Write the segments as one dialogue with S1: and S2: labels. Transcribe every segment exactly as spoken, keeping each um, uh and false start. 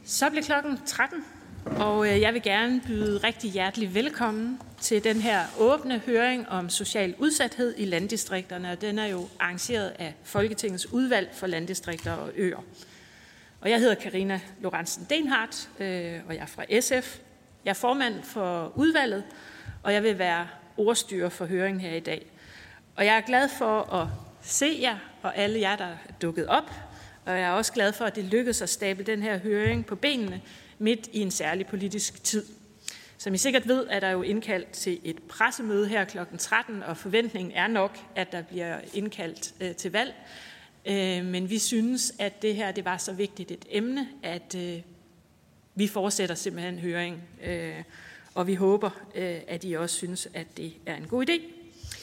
S1: Så bliver klokken tretten, og jeg vil gerne byde rigtig hjertelig velkommen til den her åbne høring om social udsathed i landdistrikterne, og den er jo arrangeret af Folketingets udvalg for landdistrikter og øer. Og jeg hedder Karina Lorentzen Dehnhardt, og jeg er fra S F. Jeg er formand for udvalget, og jeg vil være ordstyrer for høringen her i dag. Og jeg er glad for at se jer og alle jer, der er dukket op, og jeg er også glad for, at det lykkedes at stable den her høring på benene midt i en særlig politisk tid. Som I sikkert ved, er der jo indkaldt til et pressemøde her klokken tretten, og forventningen er nok, at der bliver indkaldt øh, til valg. Øh, men vi synes, at det her det var så vigtigt et emne, at øh, vi fortsætter simpelthen høring. Øh, og vi håber, øh, at I også synes, at det er en god idé.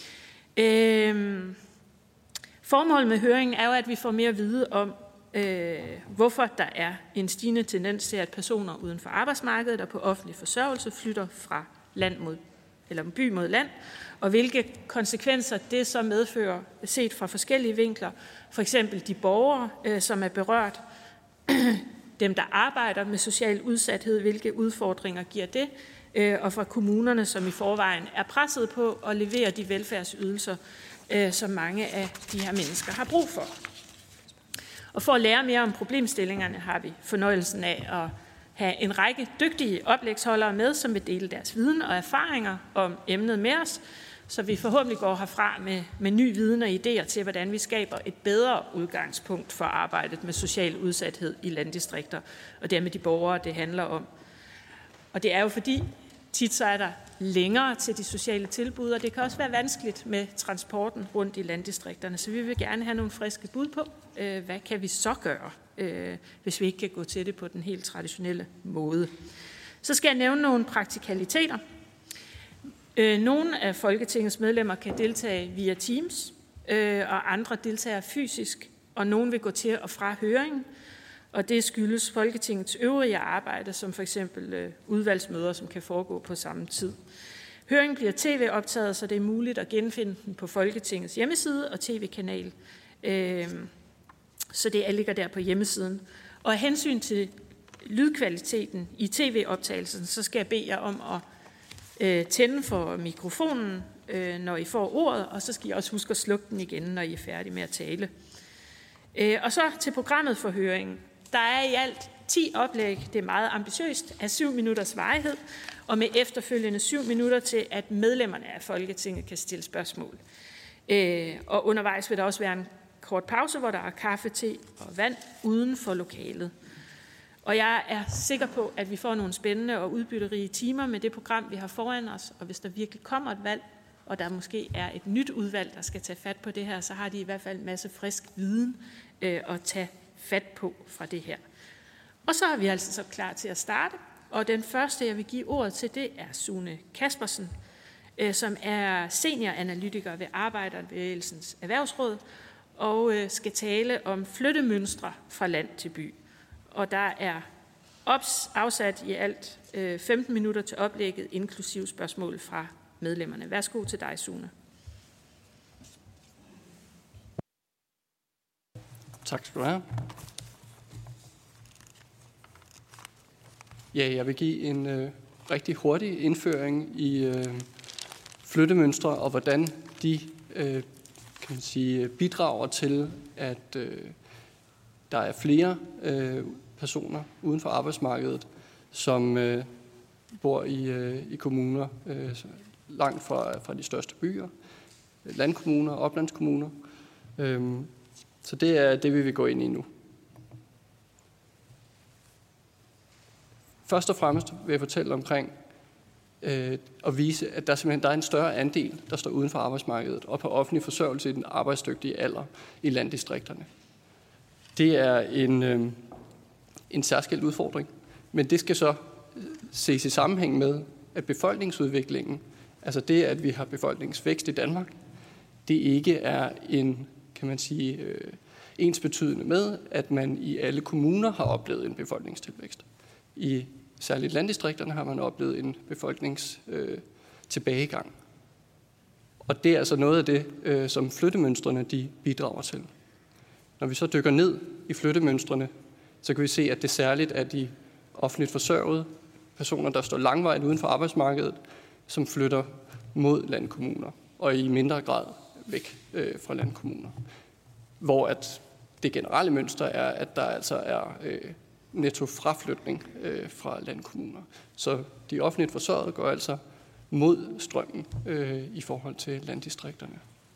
S1: Øh, formålet med høringen er jo, at vi får mere at vide om, Øh, hvorfor der er en stigende tendens til, at personer uden for arbejdsmarkedet og på offentlig forsørgelse flytter fra land mod, eller by mod land, og hvilke konsekvenser det så medfører set fra forskellige vinkler. For eksempel de borgere, øh, som er berørt, dem der arbejder med social udsathed, hvilke udfordringer giver det, øh, og fra kommunerne, som i forvejen er presset på at levere de velfærdsydelser, øh, som mange af de her mennesker har brug for. Og for at lære mere om problemstillingerne har vi fornøjelsen af at have en række dygtige oplægsholdere med, som vil dele deres viden og erfaringer om emnet med os, så vi forhåbentlig går herfra med, med ny viden og idéer til, hvordan vi skaber et bedre udgangspunkt for arbejdet med social udsathed i landdistrikter, og dermed de borgere, det handler om. Og det er jo fordi, tit så er der længere til de sociale tilbud, og det kan også være vanskeligt med transporten rundt i landdistrikterne. Så vi vil gerne have nogle friske bud på, hvad kan vi så gøre, hvis vi ikke kan gå til det på den helt traditionelle måde. Så skal jeg nævne nogle praktikaliteter. Nogle af Folketingets medlemmer kan deltage via Teams, og andre deltager fysisk, og nogen vil gå til og fra høringen. Og det skyldes Folketingets øvrige arbejde, som for eksempel udvalgsmøder, som kan foregå på samme tid. Høringen bliver tv-optaget, så det er muligt at genfinde den på Folketingets hjemmeside og tv-kanal. Så det ligger der på hjemmesiden. Og af hensyn til lydkvaliteten i tv-optagelsen, så skal jeg bede jer om at tænde for mikrofonen, når I får ordet, og så skal I også huske at slukke den igen, når I er færdige med at tale. Og så til programmet for høringen. Der er i alt ti oplæg, det er meget ambitiøst, af syv minutters varighed, og med efterfølgende syv minutter til, at medlemmerne af Folketinget kan stille spørgsmål. Og undervejs vil der også være en kort pause, hvor der er kaffe, te og vand uden for lokalet. Og jeg er sikker på, at vi får nogle spændende og udbytterige timer med det program, vi har foran os, og hvis der virkelig kommer et valg, og der måske er et nyt udvalg, der skal tage fat på det her, så har de i hvert fald en masse frisk viden øh, at tage fat på fra det her. Og så er vi altså så klar til at starte, og den første, jeg vil give ordet til, det er Sune Kaspersen, øh, som er senioranalytiker ved Arbejderbevægelsens Erhvervsråd, og øh, skal tale om flyttemønstre fra land til by. Og der er ops afsat i alt øh, femten minutter til oplægget, inklusiv spørgsmål fra medlemmerne. Værsgo til dig, Sune.
S2: Tak skal du have. Ja, jeg vil give en øh, rigtig hurtig indføring i øh, flyttemønstre og hvordan de øh, kan man sige, bidrager til, at øh, der er flere øh, personer uden for arbejdsmarkedet, som øh, bor i, øh, i kommuner øh, langt fra, fra de største byer, landkommuner og oplandskommuner. Øhm, så det er det, vi vil gå ind i nu. Først og fremmest vil jeg fortælle omkring øh, og vise, at der simpelthen der er en større andel, der står uden for arbejdsmarkedet og på offentlig forsørgelse i den arbejdsdygtige alder i landdistrikterne. Det er en, øh, en særskilt udfordring, men det skal så ses i sammenhæng med, at befolkningsudviklingen, altså det, at vi har befolkningsvækst i Danmark, det ikke er en, kan man sige, øh, ensbetydende med, at man i alle kommuner har oplevet en befolkningstilvækst. I særligt landdistrikterne har man oplevet en befolkningstilbagegang. Øh, og det er altså noget af det, øh, som flyttemønstrene de bidrager til. Når vi så dykker ned i flyttemønstrene, så kan vi se, at det særligt er de offentligt forsørgede, personer, der står langvejt uden for arbejdsmarkedet, som flytter mod landkommuner, og i mindre grad væk øh, fra landkommuner. Hvor at det generelle mønster er, at der altså er øh, netto fraflytning øh, fra landkommuner. Så de offentligt forsørgede går altså mod strømmen øh, i forhold til landdistrikterne.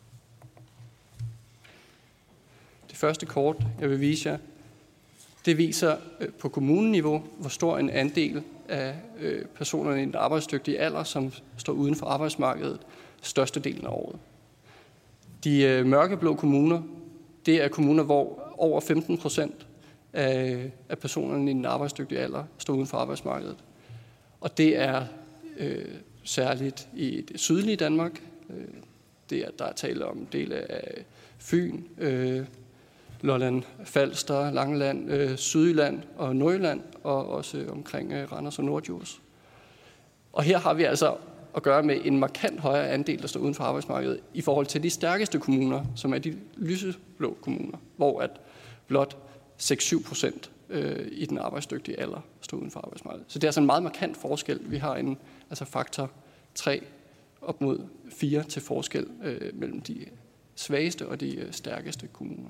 S2: Det første kort, jeg vil vise jer, det viser øh, på kommuneniveau, hvor stor en andel af øh, personerne i den arbejdsdygtige alder, som står uden for arbejdsmarkedet, størstedelen af året. De øh, mørkeblå kommuner, det er kommuner, hvor over femten procent af, af personerne i den arbejdsdygtige alder står uden for arbejdsmarkedet. Og det er øh, særligt i det sydlige Danmark. Øh, det er, der er tale om dele af Fyn, øh, Lolland, Falster, Langeland, øh, Sydjylland og Nordjylland, og også omkring øh, Randers og Nordjurs. Og her har vi altså at gøre med en markant højere andel, der står uden for arbejdsmarkedet, i forhold til de stærkeste kommuner, som er de lyseblå kommuner, hvor at blot seks til syv procent øh, i den arbejdsdygtige alder står uden for arbejdsmarkedet. Så det er altså en meget markant forskel. Vi har en altså faktor tre op mod fire til forskel øh, mellem de svageste og de øh, stærkeste kommuner.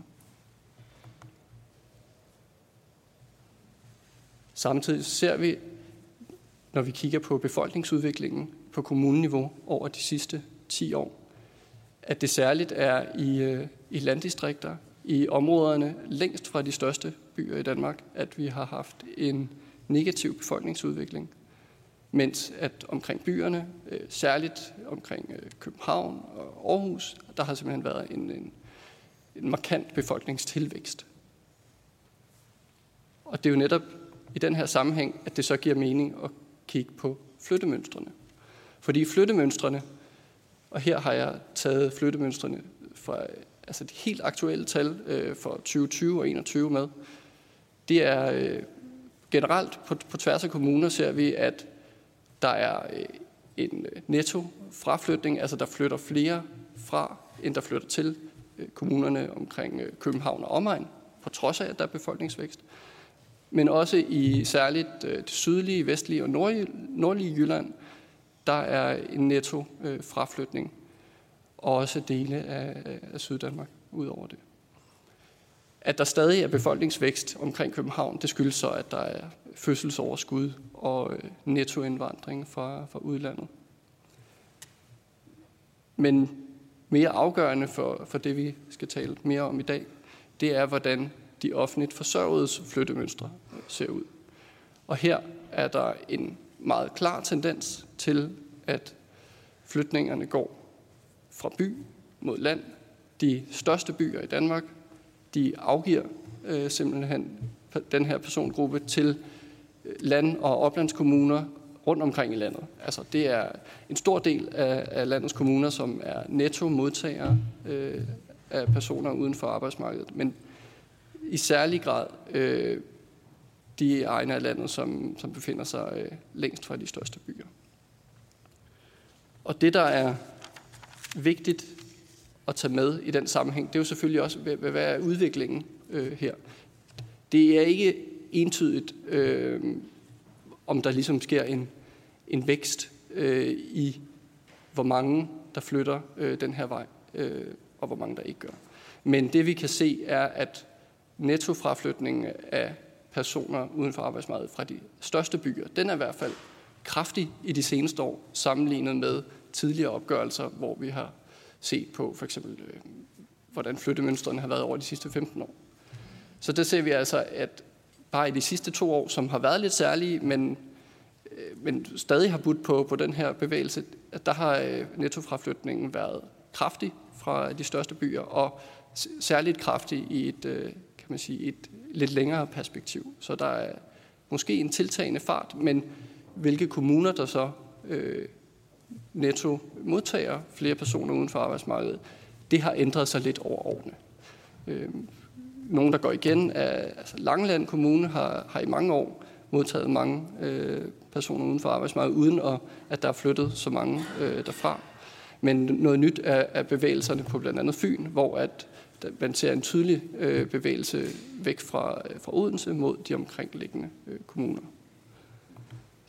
S2: Samtidig ser vi, når vi kigger på befolkningsudviklingen på kommuneniveau over de sidste ti år, at det særligt er i, i landdistrikter, i områderne længst fra de største byer i Danmark, at vi har haft en negativ befolkningsudvikling, mens at omkring byerne, særligt omkring København og Aarhus, der har simpelthen været en, en, en markant befolkningstilvækst. Og det er jo netop i den her sammenhæng, at det så giver mening at kigge på flyttemønstrene. Fordi flyttemønstrene, og her har jeg taget flyttemønstrene fra altså de helt aktuelle tal øh, for tyve tyve og enogtyve med, det er øh, generelt på, på tværs af kommuner ser vi, at der er øh, en netto fraflytning, altså der flytter flere fra, end der flytter til øh, kommunerne omkring øh, København og omegn, på trods af, at der er befolkningsvækst. Men også i særligt øh, det sydlige, vestlige og nordlige, nordlige Jylland, der er en netto øh, fraflytning, og også dele af, af Syddanmark ud over det. At der stadig er befolkningsvækst omkring København, det skyldes så, at der er fødselsoverskud og øh, nettoindvandring fra, fra udlandet. Men mere afgørende for, for det, vi skal tale mere om i dag, det er, hvordan de offentligt forsørgedes flyttemønstre ser ud. Og her er der en meget klar tendens til, at flytningerne går fra by mod land. De største byer i Danmark, de afgiver øh, simpelthen den her persongruppe til land- og oplandskommuner rundt omkring i landet. Altså det er en stor del af, af landets kommuner, som er netto modtagere øh, af personer uden for arbejdsmarkedet, men i særlig grad øh, de egne af landet, som, som befinder sig øh, længst fra de største byer. Og det, der er vigtigt at tage med i den sammenhæng, det er jo selvfølgelig også, hvad, hvad er udviklingen øh, her. Det er ikke entydigt, øh, om der ligesom sker en, en vækst øh, i, hvor mange der flytter øh, den her vej, øh, og hvor mange der ikke gør. Men det vi kan se er, at nettofraflytningen af personer uden for arbejdsmarkedet fra de største byer, den er i hvert fald kraftig i de seneste år, sammenlignet med tidligere opgørelser, hvor vi har set på for eksempel, øh, hvordan flyttemønstrene har været over de sidste femten år. Så der ser vi altså, at bare i de sidste to år, som har været lidt særlige, men, øh, men stadig har budt på, på den her bevægelse, at der har øh, nettofraflytningen været kraftig fra de største byer, og særligt kraftig i et, øh, kan man sige, et lidt længere perspektiv. Så der er måske en tiltagende fart, men hvilke kommuner, der så øh, netto modtager flere personer uden for arbejdsmarkedet, det har ændret sig lidt over årene. Øh, nogle, der går igen, er, altså Langeland Kommune har, har i mange år modtaget mange øh, personer uden for arbejdsmarkedet, uden at, at der er flyttet så mange øh, derfra. Men noget nyt er, er bevægelserne på blandt andet Fyn, hvor at man ser en tydelig øh, bevægelse væk fra, fra Odense mod de omkringliggende øh, kommuner.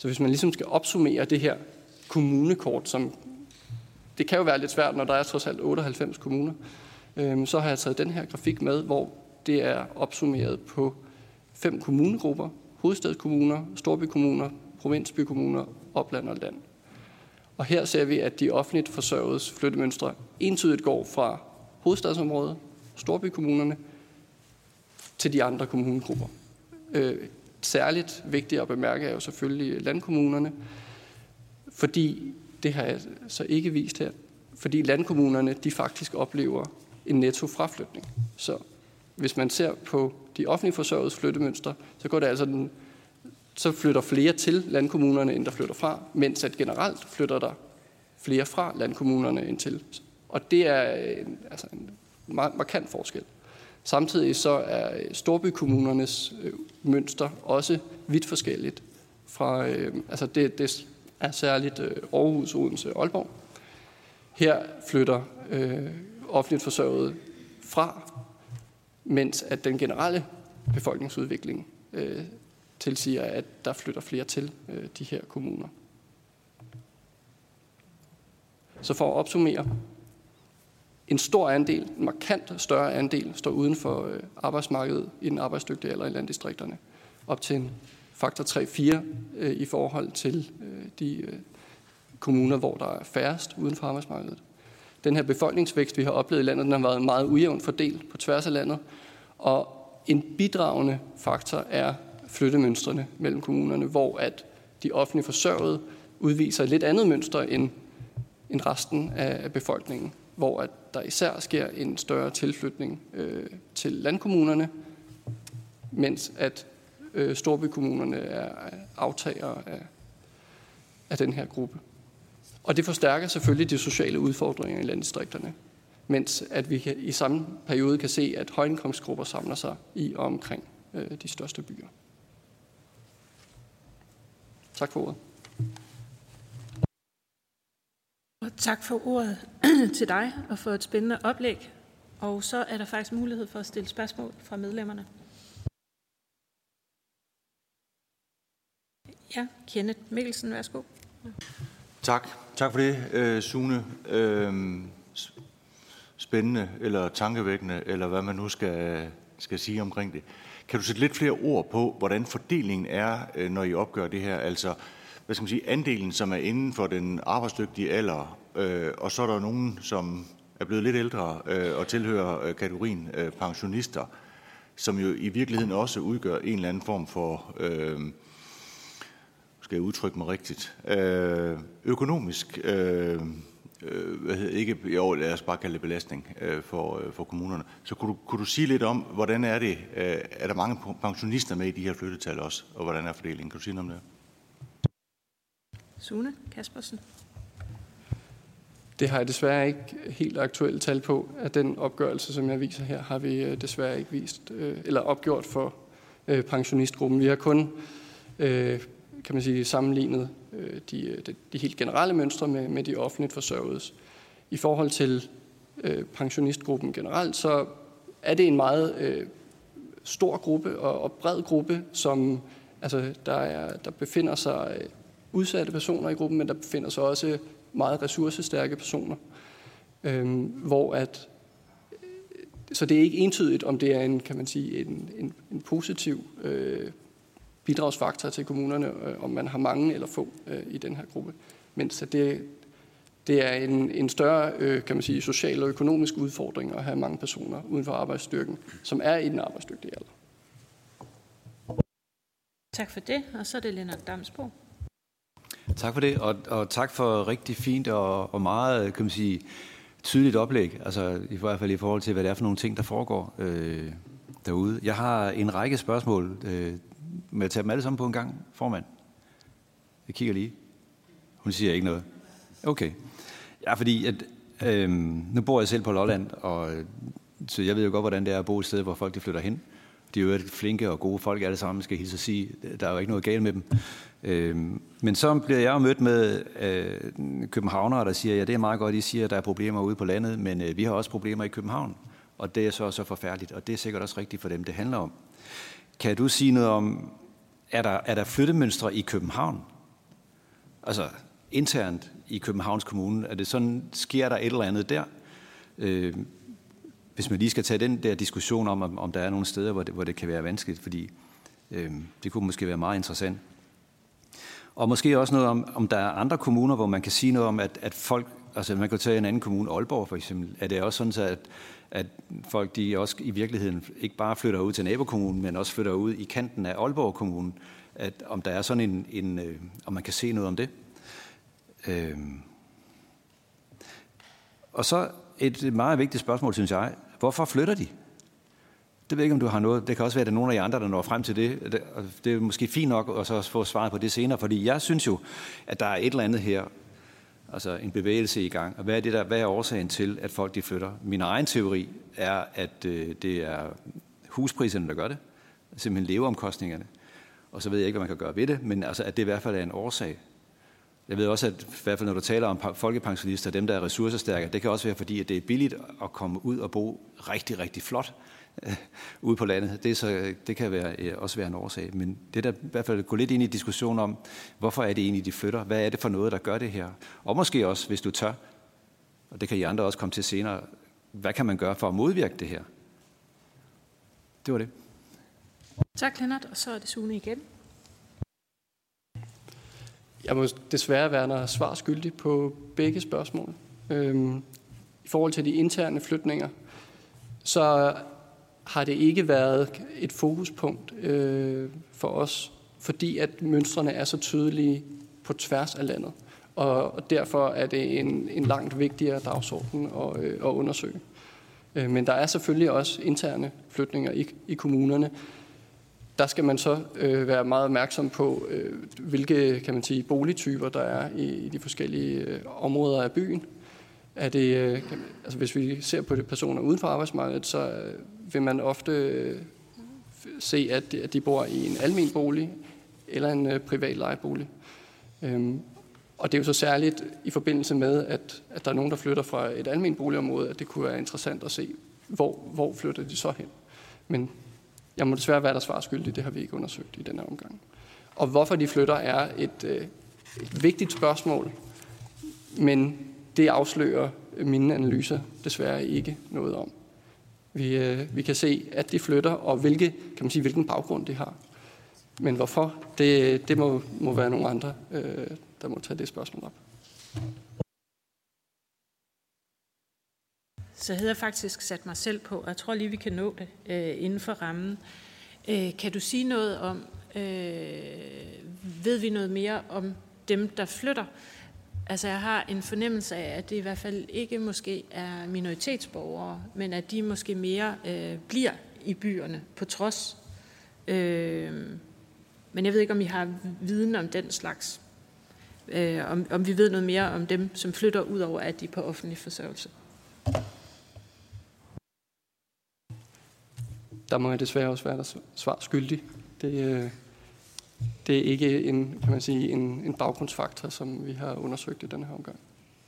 S2: Så hvis man ligesom skal opsummere det her kommunekort, som det kan jo være lidt svært, når der er trods alt otteoghalvfems kommuner, øh, så har jeg taget den her grafik med, hvor det er opsummeret på fem kommunegrupper: hovedstadskommuner, storbykommuner, provinsbykommuner, opland og land. Og her ser vi, at de offentligt forsørgedes flyttemønstre entydigt går fra hovedstadsområdet, storbykommunerne, til de andre kommunegrupper. Øh, særligt vigtigt at bemærke er jo selvfølgelig landkommunerne, fordi, det har jeg så ikke vist her, fordi landkommunerne de faktisk oplever en netto fraflytning. Så hvis man ser på de offentligt forsørgedes flyttemønstre, så går det altså den, så flytter flere til landkommunerne, end der flytter fra, mens at generelt flytter der flere fra landkommunerne end til. Og det er en, altså en markant forskel. Samtidig så er storbykommunernes øh, mønster også vidt forskelligt. Fra, øh, altså det, det er særligt øh, Aarhus, Odense og Aalborg. Her flytter øh, offentligt forsørget fra, mens at den generelle befolkningsudvikling øh, tilsiger, at der flytter flere til øh, de her kommuner. Så for at opsummere: en stor andel, en markant større andel, står uden for øh, arbejdsmarkedet i den arbejdsdygtige alder i landdistrikterne. Op til en faktor tre fire øh, i forhold til øh, de øh, kommuner, hvor der er færrest uden for arbejdsmarkedet. Den her befolkningsvækst, vi har oplevet i landet, den har været meget ujævnt fordelt på tværs af landet. Og en bidragende faktor er flyttemønstrene mellem kommunerne, hvor at de offentligt forsørgede udviser et lidt andet mønster end, end resten af befolkningen, hvor at der især sker en større tilflytning øh, til landkommunerne, mens at øh, storbykommunerne er aftagere af, af den her gruppe. Og det forstærker selvfølgelig de sociale udfordringer i landdistrikterne, mens at vi kan, i samme periode kan se, at højindkomstgrupper samler sig i og omkring øh, de største byer. Tak for ordet.
S1: Og tak for ordet til dig og for et spændende oplæg. Og så er der faktisk mulighed for at stille spørgsmål fra medlemmerne. Ja, Kenneth Mikkelsen, værsgo.
S3: Tak. Tak for det, øh, Sune. Øh, spændende eller tankevækkende, eller hvad man nu skal, skal sige omkring det. Kan du sætte lidt flere ord på, hvordan fordelingen er, når I opgør det her? Altså, hvad skal man sige, andelen, som er inden for den arbejdsdygtige alder, øh, og så er der nogen, som er blevet lidt ældre øh, og tilhører øh, kategorien øh, pensionister, som jo i virkeligheden også udgør en eller anden form for, øh, skal jeg udtrykke mig rigtigt, øh, økonomisk, øh, øh, hvad hedder, ikke, jo, lad os bare kalde det belastning øh, for, øh, for kommunerne. Så kunne du, kunne du sige lidt om, hvordan er det, øh, er der mange pensionister med i de her flyttetal også, og hvordan er fordelingen? Kan du sige noget om det?
S1: Sune Kaspersen.
S2: Det har jeg desværre ikke helt aktuelle tal på. Af den opgørelse, som jeg viser her, har vi desværre ikke vist eller opgjort for pensionistgruppen. Vi har kun, kan man sige, sammenlignet de, de helt generelle mønstre med, med de offentligt forsørgedes. I forhold til pensionistgruppen generelt, så er det en meget stor gruppe og, og bred gruppe, som altså, der, er, der befinder sig udsatte personer i gruppen, men der befinder sig også meget ressourcestærke personer, øhm, hvor at så det er ikke entydigt, om det er en, kan man sige, en, en, en positiv øh, bidragsfaktor til kommunerne, øh, om man har mange eller få øh, i den her gruppe, mens det, det er en, en større, øh, kan man sige, social og økonomisk udfordring at have mange personer uden for arbejdsstyrken, som er i den arbejdsdygtige alder.
S1: Tak for det, og så er det Lennart Damsbo.
S4: Tak for det, og, og tak for rigtig fint og, og meget, kan man sige, tydeligt oplæg, altså i hvert fald i forhold til, hvad det er for nogle ting, der foregår øh, derude. Jeg har en række spørgsmål, øh, med at tage dem alle sammen på en gang, formand. Jeg kigger lige. Hun siger ikke noget. Okay. Ja, fordi at, øh, nu bor jeg selv på Lolland, og så jeg ved jo godt, hvordan det er at bo et sted, hvor folk de flytter hen. De er jo flinke og gode folk alle sammen, skal jeg hilse at sige. Der er jo ikke noget galt med dem. Men så bliver jeg jo mødt med øh, københavnere, der siger, ja, det er meget godt, I siger, at der er problemer ude på landet, men øh, vi har også problemer i København. Og det er så så forfærdeligt, og det er sikkert også rigtigt for dem, det handler om. Kan du sige noget om, er der, er der flyttemønstre i København, Altså internt i Københavns Kommune, er det sådan, sker der et eller andet der? Øh, hvis man lige skal tage den der diskussion om, om der er nogle steder, hvor det, hvor det kan være vanskeligt, fordi øh, det kunne måske være meget interessant. Og måske også noget om, om der er andre kommuner, hvor man kan sige noget om, at, at folk, altså man kan tage en anden kommune, Aalborg for eksempel, er det også sådan, at, at folk de også i virkeligheden ikke bare flytter ud til nabokommunen, men også flytter ud i kanten af Aalborg Kommune, at om der er sådan en, en øh, om man kan se noget om det. Øh. Og så et meget vigtigt spørgsmål, synes jeg. Hvorfor flytter de? Det ved jeg ikke, om du har noget. Det kan også være, at der er nogle af jer andre, der når frem til det. Det er måske fint nok at så få svaret på det senere, fordi jeg synes jo, at der er et eller andet her, altså en bevægelse i gang. Og hvad er, det der, hvad er årsagen til, at folk de flytter? Min egen teori er, at øh, det er huspriserne, der gør det. Simpelthen leveomkostningerne. Og så ved jeg ikke, hvad man kan gøre ved det, men altså, at det i hvert fald er en årsag. Jeg ved også, at i hvert fald når du taler om folkepensionister, dem der er ressourcestærke, det kan også være fordi, at det er billigt at komme ud og bo rigtig, rigtig flot øh, ude på landet. Det, er så, det kan være, øh, også være en årsag. Men det der i hvert fald gå lidt ind i diskussion om, hvorfor er det egentlig, de flytter? Hvad er det for noget, der gør det her? Og måske også, hvis du tør, og det kan I andre også komme til senere, hvad kan man gøre for at modvirke det her? Det var det.
S1: Tak, Lennart. Og så er det Sune igen.
S2: Jeg må desværre være svar skyldig på begge spørgsmål. Øhm, I forhold til de interne flytninger, så har det ikke været et fokuspunkt øh, for os, fordi at mønstrene er så tydelige på tværs af landet. Og, og derfor er det en, en langt vigtigere dagsorden at, øh, at undersøge. Øh, men der er selvfølgelig også interne flytninger i, i kommunerne. Der skal man så øh, være meget opmærksom på, øh, hvilke kan man sige, boligtyper der er i, i de forskellige øh, områder af byen. Er det, øh, kan man, altså hvis vi ser på de personer uden for arbejdsmarkedet, så øh, vil man ofte øh, se, at de, at de bor i en almen bolig eller en øh, privat lejebolig. Øhm, og det er jo så særligt i forbindelse med, at, at der er nogen, der flytter fra et almen boligområde, at det kunne være interessant at se, hvor, hvor flytter de så hen. Men jeg må desværre være der svar skyldig, det har vi ikke undersøgt i denne omgang. Og hvorfor de flytter er et, øh, et vigtigt spørgsmål, men det afslører mine analyser desværre ikke noget om. Vi, øh, vi kan se, at de flytter, og hvilke, kan man sige, hvilken baggrund de har. Men hvorfor, det, det må, må være nogle andre, øh, der må tage det spørgsmål op.
S1: Så havde jeg faktisk sat mig selv på, og jeg tror lige, vi kan nå det øh, inden for rammen. Øh, kan du sige noget om, øh, ved vi noget mere om dem, der flytter? Altså jeg har en fornemmelse af, at det i hvert fald ikke måske er minoritetsborgere, men at de måske mere øh, bliver i byerne på trods. Øh, men jeg ved ikke, om I har viden om den slags. Øh, om, om vi ved noget mere om dem, som flytter ud over, at de er på offentlig forsørgelse.
S2: Der må jeg desværre også være der svar skyldig. Det, det er ikke en, kan man sige, en, en baggrundsfaktor, som vi har undersøgt i denne her omgang.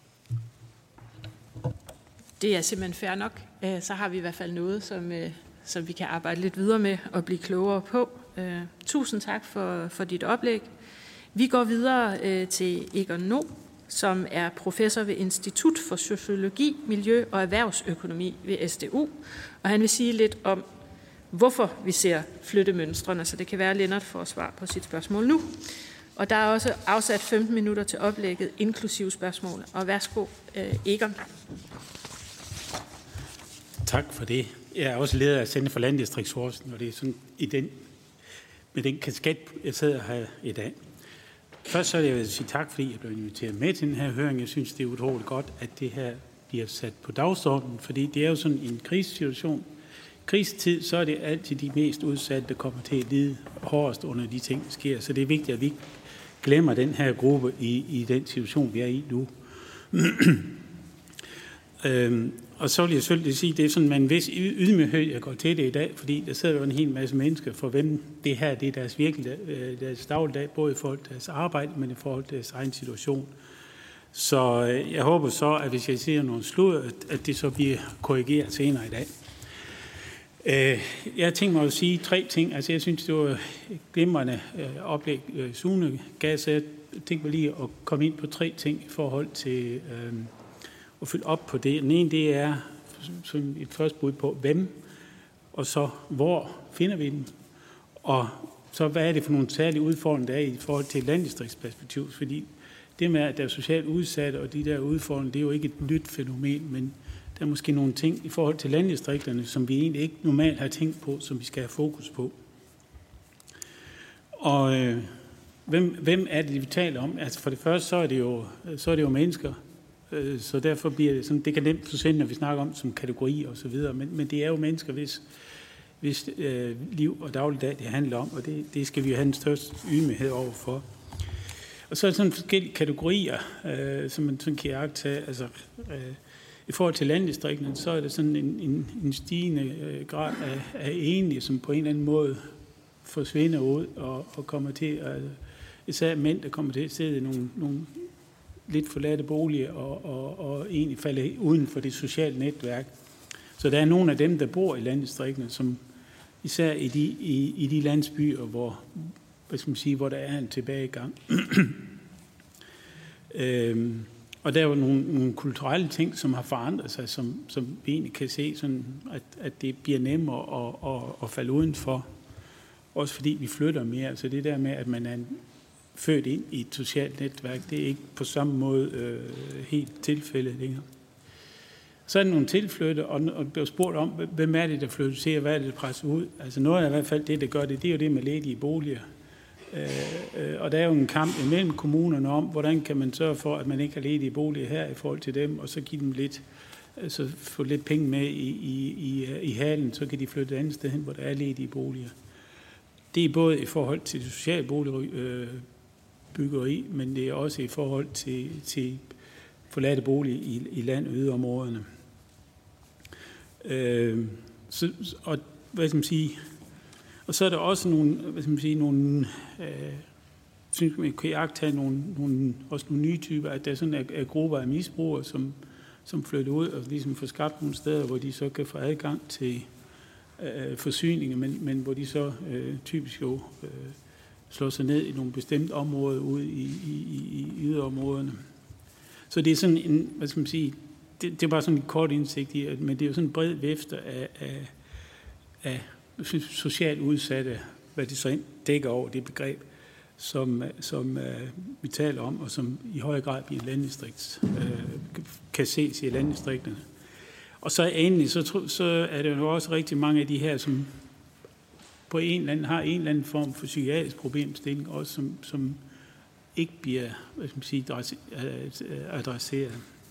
S1: Det er simpelthen fair nok. Så har vi i hvert fald noget, som, som vi kan arbejde lidt videre med og blive klogere på. Tusind tak for, for dit oplæg. Vi går videre til Egon No, som er professor ved Institut for Sociologi, Miljø og Erhvervsøkonomi ved S D U. Og han vil sige lidt om, hvorfor vi ser flyttemønstrene, så det kan være, at Lennart får svar på sit spørgsmål nu. Og der er også afsat femten minutter til oplægget, inklusive spørgsmål. Og værsgo, Egon.
S5: Tak for det. Jeg er også leder af Center for Landdistriktsforskning, og det er sådan i den, med den kasket, jeg sidder her i dag. Først så vil jeg sige tak, fordi jeg blev inviteret med til den her høring. Jeg synes, det er utroligt godt, at det her bliver sat på dagsordenen, fordi det er jo sådan en krisesituation. Krisetid, så er det altid de mest udsatte, der kommer til at lide hårdest under de ting, der sker. Så det er vigtigt, at vi ikke glemmer den her gruppe i, i den situation, vi er i nu. øhm, og så vil jeg selvfølgelig sige, at det er sådan med en vis ydmyghed, jeg går til det i dag, fordi der sidder jo en hel masse mennesker, for hvem det her det er deres virkelige, deres dagligdag, både i forhold til deres arbejde, men i forhold til deres egen situation. Så jeg håber så, at hvis jeg siger nogle sludder, at det så bliver korrigeret senere i dag. Jeg tænker mig at sige tre ting. Altså, jeg synes, det var et glimrende oplæg, Sune gav sig. tænkte mig lige at komme ind på tre ting i forhold til øh, at følge op på det. Den ene, det er sådan et første bud på, hvem, og så hvor finder vi dem, og så hvad er det for nogle særlige udfordringer, der er i forhold til et landdistriktsperspektiv, fordi det med, at der er socialt udsatte, og de der udfordringer, det er jo ikke et nyt fænomen, men der er måske nogle ting i forhold til landdistrikterne, som vi egentlig ikke normalt har tænkt på, som vi skal have fokus på. Og øh, hvem, hvem er det, vi taler om? Altså for det første, så er det jo, så er det jo mennesker, øh, så derfor bliver det sådan, det kan nemt forsvinde, når vi snakker om som kategori og så videre, men, men det er jo mennesker, hvis, hvis øh, liv og dagligdag det handler om, og det, det skal vi jo have den største ydmyghed overfor. Og så er der sådan forskellige kategorier, øh, som man sådan kan iagttage. Altså, øh, i forhold til landdistrikterne, så er det sådan en, en, en stigende øh, grad af, af enlige, som på en eller anden måde forsvinder ud og, og kommer til at, især mænd, der kommer til at sidde i nogle, nogle lidt forladte boliger og, og, og egentlig falder uden for det sociale netværk. Så der er nogle af dem, der bor i landdistrikterne, som især i de, i, i de landsbyer, hvor, hvad skal man sige, hvor der er en tilbagegang. øhm, og der er jo nogle, nogle kulturelle ting, som har forandret sig, som, som vi egentlig kan se, sådan, at, at det bliver nemmere at, at, at falde udenfor. Også fordi vi flytter mere. Altså det der med, at man er født ind i et socialt netværk, det er ikke på samme måde øh, helt tilfældet længere. Så er der nogle tilflytte, og, og bliver spurgt om, hvem er det, der flytter til, og hvad er det, der presser ud. Altså noget af i hvert fald det, der gør det, det er jo det med ledige boliger. Øh, øh, og der er jo en kamp imellem kommunerne om, hvordan kan man sørge for, at man ikke har ledige boliger her i forhold til dem, og så give dem lidt, altså få lidt penge med i, i, i, i halen, så kan de flytte et andet sted hen, hvor der er ledige boliger. Det er både i forhold til det sociale boligbyggeri, men det er også i forhold til, til forladte boliger i, i land- og yderområderne. Øh, så, og, hvad skal man sige, og så er der også nogle, hvad skal man sige, nogle, øh, synes man kan iagttage nogle, nogle, også nogle nye typer, at der sådan er, er grupper af misbrugere, som, som flytter ud og ligesom får skabt nogle steder, hvor de så kan få adgang til øh, forsyninger, men, men hvor de så øh, typisk jo øh, slår sig ned i nogle bestemte områder ude i, i, i, i yderområderne. Så det er sådan en, hvad skal man sige, det, det er bare sådan en kort indsigt i, men det er jo sådan en bred vifte af, af, af socialt udsatte, hvad det så dækker over det begreb, som, som uh, vi taler om, og som i høj grad bliver landdistrikts, uh, kan ses i landdistrikterne. Og så endelig, så, så er det jo også rigtig mange af de her, som på en eller anden, har en eller anden form for psykiatrisk problemstilling, også som, som ikke bliver, hvad skal man sige, adresseret.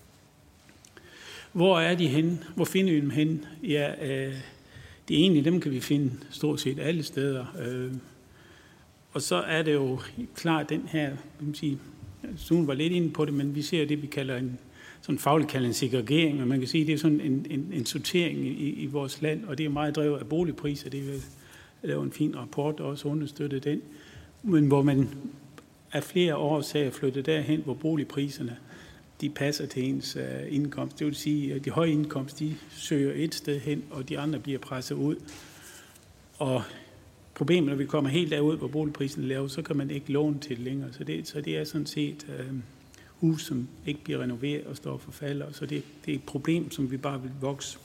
S5: Hvor er de henne? Hvor finder vi dem henne? Ja, øh, det egentlig, dem kan vi finde stort set alle steder. Øh, og så er det jo klart den her, hvad man sige, Sune var lidt inde på det, men vi ser det, vi kalder en, sådan fagligt kalder en segregering, og man kan sige, det er sådan en, en, en sortering i, i vores land, og det er meget drevet af boligpriser. Det er lavet en fin rapport, der også understøtter den, men hvor man af flere årsager flyttet derhen, hvor boligpriserne de passer til ens uh, indkomst. Det vil sige, at de høje indkomst, de søger et sted hen, og de andre bliver presset ud. Og problemet, når vi kommer helt derud, hvor boligprisen er lav, så kan man ikke låne til det længere. Så det, så det er sådan set uh, hus, som ikke bliver renoveret og står for falder. Så det, det er et problem, som vi bare vil vokse.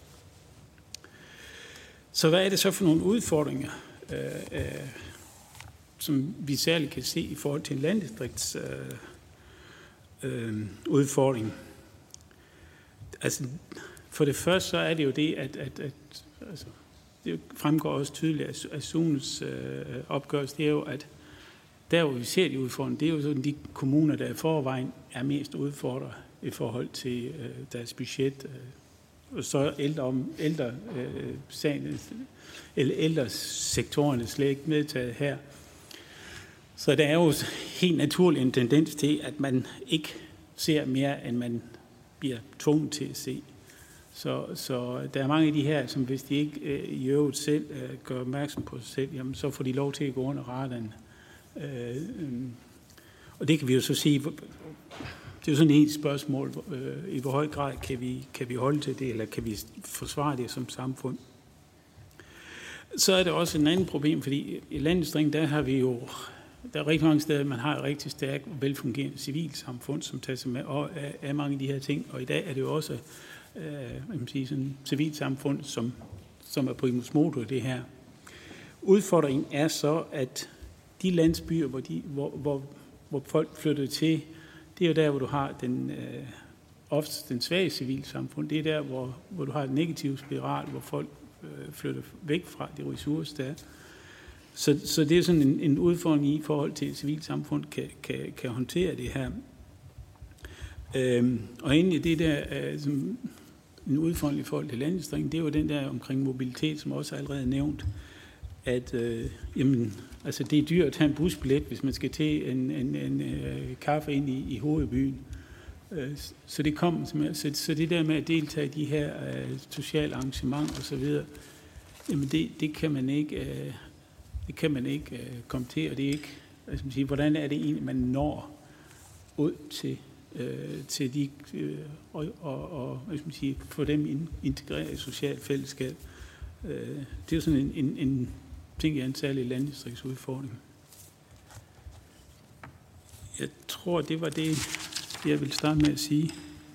S5: Så hvad er det så for nogle udfordringer, uh, uh, som vi særligt kan se i forhold til en landdistrikts øh, øh, udfordring? Altså, for det første så er det jo det, at, at, at altså, det fremgår også tydeligt af Sunes øh, opgørelse, det er jo, at der, hvor vi ser de udfordringer, det er jo sådan de kommuner, der i forvejen er mest udfordret i forhold til øh, deres budget, øh, og så ældre, om, ældre, øh, sagen, eller ældre sektorerne slet ikke medtaget her. Så der er jo helt naturligt en tendens til, at man ikke ser mere, end man bliver tvunget til at se. Så, så der er mange af de her, som hvis de ikke øh, i øvrigt selv øh, gør opmærksom på sig selv, jamen, så får de lov til at gå under radaren. Øh, øh, og det kan vi jo så sige, det er jo sådan et spørgsmål, øh, i hvor høj grad kan vi, kan vi holde til det, eller kan vi forsvare det som samfund. Så er det også en anden problem, fordi i landdistrikten, der har vi jo der er rigtig mange steder, man har et rigtig stærkt og velfungerende civilsamfund, som tager sig med af, af mange af de her ting. Og i dag er det jo også øh, man kan sige, sådan civilsamfund, som, som er primus motor i det her. Udfordringen er så, at de landsbyer, hvor, de, hvor, hvor, hvor folk flytter til, det er jo der, hvor du har den, øh, ofte den svage civilsamfund. Det er der, hvor, hvor du har en negativ spiral, hvor folk øh, flytter væk fra de ressourcer, der er. Så, så det er sådan en, en udfordring i forhold til, at civilsamfund kan, kan, kan håndtere det her. Øhm, og egentlig det der, øh, som en udfordring i forhold til landdistrikten, det er jo den der omkring mobilitet, som også er allerede nævnt, at øh, jamen, altså det er dyrt at tage en busbillet, hvis man skal til en, en, en øh, kaffe ind i, i hovedbyen. Øh, så det kommer så, så det der med at deltage i de her øh, sociale arrangementer og så videre, jamen det, det kan man ikke øh, det kan man ikke øh, komme til, og det er ikke, altså man siger, hvordan er det egentlig man når ud til øh, til de øh, og og, og hvad skal man sige, få dem integreret i socialt fællesskab. Øh, det er jo sådan en, en, en ting, jeg er en særlig landdistriktsudfordring. Jeg tror, det var det, jeg ville starte med at sige.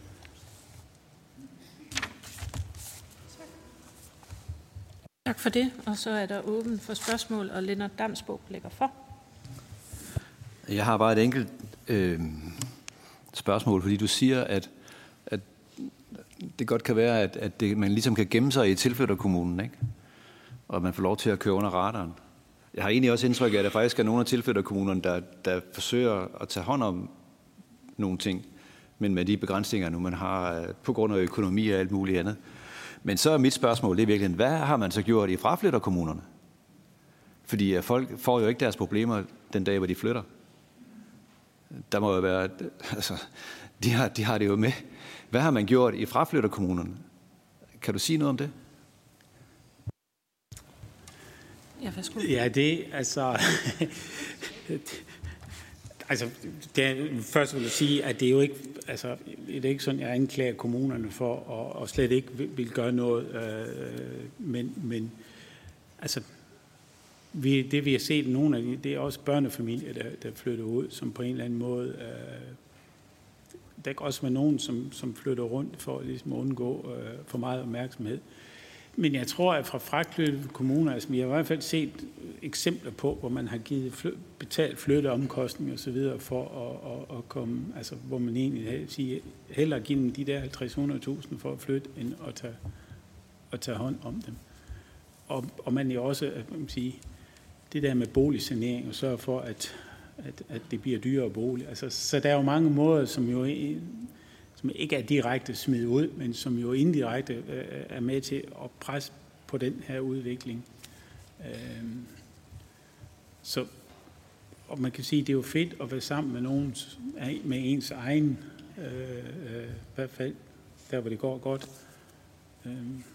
S1: Tak for det, og så er der åben for spørgsmål, og Lennart Damsbo lægger for.
S4: Jeg har bare et enkelt øh, spørgsmål, fordi du siger, at, at det godt kan være, at, at det, man ligesom kan gemme sig i tilflytterkommunen, ikke? Og man får lov til at køre under radaren. Jeg har egentlig også indtryk af, at der faktisk er nogle af tilflytterkommunerne, der, der forsøger at tage hånd om nogle ting, men med de begrænsninger, nu man har på grund af økonomi og alt muligt andet. Men så er mit spørgsmål, det er virkelig, hvad har man så gjort i fraflytterkommunerne? Fordi folk får jo ikke deres problemer den dag, hvor de flytter. Der må jo være, altså, de har, de har det jo med. Hvad har man gjort i fraflytterkommunerne? Kan du sige noget om det?
S1: Ja, værsgo.
S5: Ja, det altså... altså, det er, først vil jeg sige, at det er jo ikke, altså, det er ikke sådan, jeg anklager kommunerne for at, og slet ikke vil, vil gøre noget. Øh, men, men altså, vi, det vi har set nogle af de, det er også børnefamilier, der, der flytter ud, som på en eller anden måde... Øh, der kan også være nogen, som, som flytter rundt for at ligesom undgå øh, for meget opmærksomhed. Men jeg tror, at fra fraflyttede kommuner, altså vi har i hvert fald set eksempler på, hvor man har givet fly, betalt flytteomkostninger og så videre for at, at, at komme, altså hvor man egentlig siger, hellere give dem de der halvtreds til hundrede tusind for at flytte, end at tage, at tage hånd om dem. Og, og man jo også, at man siger, det der med boligsanering og sørge for, at, at, at det bliver dyrere bolig. Altså, så der er jo mange måder, som jo som ikke er direkte smidt ud, men som jo indirekte øh, er med til at presse på den her udvikling. Øh, så, og man kan sige, at det er jo fedt at være sammen med nogen, med ens egen, øh, øh, i hvert fald der, hvor det går godt. Øh.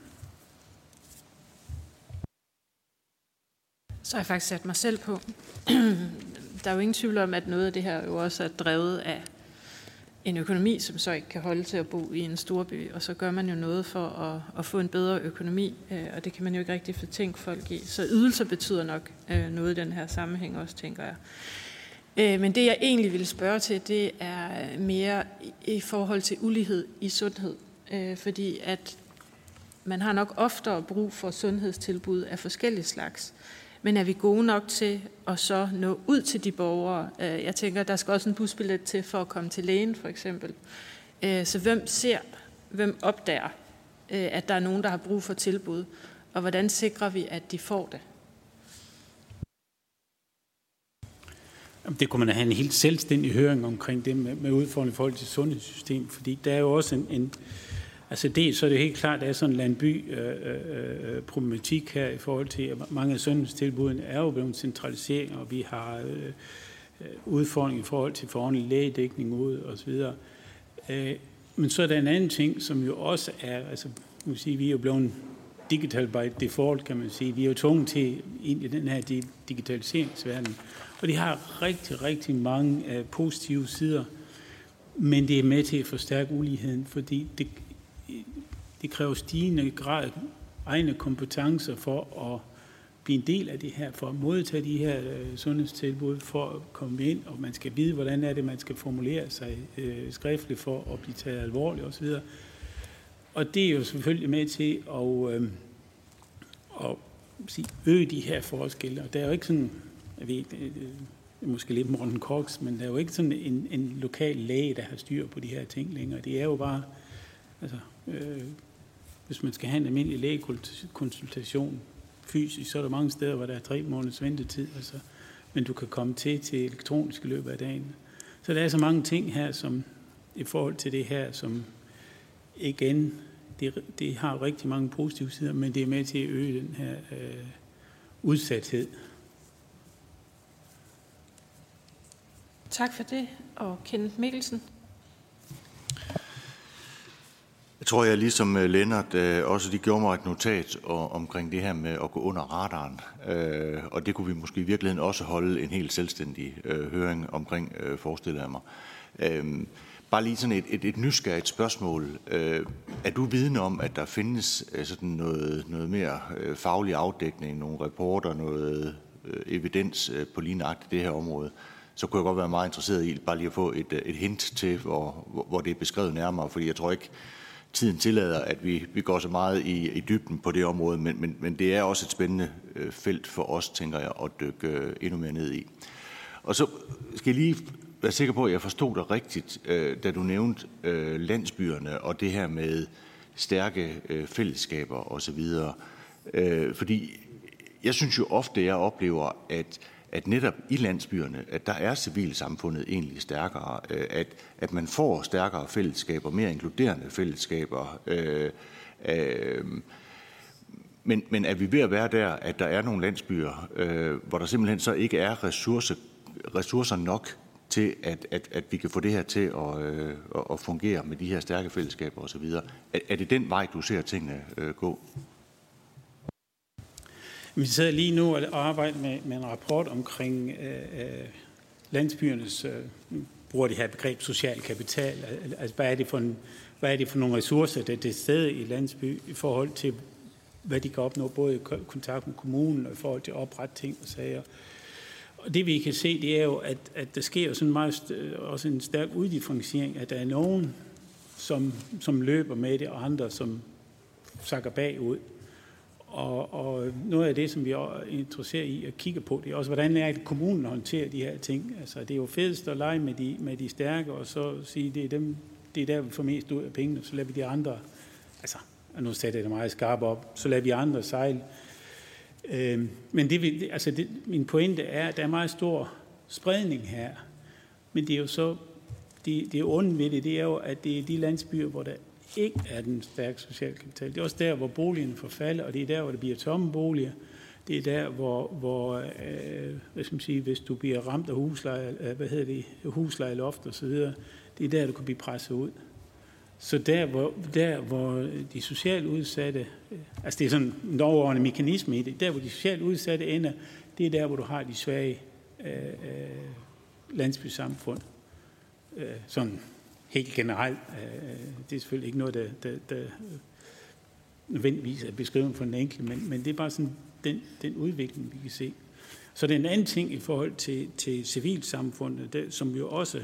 S1: Så har jeg faktisk sat mig selv på. Der er jo ingen tvivl om, at noget af det her jo også er drevet af en økonomi, som så ikke kan holde til at bo i en storby, og så gør man jo noget for at, at få en bedre økonomi, og det kan man jo ikke rigtig fortænke folk i. Så ydelser betyder nok noget i den her sammenhæng også, tænker jeg. Men det, jeg egentlig ville spørge til, det er mere i forhold til ulighed i sundhed, fordi at man har nok oftere brug for sundhedstilbud af forskellige slags. Men er vi gode nok til at så nå ud til de borgere? Jeg tænker, der skal også en busbillet til for at komme til lægen, for eksempel. Så hvem ser, hvem opdager, at der er nogen, der har brug for tilbud? Og hvordan sikrer vi, at de får det?
S5: Det kunne man have en helt selvstændig høring omkring det med, med udfordring i forhold til sundhedssystemet, fordi der er jo også en... en Altså det, så er det helt klart, at der er sådan en landby-problematik her i forhold til, at mange af sundhedstilbudene er jo blevet centralisering, og vi har øh, udfordringer i forhold til for ordentlig lægedækning ud og så videre. Øh, men så er der en anden ting, som jo også er, altså man kan sige, vi er jo blevet digital by default, kan man sige. Vi er jo tvunget til ind i den her digitaliseringsverden, og de har rigtig, rigtig mange øh, positive sider, men det er med til at forstærke uligheden, fordi det det kræver stigende grad egne kompetencer for at blive en del af det her, for at modtage de her øh, sundhedstilbud, for at komme ind, og man skal vide, hvordan er det, man skal formulere sig øh, skriftligt for at blive taget alvorligt osv. Og det er jo selvfølgelig med til at, øh, at sige, øge de her forskelle. Og der er jo ikke sådan, jeg ved ikke, det er måske lidt Morten Cox, men der er jo ikke sådan en, en lokal læge, der har styr på de her ting længere. Det er jo bare, altså, øh, hvis man skal have en almindelig lægekonsultation fysisk, så er der mange steder, hvor der er tre måneders ventetid, altså, men du kan komme til til elektronisk i løbet af dagen. Så der er så mange ting her, som i forhold til det her, som igen, det, det har rigtig mange positive sider, men det er med til at øge den her øh, udsathed.
S1: Tak for det. Og Kenneth Mikkelsen.
S3: Jeg tror, jeg ligesom Lennart også de gjorde mig et notat omkring det her med at gå under radaren. Og det kunne vi måske i virkeligheden også holde en helt selvstændig høring omkring, forestiller jeg mig. Bare lige sådan et, et, et nysgerrigt spørgsmål. Er du vidne om, at der findes sådan noget, noget mere faglig afdækning, nogle rapporter, noget evidens på lige nøjagtigt det her område? Så kunne jeg godt være meget interesseret i bare lige at få et, et hint til, hvor, hvor det er beskrevet nærmere, fordi jeg tror ikke, tiden tillader, at vi, vi går så meget i, i dybden på det område, men, men, men det er også et spændende øh, felt for os, tænker jeg, at dykke øh, endnu mere ned i. Og så skal jeg lige være sikker på, at jeg forstod dig rigtigt, øh, da du nævnte øh, landsbyerne og det her med stærke øh, fællesskaber osv. Øh, fordi jeg synes jo ofte, jeg oplever, at at netop i landsbyerne, at der er civilsamfundet egentlig stærkere, at, at man får stærkere fællesskaber, mere inkluderende fællesskaber. Øh, øh, men, men er vi ved at være der, at der er nogle landsbyer, øh, hvor der simpelthen så ikke er ressourcer, ressourcer nok til, at, at, at vi kan få det her til at, øh, at fungere med de her stærke fællesskaber osv. Er, er det den vej, du ser tingene øh, gå?
S5: Vi sidder lige nu og arbejder med, med en rapport omkring øh, landsbyernes, øh, bruger det her begreb social kapital. Altså, hvad er det for, en, hvad er det for nogle ressourcer, der er til stede i landsby i forhold til, hvad de kan opnå, både i kontakt med kommunen og i forhold til at oprette ting og sager. Og det vi kan se, det er jo, at, at der sker sådan meget, også en stærk uddifferentiering, at der er nogen, som, som løber med det, og andre, som sakker bagud. Og, og noget af det, som vi er interesseret i at kigge på, det er også, hvordan er det, kommunen håndterer de her ting. Altså, det er jo fedest at lege med de, med de stærke, og så sige, det er, dem, det er der, vi får mest ud af pengene, så lader vi de andre, altså, nu sætter jeg det meget skarpt op, så lader vi andre sejle. Øh, men det, altså det, min pointe er, at der er meget stor spredning her, men det er jo så, det, det er ondt ved det, det er jo, at det er de landsbyer, hvor der ikke er den stærke social kapital. Det er også der, hvor boligerne forfalder, og det er der, hvor det bliver tomme boliger. Det er der, hvor, hvor øh, hvad skal man sige, hvis du bliver ramt af husleje, øh, hvad hedder det, huslejeloft og så videre, det er der, du kan blive presset ud. Så der, hvor, der, hvor de socialt udsatte, øh, altså det er sådan en overordnet mekanisme i det, der, hvor de socialt udsatte ender, det er der, hvor du har de svage øh, øh, landsbysamfund. Øh, sådan helt generelt. Det er selvfølgelig ikke noget, der, der, der nødvendigvis er beskrevet for den enkelte, men, men det er bare sådan den, den udvikling, vi kan se. Så det er en anden ting i forhold til, til civilsamfundet, der, som jo også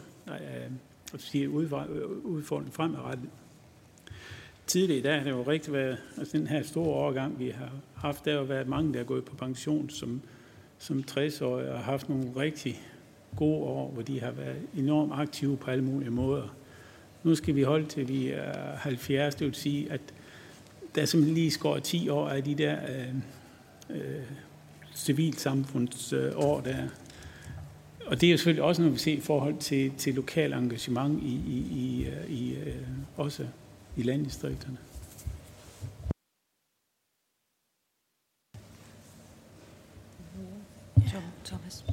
S5: er udfordrende fremadrettet. Tidligere der har det jo rigtig været, altså den her store overgang, vi har haft, der har jo været mange, der er gået på pension som, som tres-årige og har haft nogle rigtig gode år, hvor de har været enormt aktive på alle mulige måder. Nu skal vi holde til vi er halvfjerds, det vil sige, at der simpelthen lige skår ti år af de der øh, øh, civilsamfundsår øh, der. Og det er jo selvfølgelig også noget, vi ser i forhold til, til lokal engagement i, i, i, i øh, også i landdistrikterne.
S1: Thomas.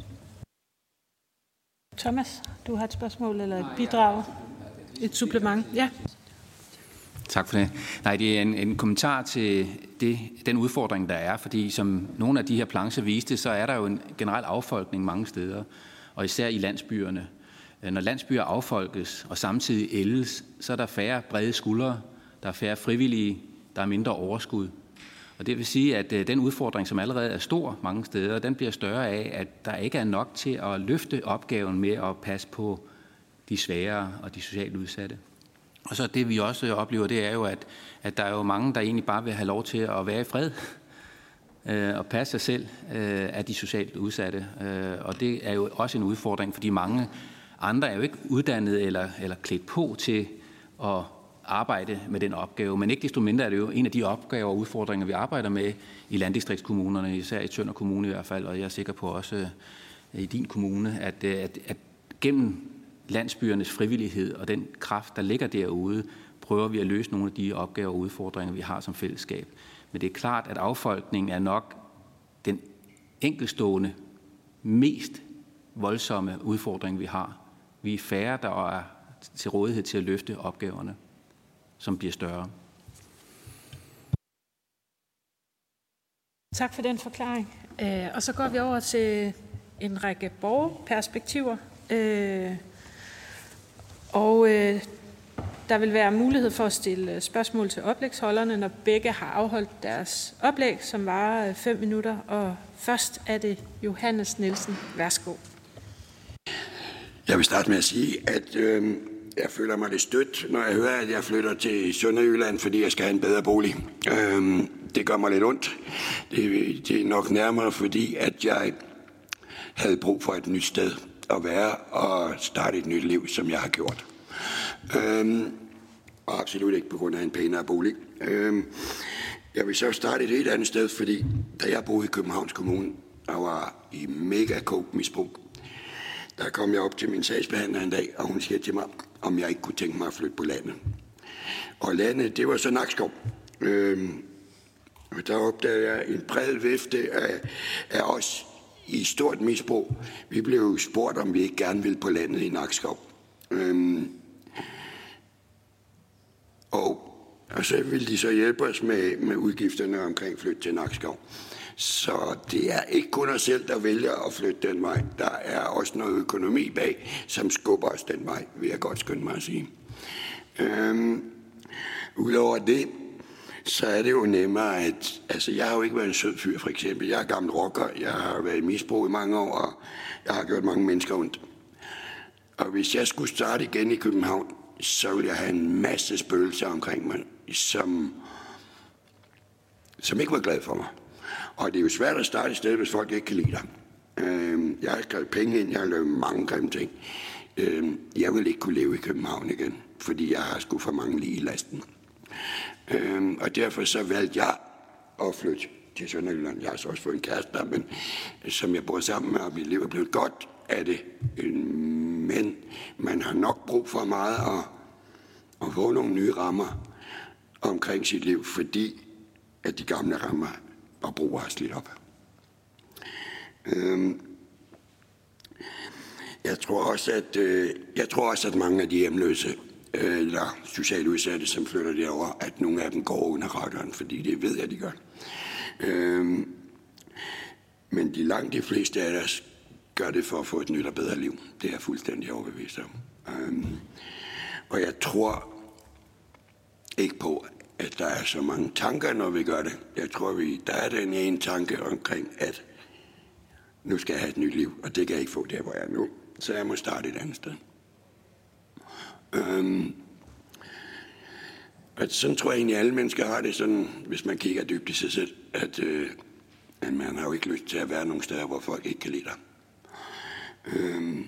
S1: Thomas, du har et spørgsmål eller et bidrag? Et supplement? Ja.
S6: Tak for det. Nej, det er en, en kommentar til det, den udfordring, der er, fordi som nogle af de her plancher viste, så er der jo en generel affolkning mange steder, og især i landsbyerne. Når landsbyer affolkes og samtidig ældes, så er der færre brede skuldre, der er færre frivillige, der er mindre overskud. Og det vil sige, at den udfordring, som allerede er stor mange steder, den bliver større af, at der ikke er nok til at løfte opgaven med at passe på de svagere og de socialt udsatte. Og så det, vi også oplever, det er jo, at, at der er jo mange, der egentlig bare vil have lov til at være i fred øh, og passe sig selv øh, af de socialt udsatte. Øh, og det er jo også en udfordring, fordi mange andre er jo ikke uddannet eller, eller klædt på til at arbejde med den opgave. Men ikke desto mindre er det jo en af de opgaver og udfordringer, vi arbejder med i landdistriktskommunerne, især i Tønder Kommune i hvert fald, og jeg er sikker på også i din kommune, at, at, at gennem landsbyernes frivillighed og den kraft, der ligger derude, prøver vi at løse nogle af de opgaver og udfordringer, vi har som fællesskab. Men det er klart, at affolkningen er nok den enkeltstående, mest voldsomme udfordring, vi har. Vi er færre, der er til rådighed til at løfte opgaverne, som bliver større.
S1: Tak for den forklaring. Og så går vi over til en række borgerperspektiver. Og der vil være mulighed for at stille spørgsmål til oplægsholderne, når begge har afholdt deres oplæg, som varer fem minutter. Og først er det Johannes Nielsen. Værsgo.
S7: Jeg vil starte med at sige, at øh, jeg føler mig lidt stødt, når jeg hører, at jeg flytter til Sønderjylland, fordi jeg skal have en bedre bolig. Øh, det gør mig lidt ondt. Det, det er nok nærmere, fordi at jeg havde brug for et nyt sted at være og starte et nyt liv, som jeg har gjort. Øh, og absolut ikke på grund af en pænere bolig. Øh, jeg vil så starte et helt andet sted, fordi da jeg boede i Københavns Kommune, og var i mega coke-misbrug, der kom jeg op til min sagsbehandler en dag, og hun siger til mig, om jeg ikke kunne tænke mig at flytte på landet. Og landet, det var så Nakskov. Øhm, og der opdagede jeg en bred vifte af, af os i stort misbrug. Vi blev spurgt, om vi ikke gerne ville på landet i Nakskov. Øhm, og, og så ville de så hjælpe os med, med udgifterne omkring flytte til Nakskov. Så det er ikke kun os selv, der vælger at flytte den vej. Der er også noget økonomi bag, som skubber os den vej, vil jeg godt skynde mig at sige. Øhm, Udover det, så er det jo nemmere, at... Altså, jeg har jo ikke været en sød fyr, for eksempel. Jeg er gammel rocker, jeg har været i misbrug i mange år, og jeg har gjort mange mennesker ondt. Og hvis jeg skulle starte igen i København, så ville jeg have en masse spøgelser omkring mig, som, som ikke var glad for mig. Og det er jo svært at starte et sted, hvis folk ikke kan lide dig. Øh, jeg har skrevet penge ind, jeg har lavet mange grimme ting. Øh, jeg vil ikke kunne leve i København igen, fordi jeg har sgu for mange lige i lasten. Øh, og derfor så valgte jeg at flytte til Sønderjylland. Jeg har så også fået en kæreste der, men som jeg bor sammen med, og mit liv er blevet godt af det. Øh, men man har nok brug for meget at, at få nogle nye rammer omkring sit liv, fordi at de gamle rammer og bruger har slidt op. Øhm, jeg tror også, at øh, jeg tror også, at mange af de hjemløse øh, eller socialt udsatte, som flytter derover, at nogle af dem går under radaren, fordi det ved jeg, de gør. Øhm, men de langt de fleste af os gør det for at få et nyt og bedre liv. Det er jeg fuldstændig overbevist om. Øhm, og jeg tror ikke på, at der er så mange tanker, når vi gør det. Jeg tror, vi, der er den ene tanke omkring, at nu skal jeg have et nyt liv, og det kan jeg ikke få der, hvor jeg er nu. Så jeg må starte et andet sted. Øhm, at sådan tror jeg egentlig, at alle mennesker har det sådan, hvis man kigger dybt i sig selv, at, øh, at man har jo ikke lyst til at være nogle steder, hvor folk ikke kan lide dig. Øhm,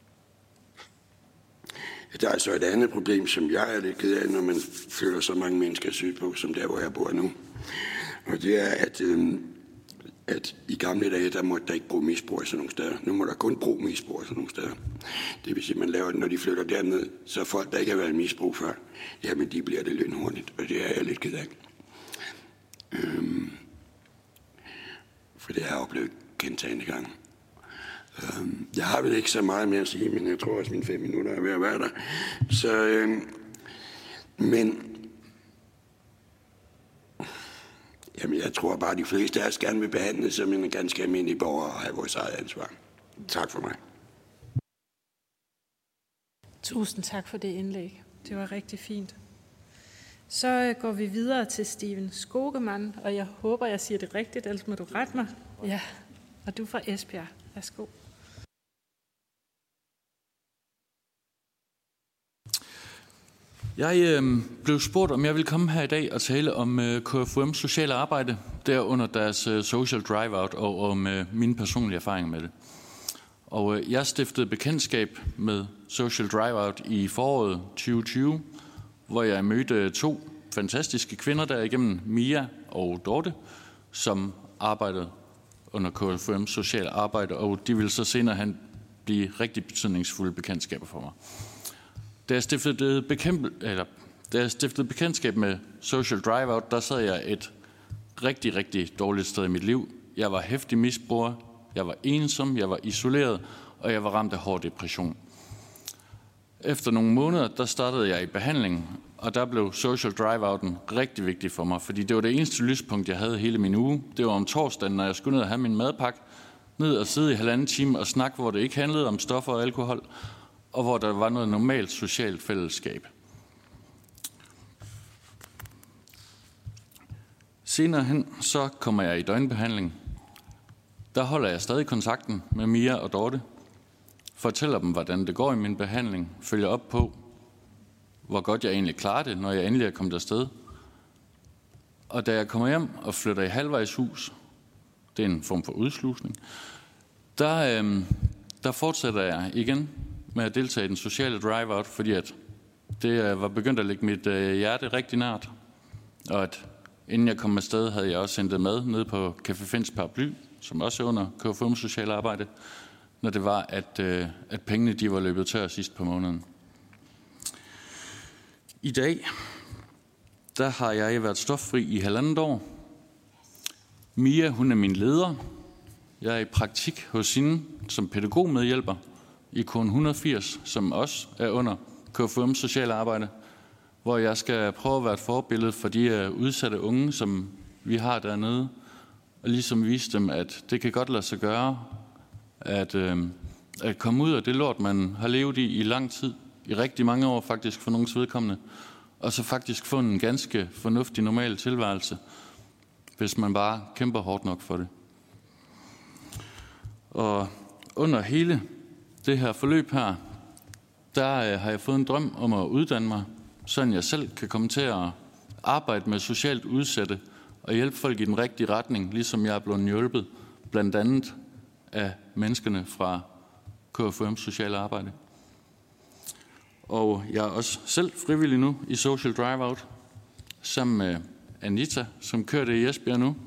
S7: Der er så et andet problem, som jeg er lidt ked af, når man flytter så mange mennesker sydpå, som der, hvor jeg bor nu. Og det er, at, øh, at i gamle dage, der måtte der ikke bruge misbrug sådan nogle steder. Nu må der kun bruge misbrug sådan nogle steder. Det vil sige, at man laver det, når de flytter derned, så folk, der ikke har været i misbrug før, jamen de bliver det lynhurtigt, og det er jeg lidt ked af. Øhm, for det har jeg oplevet gentagne gange. Jeg har vel ikke så meget mere at sige, men jeg tror også, mine fem minutter er ved at være der. Så, øh, men jamen, jeg tror bare, at de fleste af os gerne vil behandles som en ganske almindelig borger og have vores eget ansvar. Tak for mig.
S1: Tusind tak for det indlæg. Det var rigtig fint. Så går vi videre til Steven Skogemann, og jeg håber, jeg siger det rigtigt, ellers må du rette mig. Ja, og du er fra Esbjerg. Værsgo.
S8: Jeg øh, blev spurgt, om jeg ville komme her i dag og tale om øh, K F U M's sociale arbejde, derunder deres øh, social drive-out og om øh, mine personlige erfaringer med det. Og øh, jeg stiftede bekendtskab med social drive-out i foråret tyve tyve, hvor jeg mødte to fantastiske kvinder derigennem, Mia og Dorte, som arbejdede under K F U M's sociale arbejde, og de ville så senere hen blive rigtig betydningsfulde bekendtskaber for mig. Da jeg stiftede, bekæmpe, eller, da jeg stiftede bekendtskab med social drive-out, der sad jeg et rigtig, rigtig dårligt sted i mit liv. Jeg var heftig misbruger, jeg var ensom, jeg var isoleret, og jeg var ramt af hård depression. Efter nogle måneder, der startede jeg i behandling, og der blev social drive-outen rigtig vigtig for mig, fordi det var det eneste lyspunkt, jeg havde hele min uge. Det var om torsdagen, når jeg skulle ned og have min madpakke, ned og sidde i halvanden time og snakke, hvor det ikke handlede om stoffer og alkohol, og hvor der var noget normalt socialt fællesskab. Senere hen, så kommer jeg i døgnbehandling. Der holder jeg stadig kontakten med Mia og Dorte, fortæller dem, hvordan det går i min behandling, følger op på, hvor godt jeg egentlig klarer det, når jeg endelig er kommet afsted. Og da jeg kommer hjem og flytter i halvvejshus, det er en form for udslusning, der, øh, der fortsætter jeg igen med at deltage i den sociale drive-out, fordi at det var begyndt at ligge mit øh, hjerte rigtig nært. Og at inden jeg kom afsted, havde jeg også hentet mad nede på Café Finns Paraply, som også er under K F U M's sociale arbejde, når det var, at, øh, at pengene de var løbet tør sidst på måneden. I dag, der har jeg været stoffri i halvandet år. Mia, hun er min leder. Jeg er i praktik hos hende som pædagogmedhjælper i K et hundrede og firs, som også er under K F U M's sociale arbejde, hvor jeg skal prøve at være et forbillede for de udsatte unge, som vi har dernede, og ligesom vise dem, at det kan godt lade sig gøre, at, øh, at komme ud af det lort, man har levet i i lang tid, i rigtig mange år faktisk for nogens vedkommende, og så faktisk få en ganske fornuftig, normal tilværelse, hvis man bare kæmper hårdt nok for det. Og under hele det her forløb her, der øh, har jeg fået en drøm om at uddanne mig, så jeg selv kan komme til at arbejde med socialt udsatte og hjælpe folk i den rigtige retning, ligesom jeg er blevet hjulpet, blandt andet af menneskerne fra K F U M's sociale arbejde. Og jeg er også selv frivillig nu i Social Drive-Out, sammen med Anita, som kører det i Esbjerg nu.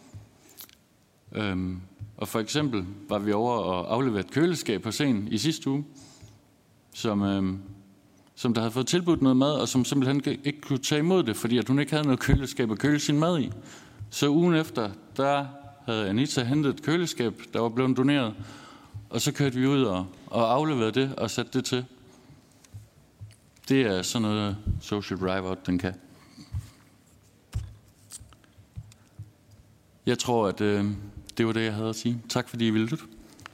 S8: Øhm, og for eksempel var vi over og aflevere et køleskab på scenen i sidste uge, som, øhm, som der havde fået tilbudt noget mad, og som simpelthen ikke kunne tage imod det, fordi at hun ikke havde noget køleskab at køle sin mad i. Så ugen efter, der havde Anita hentet et køleskab, der var blevet doneret, og så kørte vi ud og, og afleverede det og satte det til. Det er sådan noget Social Drive-Out, den kan. Jeg tror, at øh, det var det, jeg havde at sige. Tak fordi I ville lytte.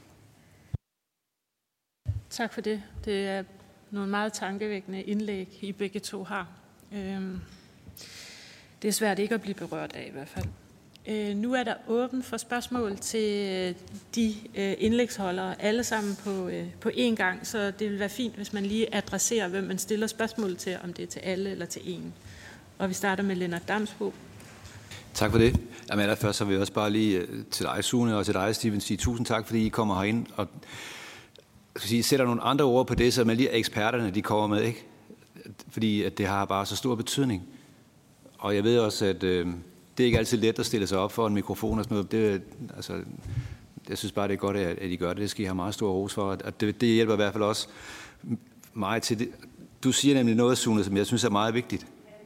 S1: Tak for det. Det er nogle meget tankevækkende indlæg, I begge to har. Øhm, det er svært ikke at blive berørt af i hvert fald. Øh, nu er der åbent for spørgsmål til de øh, indlægsholdere, alle sammen på, øh, på én gang, så det vil være fint, hvis man lige adresserer, hvem man stiller spørgsmål til, om det er til alle eller til en. Og vi starter med Lennart Damsbo.
S4: Tak for det. Jamen allerførst så vil jeg også bare lige til dig, Sune, og til dig, Steven, sige tusind tak, fordi I kommer herind og sige, sætter nogle andre ord på det, som lige eksperterne de kommer med, ikke? Fordi at det har bare så stor betydning. Og jeg ved også, at øh, det er ikke altid let at stille sig op for en mikrofon og sådan noget. Det, altså, jeg synes bare, det er godt, at, at I gør det. Det skal I have meget stor ros for. Og det, det hjælper i hvert fald også mig til det. Du siger nemlig noget, Sune, som jeg synes er meget vigtigt.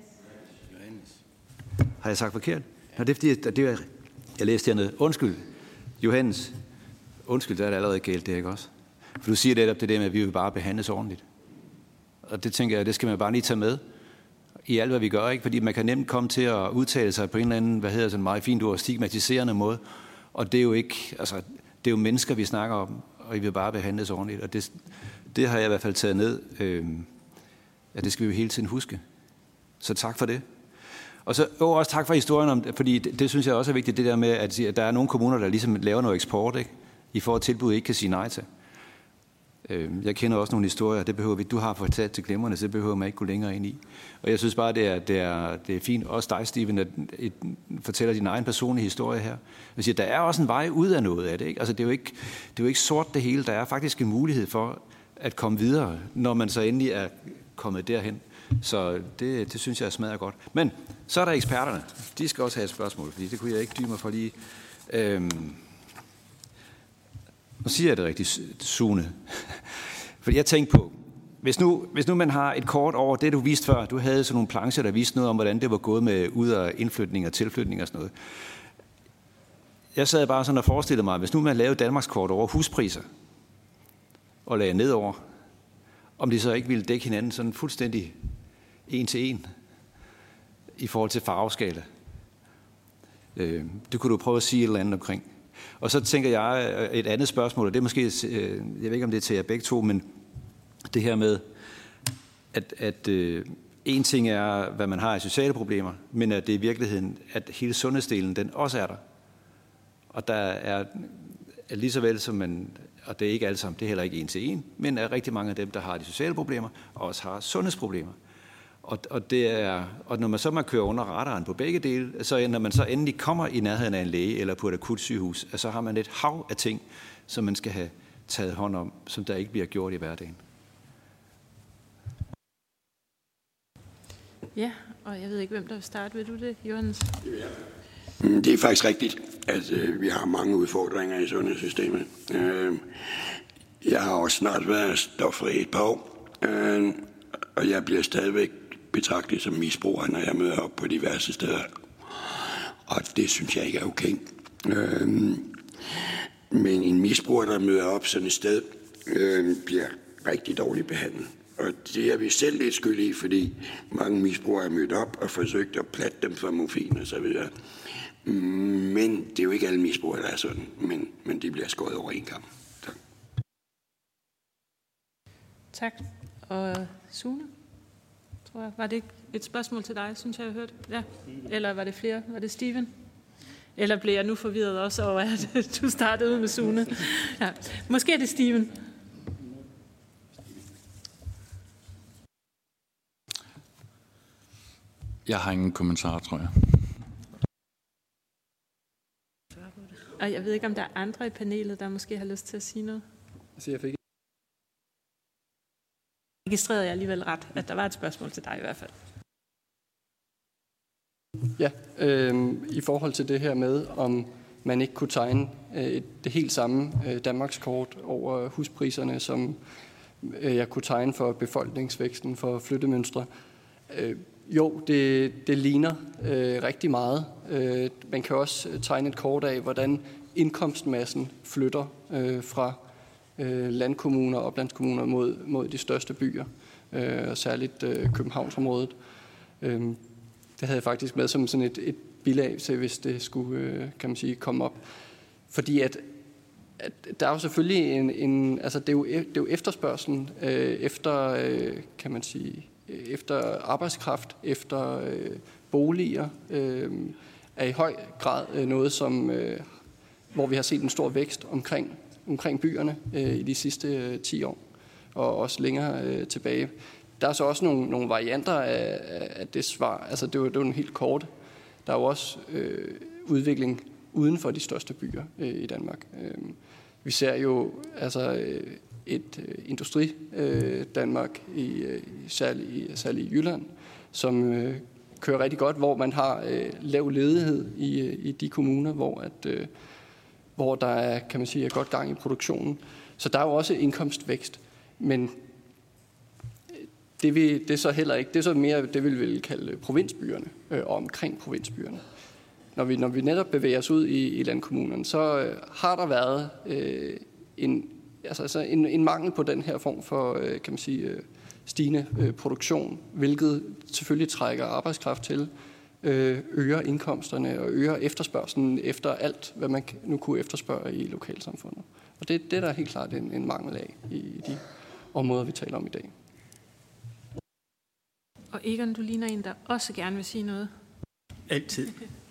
S4: Har jeg sagt forkert? Nå, det er fordi, det er, jeg læste hernede. Undskyld, Johannes. Undskyld, der er det allerede galt, det er ikke også? For du siger netop det der med, at vi vil bare behandles ordentligt. Og det tænker jeg, det skal man bare lige tage med i alt, hvad vi gør, ikke? Fordi man kan nemt komme til at udtale sig på en eller anden, hvad hedder sådan meget fint ord, stigmatiserende måde. Og det er jo ikke, altså, det er jo mennesker, vi snakker om, og I vil bare behandles ordentligt. Og det, det har jeg i hvert fald taget ned. Øh, ja, det skal vi jo hele tiden huske. Så tak for det. Og så oh, også tak for historien om det, fordi det, det synes jeg også er vigtigt, det der med, at, at der er nogle kommuner, der ligesom laver noget eksport, ikke? I får et tilbud, I ikke kan sige nej til. Jeg kender også nogle historier, det behøver vi, du har fortalt til glemmerne, så det behøver man ikke gå længere ind i. Og jeg synes bare, det er, det er, det er fint, også dig, Steven, at et, fortæller din egen personlige historie her. Jeg siger, der er også en vej ud af noget af det, ikke? Altså, det er jo ikke, det er jo ikke sort det hele, der er faktisk en mulighed for at komme videre, når man så endelig er kommet derhen. Så det, det synes jeg smager godt. Men så er der eksperterne. De skal også have et spørgsmål, fordi det kunne jeg ikke dybe mig for lige. Øhm Nu siger jeg det rigtigt, Sune. Fordi jeg tænkte på, hvis nu, hvis nu man har et kort over det, du viste før, du havde sådan nogle plancher, der viste noget om, hvordan det var gået med ud- og indflytning og tilflytning og sådan noget. Jeg sad bare sådan og forestillede mig, hvis nu man lavede Danmarks kort over huspriser og lagde nedover, om de så ikke ville dække hinanden sådan fuldstændig en til en i forhold til farveskala. Det kunne du prøve at sige et eller andet omkring. Og så tænker jeg et andet spørgsmål, og det er måske, jeg ved ikke om det er til jer begge to, men det her med, at, at øh, en ting er, hvad man har af sociale problemer, men at det i virkeligheden, at hele sundhedsdelen, den også er der. Og der er lige så vel som man, og det er ikke alle sammen, det er heller ikke en til en, men er rigtig mange af dem, der har de sociale problemer, også har sundhedsproblemer. Og, og, det er, og når man så man kører under radaren på begge dele, så når man så endelig kommer i nærheden af en læge eller på et akutsygehus, så har man et hav af ting, som man skal have taget hånd om, som der ikke bliver gjort i hverdagen.
S1: Ja, og jeg ved ikke, hvem der vil starte. Vil du det, Johannes?
S7: Ja. Det er faktisk rigtigt, at øh, vi har mange udfordringer i sundhedssystemet. Øh, jeg har også snart været stoffri et par år, øh, og jeg bliver stadigvæk betragtet som misbruger, når jeg møder op på diverse steder. Og det synes jeg ikke er okay. Øh, men en misbruger, der møder op sådan et sted, øh, bliver rigtig dårligt behandlet. Og det er vi selv lidt skyld i, fordi mange misbrugere er mødt op og forsøgt at platte dem for morfin og så videre. Men det er jo ikke alle misbrugere, der er sådan, men, men de bliver skåret over en kamp. Tak.
S1: Tak. Og Sune? Tror jeg. Var det ikke et spørgsmål til dig, synes jeg, jeg hørte? Ja. Eller var det flere? Var det Steven? Eller blev jeg nu forvirret også over, at du startede ud med Sune? Ja. Måske er det Steven.
S8: Jeg har ingen kommentarer, tror jeg.
S1: Og jeg ved ikke, om der er andre i panelet, der måske har lyst til at sige noget.
S2: Så jeg fik
S1: registrerede jeg alligevel ret, at der var et spørgsmål til dig i hvert fald.
S2: Ja, øh, i forhold til det her med, om man ikke kunne tegne øh, det helt samme øh, Danmarkskort over huspriserne, som øh, jeg kunne tegne for befolkningsvæksten, for flyttemønstre. Øh, jo, det, det ligner øh, rigtig meget. Øh, man kan også tegne et kort af, hvordan indkomstmassen flytter øh, fra øh, landkommuner og oplandskommuner mod, mod de største byer, øh, og særligt øh, Københavnsområdet. Øh, det havde jeg faktisk med som sådan et, et bilag til, hvis det skulle øh, kan man sige, komme op. Fordi at, at der er jo selvfølgelig en, en altså det er jo, det er jo efterspørgselen øh, efter, øh, kan man sige, efter arbejdskraft, efter øh, boliger, øh, er i høj grad øh, noget, som, øh, hvor vi har set en stor vækst omkring, omkring byerne øh, i de sidste øh, ti år, og også længere øh, tilbage. Der er så også nogle, nogle varianter af, af det svar. Altså det var, det var en helt kort. Der er jo også øh, udvikling uden for de største byer øh, i Danmark. Øh, vi ser jo altså øh, et øh, industri øh, Danmark, i, øh, særligt, i, særligt i Jylland, som øh, kører rigtig godt, hvor man har øh, lav ledighed i, øh, i de kommuner, hvor, at, øh, hvor der er, kan man sige, er godt gang i produktionen. Så der er jo også indkomstvækst, men det, vi, det er så heller ikke. Det er så mere det, vi vil kalde provinsbyerne øh, og omkring provinsbyerne. Når vi, når vi netop bevæger os ud i, i landkommunerne, så øh, har der været øh, en, altså, altså en, en mangel på den her form for øh, kan man sige, øh, stigende øh, produktion, hvilket selvfølgelig trækker arbejdskraft til, øh, øger indkomsterne og øger efterspørgselen efter alt, hvad man nu kunne efterspørge i lokalsamfundet. Og det, det er der helt klart en, en mangel af i, i de områder, vi taler om i dag.
S1: Og Egon, du ligner en, der også gerne vil sige noget.
S5: Altid.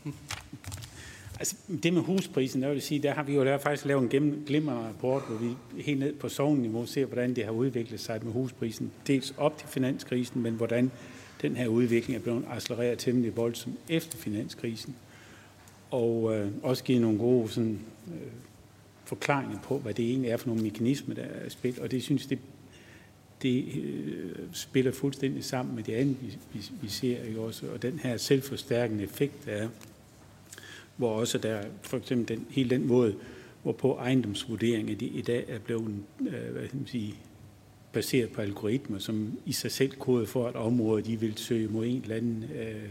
S5: Altså, det med husprisen, der vil sige, der har vi jo der faktisk lavet en gennem, glimrende rapport, hvor vi helt ned på sogneniveau ser, hvordan det har udviklet sig med husprisen. Dels op til finanskrisen, men hvordan den her udvikling er blevet accelereret temmelig voldsomt efter finanskrisen. Og øh, også give nogle gode sådan, øh, forklaringer på, hvad det egentlig er for nogle mekanismer, der er spillet. Og det synes det, det øh, spiller fuldstændig sammen med det andet, vi, vi, vi ser jo også. Og den her selvforstærkende effekt, der er, hvor også der for eksempel den, hele den måde, hvorpå ejendomsvurderinger de i dag er blevet øh, hvad skal man sige, baseret på algoritmer, som i sig selv koder for, at områder de vil søge mod en eller anden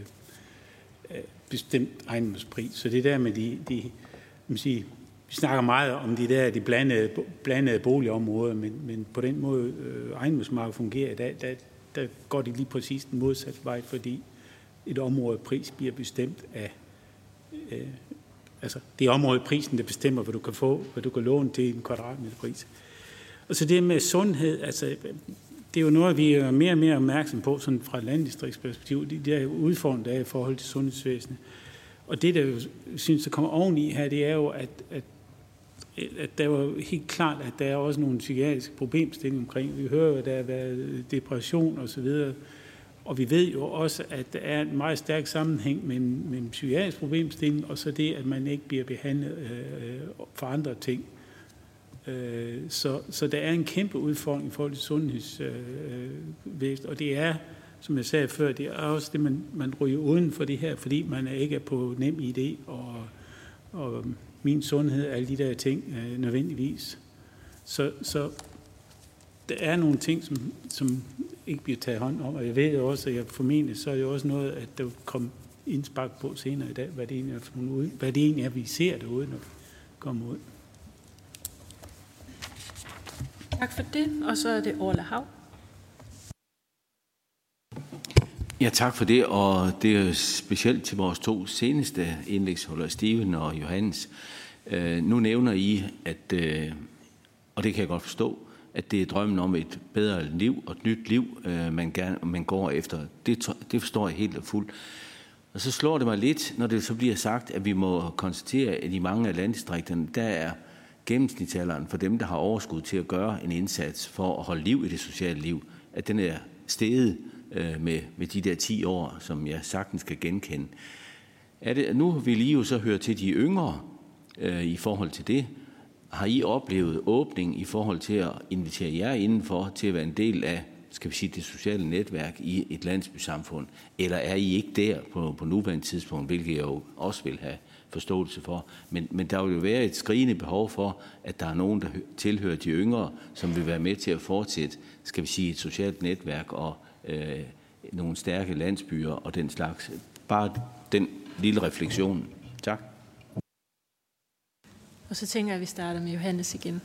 S5: øh, bestemt ejendomspris. Så det der med de, de man sige, vi snakker meget om de der de blandede, blandede boligområder, men, men på den måde øh, ejendomsmarkedet fungerer i dag, der, der går det lige præcis den modsatte vej, fordi et område pris bliver bestemt af øh, altså det er området prisen, der bestemmer, hvad du kan få, hvad du kan låne til en kvadratmeter pris. Og så det med sundhed, altså det er jo noget, vi er mere og mere opmærksom på sådan fra et landdistriktsperspektiv, de der udfordringer, der er i forhold til sundhedsvæsenet. Og det, der jo synes, der kommer oveni her, det er jo, at, at, at der er jo helt klart, at der er også nogle psykiatriske problemstillinger omkring. Vi hører jo, at der har været depression og så videre. Og vi ved jo også, at der er en meget stærk sammenhæng mellem, mellem psykiatrisk problemstilling og så det, at man ikke bliver behandlet øh, for andre ting. Øh, så, så der er en kæmpe udfordring i forhold til sundhedsvæsenet, øh, og det er, som jeg sagde før, det er også det, man, man ryger uden for det her, fordi man ikke er på nem idé og, og min sundhed, alle de der ting øh, nødvendigvis. Så, så der er nogle ting, som, som ikke bliver taget hånd om, og jeg ved også, at jeg formentlig, så er det også noget, at der kommer indspark på senere i dag, hvad det egentlig er, for nogle, hvad det egentlig er, vi ser derude, når vi kommer ud.
S1: Tak for det, og så er det Orla Hav.
S9: Ja, tak for det, og det er specielt til vores to seneste indlægsholdere, Steven og Johannes. Øh, nu nævner I, at, øh, og det kan jeg godt forstå, at det er drømmen om et bedre liv og et nyt liv, øh, man, gerne, man går efter. Det, det forstår jeg helt og fuldt. Og så slår det mig lidt, når det så bliver sagt, at vi må konstatere, at i mange af landdistrikterne, der er gennemsnitsalderen for dem, der har overskud til at gøre en indsats for at holde liv i det sociale liv, at den er steget øh, med, med de der ti år, som jeg sagtens skal genkende. Er det, nu vil I jo så høre til de yngre øh, i forhold til det. Har I oplevet åbning i forhold til at invitere jer indenfor til at være en del af, skal vi sige, det sociale netværk i et landsbysamfund? Eller er I ikke der på, på nuværende tidspunkt, hvilket jeg jo også vil have forståelse for. Men, men der vil jo være et skrigende behov for, at der er nogen, der tilhører de yngre, som vil være med til at fortsætte, skal vi sige, et socialt netværk og øh, nogle stærke landsbyer og den slags. Bare den lille refleksion. Tak.
S1: Og så tænker jeg, at vi starter med Johannes igen.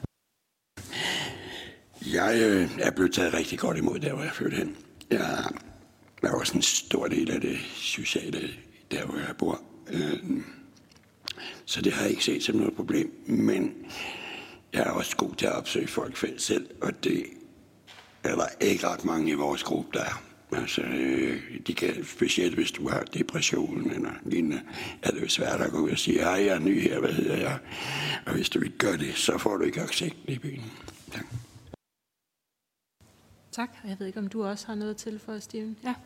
S7: Jeg øh, er blevet taget rigtig godt imod, der hvor jeg flyttede hen. Jeg er også en stor del af det sociale, der hvor jeg bor. Øh, så det har jeg ikke set som noget problem. Men jeg er også god til at opsøge folk selv, og det er der ikke ret mange i vores gruppe, der er. Altså, øh, de kan, specielt hvis du har depression eller lignende, er det jo svært at gå ud og sige, hej, jeg er ny her, hvad hedder jeg? Og hvis du ikke gør det, så får du ikke accept i byen. Tak.
S1: Tak, og jeg ved ikke, om du også har noget til for Steven. Ja.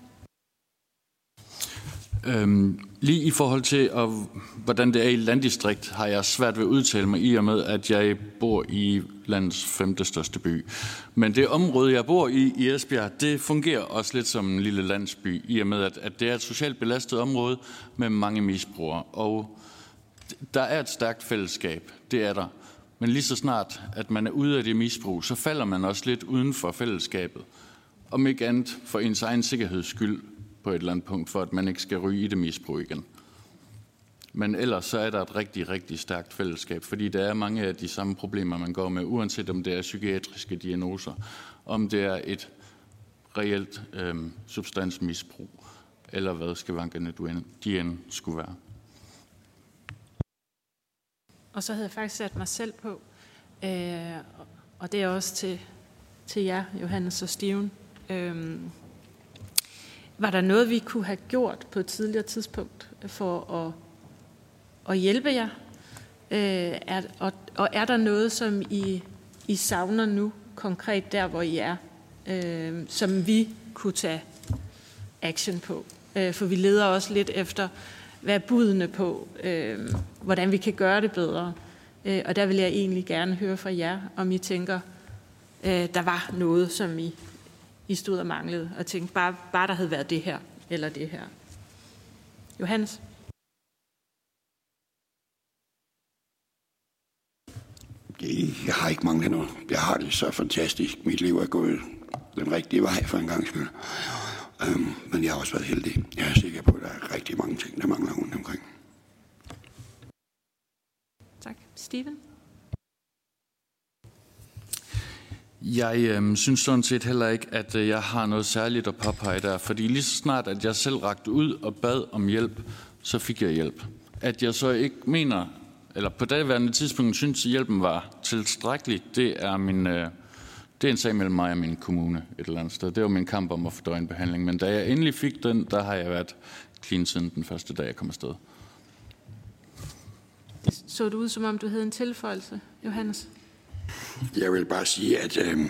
S8: Øhm, lige i forhold til, og, hvordan det er i landdistrikt, har jeg svært ved at udtale mig i og med, at jeg bor i landets femte største by. Men det område, jeg bor i, i Esbjerg, det fungerer også lidt som en lille landsby, i og med, at, at det er et socialt belastet område med mange misbrugere. Og der er et stærkt fællesskab, det er der. Men lige så snart, at man er ude af det misbrug, så falder man også lidt uden for fællesskabet. Om ikke andet for ens egen sikkerheds skyld på et eller andet punkt, for at man ikke skal ryge i det misbrug igen. Men ellers så er der et rigtig, rigtig stærkt fællesskab, fordi der er mange af de samme problemer, man går med, uanset om det er psykiatriske diagnoser, om det er et reelt øh, substansmisbrug, eller hvad skavankerne de end skulle være.
S1: Og så havde jeg faktisk sat mig selv på, øh, og det er også til, til jer, Johannes og Steven. Øh, var der noget, vi kunne have gjort på et tidligere tidspunkt for at, at hjælpe jer? Øh, er, og, og er der noget, som I, I savner nu konkret der, hvor I er, øh, som vi kunne tage action på? Øh, for vi leder også lidt efter, hvad er budene på, øh, hvordan vi kan gøre det bedre. Øh, og der vil jeg egentlig gerne høre fra jer, om I tænker, øh, der var noget, som I, I stod og manglede, og tænkte, bare, bare der havde været det her, eller det her. Johannes?
S7: Jeg har ikke manglet noget. Jeg har det så fantastisk. Mit liv er gået den rigtige vej for en gang skyld. Um, men jeg har også været heldig. Jeg er sikker på, at der er rigtig mange ting, der mangler rundt omkring.
S1: Tak. Steven?
S8: Jeg øh, synes sådan set heller ikke, at øh, jeg har noget særligt at påpege der, fordi lige så snart, at jeg selv rakte ud og bad om hjælp, så fik jeg hjælp. At jeg så ikke mener, eller på daværende tidspunkt synes, at hjælpen var tilstrækkelig, det er, min, øh, det er en sag mellem mig og min kommune et eller andet sted. Det var min kamp om at få døgnbehandling, men da jeg endelig fik den, der har jeg været clean siden den første dag, jeg kom afsted.
S1: Det så du ud, som om du havde en tilføjelse, Johannes?
S7: Jeg vil bare sige, at, øh,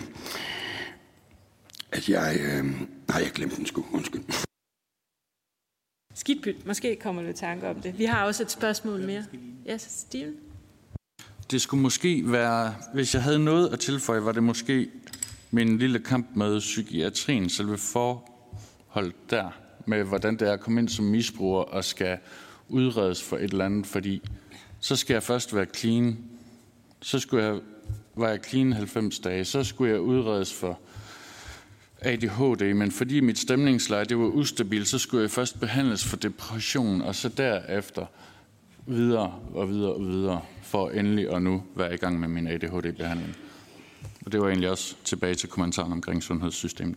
S7: at jeg... Øh, nej, jeg glemte den sgu. Undskyld.
S1: Skidt pyt. Måske kommer du i tanke om det. Vi har også et spørgsmål mere. Ja, yes, Steven?
S8: Det skulle måske være, hvis jeg havde noget at tilføje, var det måske min lille kamp med psykiatrien, selve forhold der, med hvordan det er at komme ind som misbruger og skal udredes for et eller andet, fordi så skal jeg først være clean, så skulle jeg, var jeg clean halvfems dage, så skulle jeg udredes for A D H D, men fordi mit stemningsleje det var ustabilt, så skulle jeg først behandles for depression, og så derefter videre og videre og videre, for endelig at nu være i gang med min A D H D-behandling. Og det var egentlig også tilbage til kommentaren omkring sundhedssystemet.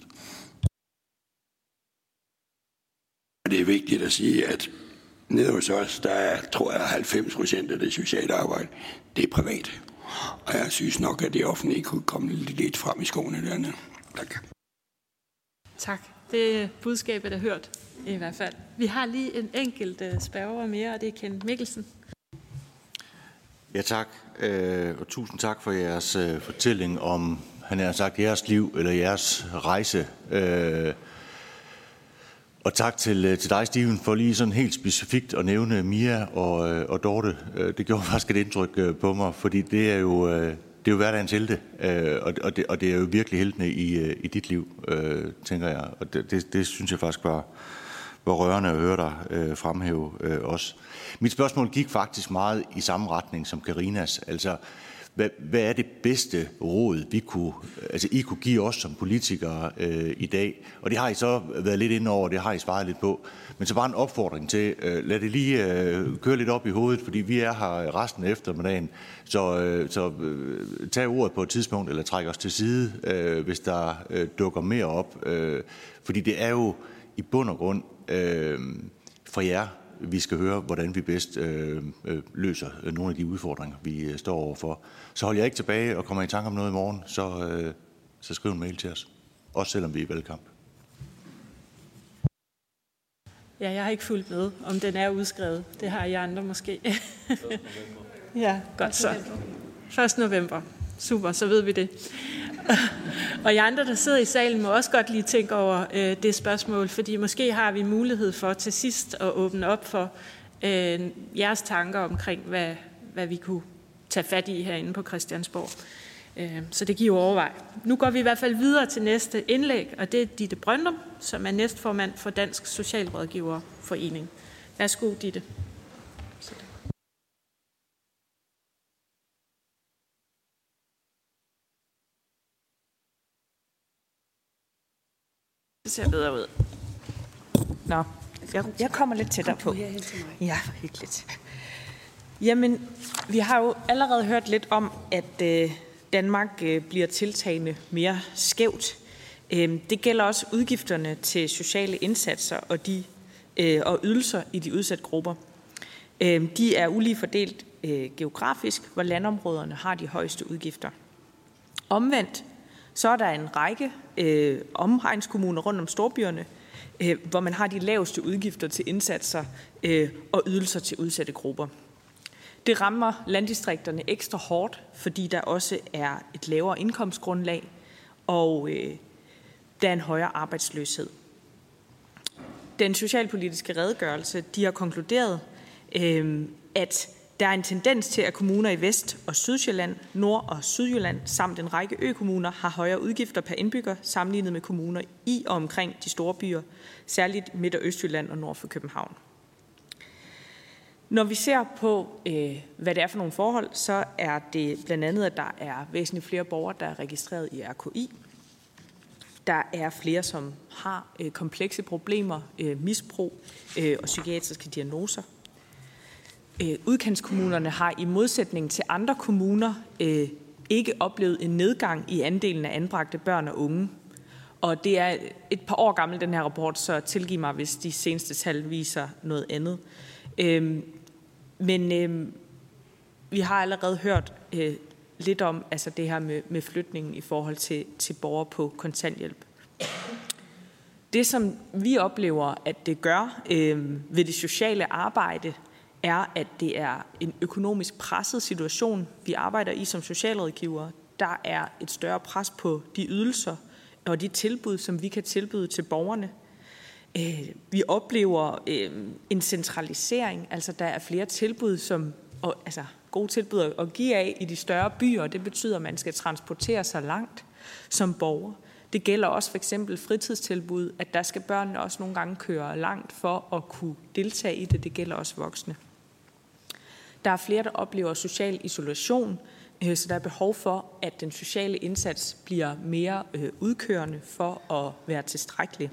S7: Det er vigtigt at sige, at nede hos os, der er, tror jeg, halvfems procent af det sociale arbejde, det er privat. Og jeg synes nok, at det offentlige kunne komme lidt frem i skoene dernede. Tak.
S1: Tak. Det er budskabet, der er hørt i hvert fald. Vi har lige en enkelt spørger mere, og det er Kent Mikkelsen.
S3: Ja, tak. Øh, og tusind tak for jeres øh, fortælling om, han har sagt, jeres liv eller jeres rejse. Øh, og tak til, til dig, Steven, for lige sådan helt specifikt at nævne Mia og, og Dorte. Det gjorde faktisk et indtryk på mig, fordi det er jo, det er jo hverdagens helte, og det, og det er jo virkelig heltene i, i dit liv, tænker jeg. Og det, det, det synes jeg faktisk var, var rørende at høre dig fremhæve også. Mit spørgsmål gik faktisk meget i samme retning som Karinas. Altså, hvad, hvad er det bedste råd, vi kunne, altså I kunne give os som politikere øh, i dag? Og det har I så været lidt inde over, det har I svaret lidt på. Men så bare en opfordring til, øh, lad det lige øh, køre lidt op i hovedet, fordi vi er her resten af eftermiddagen. Så, øh, så øh, tag ordet på et tidspunkt, eller træk os til side, øh, hvis der øh, dukker mere op. Øh, fordi det er jo i bund og grund øh, for jer, vi skal høre, hvordan vi bedst øh, øh, løser nogle af de udfordringer, vi øh, står overfor. Så hold jer ikke tilbage og kommer i tanke om noget i morgen, så, øh, så skriv en mail til os. Også selvom vi er i valgkamp.
S1: Ja, jeg har ikke fulgt med, om den er udskrevet. Det har I andre måske. Ja, godt så. første november. Super, så ved vi det. Og I andre, der sidder i salen, må også godt lige tænke over øh, det spørgsmål, fordi måske har vi mulighed for til sidst at åbne op for øh, jeres tanker omkring, hvad, hvad vi kunne tage fat i herinde på Christiansborg. Øh, så det giver overvej. Nu går vi i hvert fald videre til næste indlæg, og det er Ditte Brøndum, som er næstformand for Dansk Socialrådgiverforening. Værsgo, Ditte.
S10: Det ser bedre ud. Nå, jeg, jeg kommer lidt tættere på. Ja, hyggeligt. Jamen, vi har jo allerede hørt lidt om, at øh, Danmark øh, bliver tiltagende mere skævt. Øh, det gælder også udgifterne til sociale indsatser og, de, øh, og ydelser i de udsatte grupper. Øh, de er ulige fordelt øh, geografisk, hvor landområderne har de højeste udgifter. Omvendt, så er der en række øh, omegnskommuner rundt om storbyerne, øh, hvor man har de laveste udgifter til indsatser øh, og ydelser til udsatte grupper. Det rammer landdistrikterne ekstra hårdt, fordi der også er et lavere indkomstgrundlag, og øh, der er en højere arbejdsløshed. Den socialpolitiske redegørelse, de har konkluderet, øh, at der er en tendens til, at kommuner i Vest- og Sydsjælland, Nord- og Sydjylland samt en række økommuner har højere udgifter per indbygger sammenlignet med kommuner i og omkring de store byer, særligt Midt- og Østjylland og nord for København. Når vi ser på, øh, hvad det er for nogle forhold, så er det blandt andet, at der er væsentligt flere borgere, der er registreret i R K I. Der er flere, som har øh, komplekse problemer, øh, misbrug øh, og psykiatriske diagnoser. Øh, udkantskommunerne har i modsætning til andre kommuner øh, ikke oplevet en nedgang i andelen af anbragte børn og unge. Og det er et par år gammel, den her rapport, så tilgiv mig, hvis de seneste tal viser noget andet. Øh, men øh, vi har allerede hørt øh, lidt om altså det her med, med flytningen i forhold til, til borgere på kontanthjælp. Det, som vi oplever, at det gør øh, ved det sociale arbejde, er, at det er en økonomisk presset situation, vi arbejder i som socialrådgivere. Der er et større pres på de ydelser og de tilbud, som vi kan tilbyde til borgerne. Øh, vi oplever øh, en centralisering, altså der er flere tilbud, som og, altså gode tilbud at give af i de større byer, og det betyder, at man skal transportere sig langt som borger. Det gælder også for eksempel fritidstilbud, at der skal børnene også nogle gange køre langt for at kunne deltage i det. Det gælder også voksne. Der er flere, der oplever social isolation, så der er behov for, at den sociale indsats bliver mere udkørende for at være tilstrækkelig.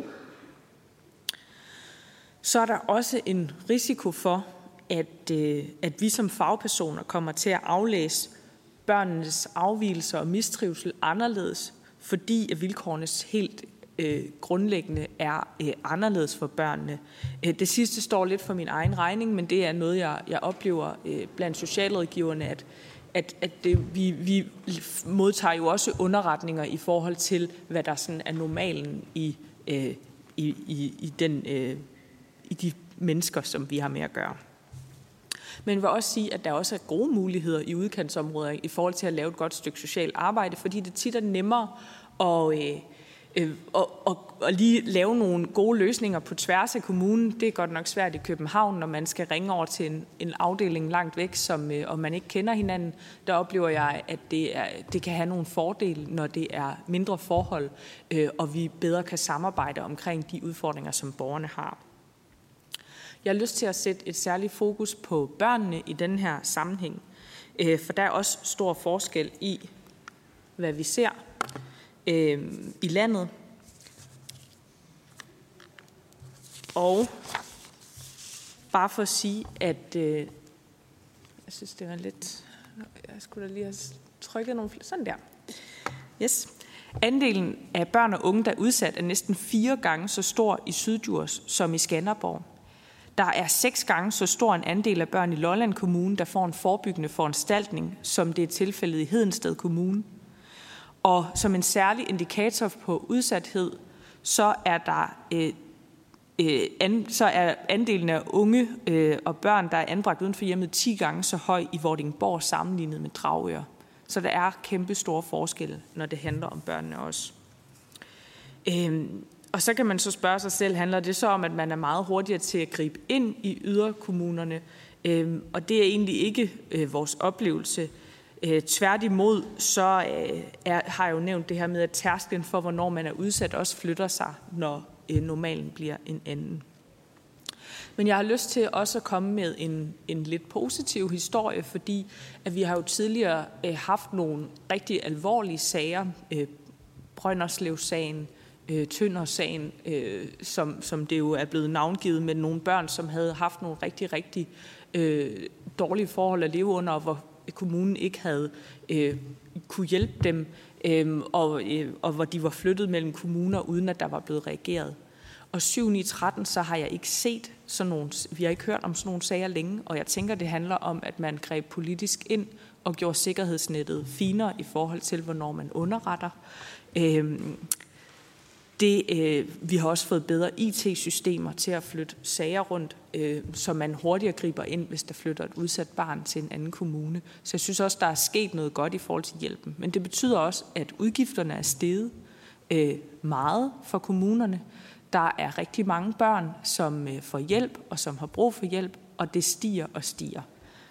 S10: Så er der også en risiko for, at, at vi som fagpersoner kommer til at aflæse børnenes afvigelser og mistrivsel anderledes, fordi at vilkårene helt øh, grundlæggende er øh, anderledes for børnene. Det sidste står lidt for min egen regning, men det er noget, jeg, jeg oplever øh, blandt socialrådgiverne, at, at, at det, vi, vi modtager jo også underretninger i forhold til, hvad der sådan er normalen i, øh, i, i, i, den, øh, i de mennesker, som vi har med at gøre. Men jeg vil også sige, at der også er gode muligheder i udkantsområder i forhold til at lave et godt stykke socialt arbejde, fordi det tit er nemmere at, øh, øh, at, at, at lige lave nogle gode løsninger på tværs af kommunen. Det er godt nok svært i København, når man skal ringe over til en, en afdeling langt væk, som, øh, og man ikke kender hinanden. Der oplever jeg, at det, er, det kan have nogle fordele, når det er mindre forhold, øh, og vi bedre kan samarbejde omkring de udfordringer, som borgerne har. Jeg har lyst til at sætte et særligt fokus på børnene i den her sammenhæng, for der er også stor forskel i, hvad vi ser øh, i landet. Og bare for at sige, at øh, jeg synes, det var lidt... Jeg skulle da lige have trykket nogle flere. Sådan der. Yes. Andelen af børn og unge, der er udsat, er næsten fire gange så stor i Syddjurs som i Skanderborg. Der er seks gange så stor en andel af børn i Lolland Kommune, der får en forebyggende foranstaltning, som det er tilfældet i Hedensted Kommune. Og som en særlig indikator på udsathed, så er der øh, øh, an, så er andelen af unge øh, og børn, der er anbragt uden for hjemmet, ti gange så høj i Vordingborg sammenlignet med Dragør. Så der er kæmpe store forskelle, når det handler om børnene også. Øh, Og så kan man så spørge sig selv, handler det så om, at man er meget hurtigere til at gribe ind i yderkommunerne? Øhm, og det er egentlig ikke øh, vores oplevelse. Øh, tværtimod, så øh, er, har jeg jo nævnt det her med, at tærsklen for, hvornår man er udsat, også flytter sig, når øh, normalen bliver en anden. Men jeg har lyst til også at komme med en, en lidt positiv historie, fordi at vi har jo tidligere øh, haft nogle rigtig alvorlige sager, øh, Brønderslev-sagen, Tønder-sagen, øh, som, som det jo er blevet navngivet, med nogle børn, som havde haft nogle rigtig, rigtig øh, dårlige forhold at leve under, og hvor kommunen ikke havde øh, kunne hjælpe dem, øh, og, øh, og hvor de var flyttet mellem kommuner, uden at der var blevet reageret. Og syv ni tretten, så har jeg ikke set sådan nogle, vi har ikke hørt om sådan nogle sager længe, og jeg tænker, det handler om, at man greb politisk ind og gjorde sikkerhedsnettet finere i forhold til, hvornår man underretter. Øh, Det, øh, vi har også fået bedre I T-systemer til at flytte sager rundt, øh, så man hurtigere griber ind, hvis der flytter et udsat barn til en anden kommune. Så jeg synes også, der er sket noget godt i forhold til hjælpen. Men det betyder også, at udgifterne er steget øh, meget for kommunerne. Der er rigtig mange børn, som øh, får hjælp og som har brug for hjælp, og det stiger og stiger.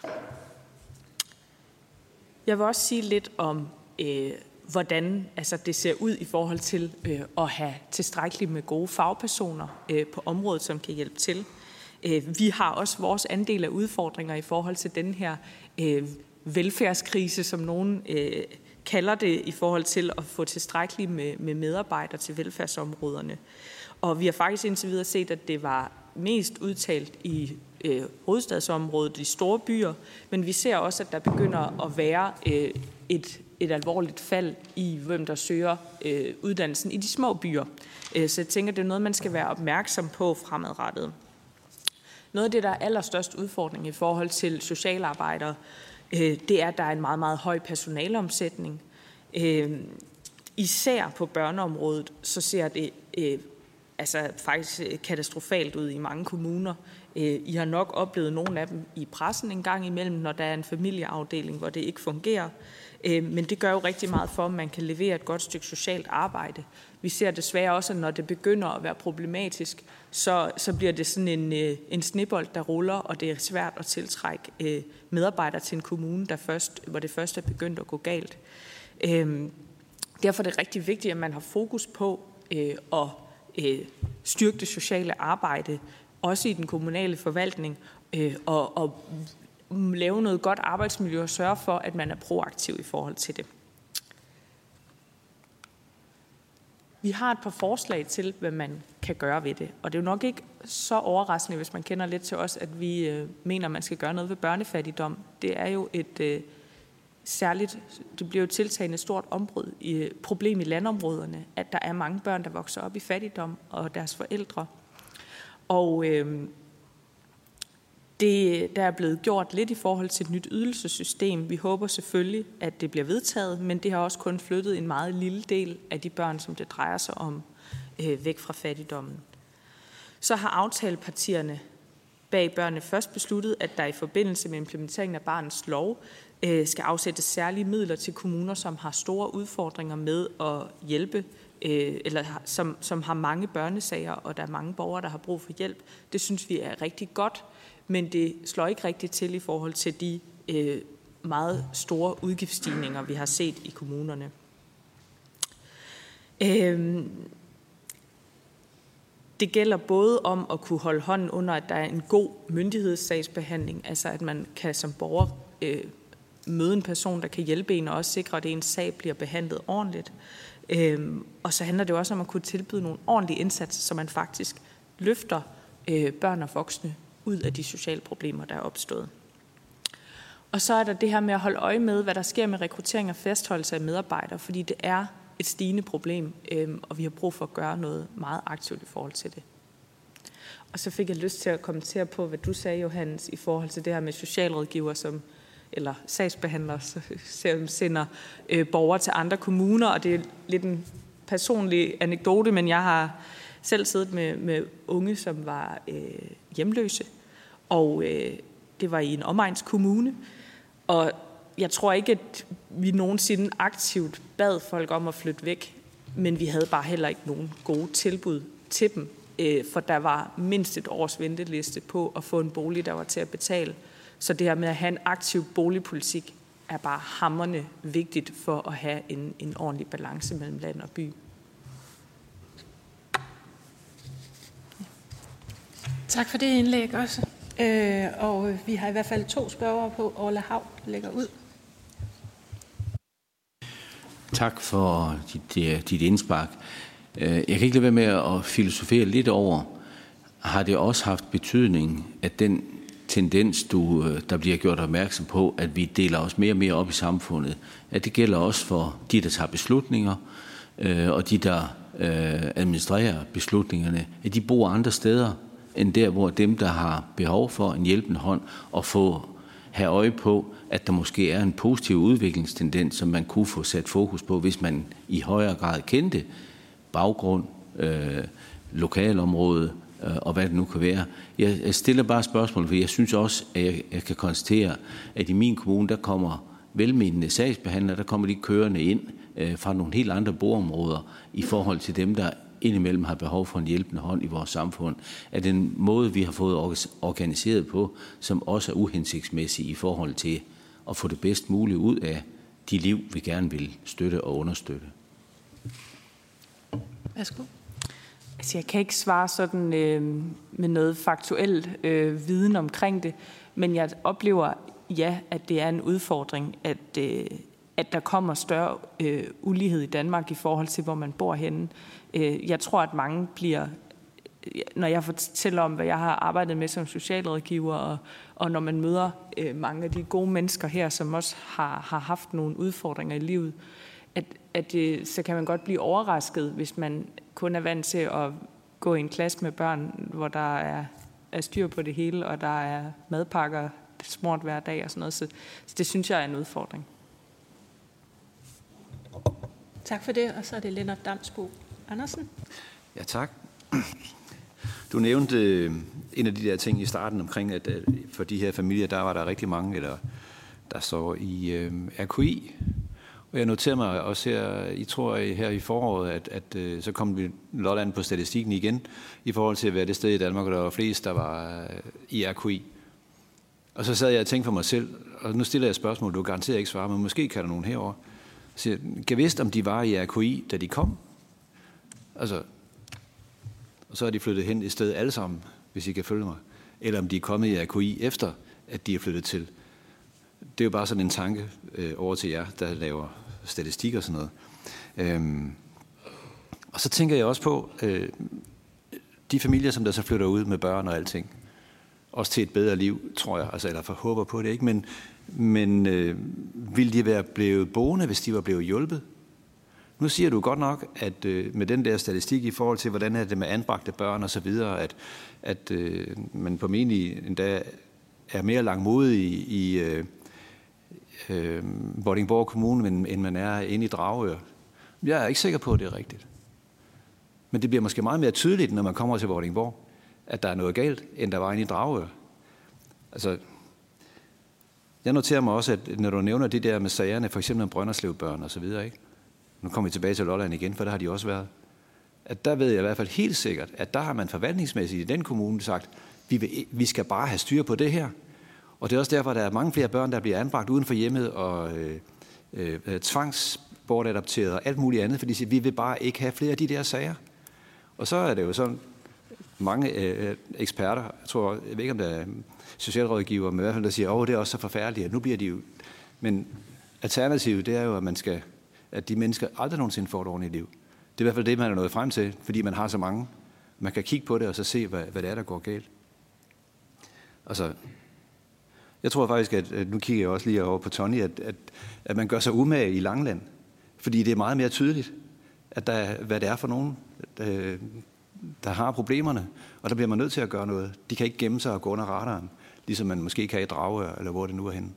S10: Jeg vil også sige lidt om øh, hvordan altså, det ser ud i forhold til øh, at have tilstrækkeligt med gode fagpersoner øh, på området, som kan hjælpe til. Øh, vi har også vores andel af udfordringer i forhold til den her øh, velfærdskrise, som nogen øh, kalder det, i forhold til at få tilstrækkeligt med, med medarbejdere til velfærdsområderne. Og vi har faktisk indtil videre set, at det var mest udtalt i øh, hovedstadsområdet, de store byer, men vi ser også, at der begynder at være øh, et et alvorligt fald i, hvem der søger øh, uddannelsen i de små byer. Øh, så jeg tænker, det er noget, man skal være opmærksom på fremadrettet. Noget af det, der er allerstørst udfordring i forhold til socialarbejdere, øh, det er, at der er en meget, meget høj personaleomsætning. Øh, især på børneområdet, så ser det øh, altså faktisk katastrofalt ud i mange kommuner. Øh, I har nok oplevet nogle af dem i pressen en gang imellem, når der er en familieafdeling, hvor det ikke fungerer. Men det gør jo rigtig meget for, at man kan levere et godt stykke socialt arbejde. Vi ser desværre også, at når det begynder at være problematisk, så, så bliver det sådan en, en snebold, der ruller, og det er svært at tiltrække medarbejdere til en kommune, der først, hvor det først er begyndt at gå galt. Derfor er det rigtig vigtigt, at man har fokus på at styrke det sociale arbejde, også i den kommunale forvaltning, og, og lave noget godt arbejdsmiljø og sørge for, at man er proaktiv i forhold til det. Vi har et par forslag til, hvad man kan gøre ved det. Og det er jo nok ikke så overraskende, hvis man kender lidt til os, at vi øh, mener, at man skal gøre noget ved børnefattigdom. Det er jo et øh, særligt, det bliver jo tiltagende stort ombrud i, øh, problem i landområderne, at der er mange børn, der vokser op i fattigdom, og deres forældre. Og øh, Det, der er blevet gjort lidt i forhold til et nyt ydelsessystem. Vi håber selvfølgelig, at det bliver vedtaget, men det har også kun flyttet en meget lille del af de børn, som det drejer sig om, øh, væk fra fattigdommen. Så har aftalepartierne bag Børnene Først besluttet, at der i forbindelse med implementeringen af barnets lov øh, skal afsættes særlige midler til kommuner, som har store udfordringer med at hjælpe, øh, eller som, som har mange børnesager, og der er mange borgere, der har brug for hjælp. Det synes vi er rigtig godt. Men det slår ikke rigtigt til i forhold til de øh, meget store udgiftsstigninger, vi har set i kommunerne. Øh, det gælder både om at kunne holde hånden under, at der er en god myndighedssagsbehandling, altså at man kan som borger øh, møde en person, der kan hjælpe en, og også sikre, at ens sag bliver behandlet ordentligt. Øh, og så handler det også om at kunne tilbyde nogle ordentlige indsatser, så man faktisk løfter øh, børn og voksne ud af de sociale problemer, der er opstået. Og så er der det her med at holde øje med, hvad der sker med rekruttering og fastholdelse af medarbejdere, fordi det er et stigende problem, øhm, og vi har brug for at gøre noget meget aktivt i forhold til det. Og så fik jeg lyst til at kommentere på, hvad du sagde, Johannes, i forhold til det her med socialrådgiver, som, eller sagsbehandlere, som sender øh, borgere til andre kommuner, og det er lidt en personlig anekdote, men jeg har selv siddet med, med unge, som var øh, hjemløse, og øh, det var i en omegnskommune, og jeg tror ikke, at vi nogensinde aktivt bad folk om at flytte væk, men vi havde bare heller ikke nogen gode tilbud til dem, øh, for der var mindst et års venteliste på at få en bolig, der var til at betale. Så det her med at have en aktiv boligpolitik er bare hamrende vigtigt for at have en, en ordentlig balance mellem land og by.
S1: Tak for det indlæg også. Øh, og vi har i hvert fald to spørgere på. Orla Hav lægger ud.
S9: Tak for dit, dit indspark. Jeg kan ikke lade være med at filosofere lidt over, har det også haft betydning, at den tendens, du, der bliver gjort opmærksom på, at vi deler os mere og mere op i samfundet, at det gælder også for de, der tager beslutninger, og de, der administrerer beslutningerne, at de bor andre steder, end der, hvor dem, der har behov for en hjælpende hånd, og få have øje på, at der måske er en positiv udviklingstendens, som man kunne få sat fokus på, hvis man i højere grad kendte baggrund, øh, lokalområde, øh, og hvad det nu kan være. Jeg, jeg stiller bare spørgsmål, for jeg synes også, at jeg, jeg kan konstatere, at i min kommune, der kommer velmenende sagsbehandlere, der kommer de kørende ind øh, fra nogle helt andre boområder i forhold til dem, der indimellem har behov for en hjælpende hånd i vores samfund, er den måde, vi har fået organiseret på, som også er uhensigtsmæssig i forhold til at få det bedst muligt ud af de liv, vi gerne vil støtte og understøtte.
S1: Værsgo.
S10: Altså, jeg kan ikke svare sådan øh, med noget faktuel øh, viden omkring det, men jeg oplever, ja, at det er en udfordring, at, øh, at der kommer større øh, ulighed i Danmark i forhold til, hvor man bor henne. Øh, jeg tror, at mange bliver, når jeg fortæller om, hvad jeg har arbejdet med som socialrådgiver, og, og når man møder øh, mange af de gode mennesker her, som også har, har haft nogle udfordringer i livet, at, at det, så kan man godt blive overrasket, hvis man kun er vant til at gå i en klasse med børn, hvor der er, er styr på det hele, og der er madpakker smurt hver dag og sådan noget. Så, så det synes jeg er en udfordring.
S1: Tak for det, og så er det Lennart Damsbo Andersen.
S4: Ja, tak. Du nævnte en af de der ting i starten omkring, at for de her familier, der var der rigtig mange, eller der står i øh, R K I. Og jeg noterer mig også her, I tror her i foråret, at, at, at så kom vi Lolland på statistikken igen, i forhold til at være det sted i Danmark, hvor der var flest, der var i R K I. Og så sad jeg og tænkte for mig selv, og nu stiller jeg et spørgsmål, du garanterer ikke svare, men måske kan der nogen herovre. Så jeg vidste, om de var i R K I, da de kom. Altså, og så er de flyttet hen i stedet alle sammen, hvis I kan følge mig. Eller om de er kommet i R K I efter, at de er flyttet til. Det er jo bare sådan en tanke øh, over til jer, der laver statistik og sådan noget. Øhm, og så tænker jeg også på, øh, de familier, som der så flytter ud med børn og alting, også til et bedre liv, tror jeg, altså, eller for håber på det, ikke? Men, men øh, ville de være blevet boende, hvis de var blevet hjulpet? Nu siger du godt nok, at øh, med den der statistik i forhold til, hvordan er det med anbragte børn og så videre, at, at øh, man på menig endda er mere langmodig i, i øh, øh, Vordingborg Kommune, end, end man er inde i Dragør. Jeg er ikke sikker på, at det er rigtigt. Men det bliver måske meget mere tydeligt, når man kommer til Vordingborg, at der er noget galt, end der var inde i Dragør. Altså, jeg noterer mig også, at når du nævner det der med sagerne, for eksempel om Brønderslevbørn og så videre, ikke? Nu kommer vi tilbage til Lolland igen, for der har de også været. At der ved jeg i hvert fald helt sikkert, at der har man forvaltningsmæssigt i den kommune sagt, vi, vil, vi skal bare have styr på det her. Og det er også derfor, at der er mange flere børn, der bliver anbragt uden for hjemmet og øh, øh, tvangsbortadopteret og alt muligt andet, fordi vi vil bare ikke have flere af de der sager. Og så er det jo sådan, mange øh, eksperter, jeg tror, jeg ved ikke om der er socialrådgiver, men i hvert fald der siger, åh, det er også så forfærdeligt, at nu bliver de jo... Men alternativet, det er jo, at man skal, at de mennesker aldrig nogensinde får et ordentligt liv. Det er i hvert fald det, man er nået frem til, fordi man har så mange. Man kan kigge på det og så se, hvad, hvad det er, der går galt. Altså, jeg tror faktisk, at, at nu kigger jeg også lige over på Tony, at, at, at man gør sig umage i Langeland, fordi det er meget mere tydeligt, at der, hvad det er for nogen, der, der har problemerne, og der bliver man nødt til at gøre noget. De kan ikke gemme sig og gå under radaren, ligesom man måske kan i Dragør, eller hvor det nu er henne.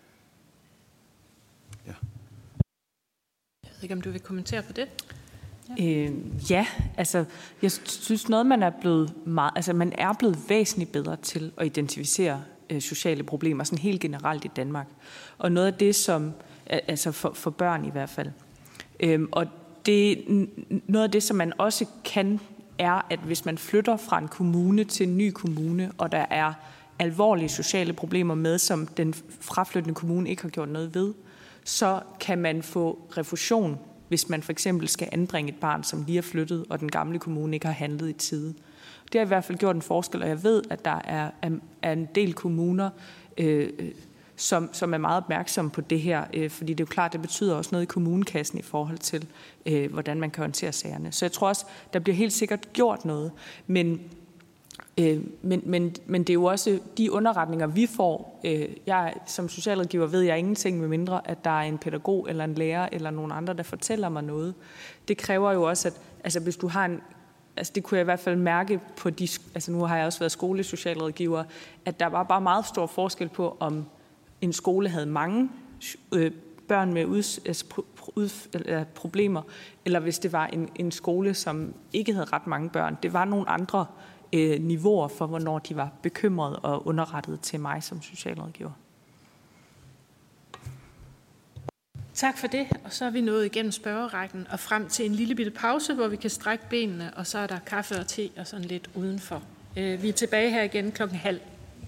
S4: Ja.
S1: Jeg ved ikke, om du vil kommentere på det?
S10: Ja. Øh, ja, altså jeg synes noget, man er blevet meget, altså man er blevet væsentligt bedre til at identificere øh, sociale problemer, sådan helt generelt i Danmark. Og noget af det, som, altså for, for børn i hvert fald. Øh, og det, noget af det, som man også kan, er, at hvis man flytter fra en kommune til en ny kommune, og der er alvorlige sociale problemer med, som den fraflyttende kommune ikke har gjort noget ved, så kan man få refusion, hvis man for eksempel skal anbringe et barn, som lige er flyttet, og den gamle kommune ikke har handlet i tide. Det har i hvert fald gjort en forskel, og jeg ved, at der er, er en del kommuner, øh, som, som er meget opmærksomme på det her, øh, fordi det er jo klart, det betyder også noget i kommunekassen i forhold til, øh, hvordan man kan håndtere sagerne. Så jeg tror også, der bliver helt sikkert gjort noget, men Øh, men, men, men det er jo også de underretninger, vi får. Øh, jeg som socialrådgiver ved jeg ingenting med mindre, at der er en pædagog eller en lærer eller nogen andre, der fortæller mig noget. Det kræver jo også, at altså, hvis du har en... Altså det kunne jeg i hvert fald mærke på de... Altså nu har jeg også været skolesocialrådgiver, at der var bare meget stor forskel på, om en skole havde mange øh, børn med ud, altså, ud, eller problemer, eller hvis det var en, en skole, som ikke havde ret mange børn. Det var nogle andre øh, niveauer for, hvornår de var bekymrede og underrettet til mig som socialrådgiver.
S1: Tak for det, og så er vi nået igennem spørgerækken og frem til en lille bitte pause, hvor vi kan strække benene, og så er der kaffe og te og sådan lidt udenfor. Vi er tilbage her igen klokken halv.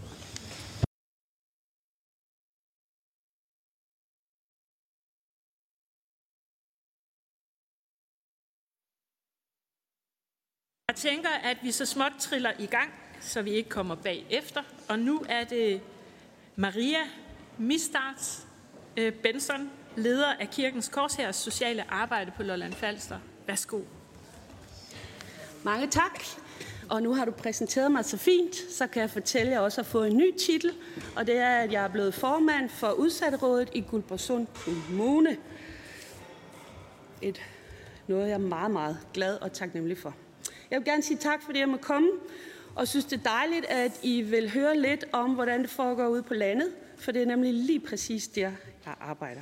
S1: Jeg tænker, at vi så småt triller i gang, så vi ikke kommer bagefter. Og nu er det Maria Mistarts Benson, leder af Kirkens Korshærs sociale arbejde på Lolland Falster. Værsgo.
S11: Mange tak. Og nu har du præsenteret mig så fint, så kan jeg fortælle, at jeg også har fået en ny titel. Og det er, at jeg er blevet formand for Udsatterådet i Guldborgsund Kommune. Et, noget, jeg er meget, meget glad og taknemmelig for. Jeg vil gerne sige tak, fordi jeg må komme. Og synes, det er dejligt, at I vil høre lidt om, hvordan det foregår ude på landet. For det er nemlig lige præcis der, jeg arbejder.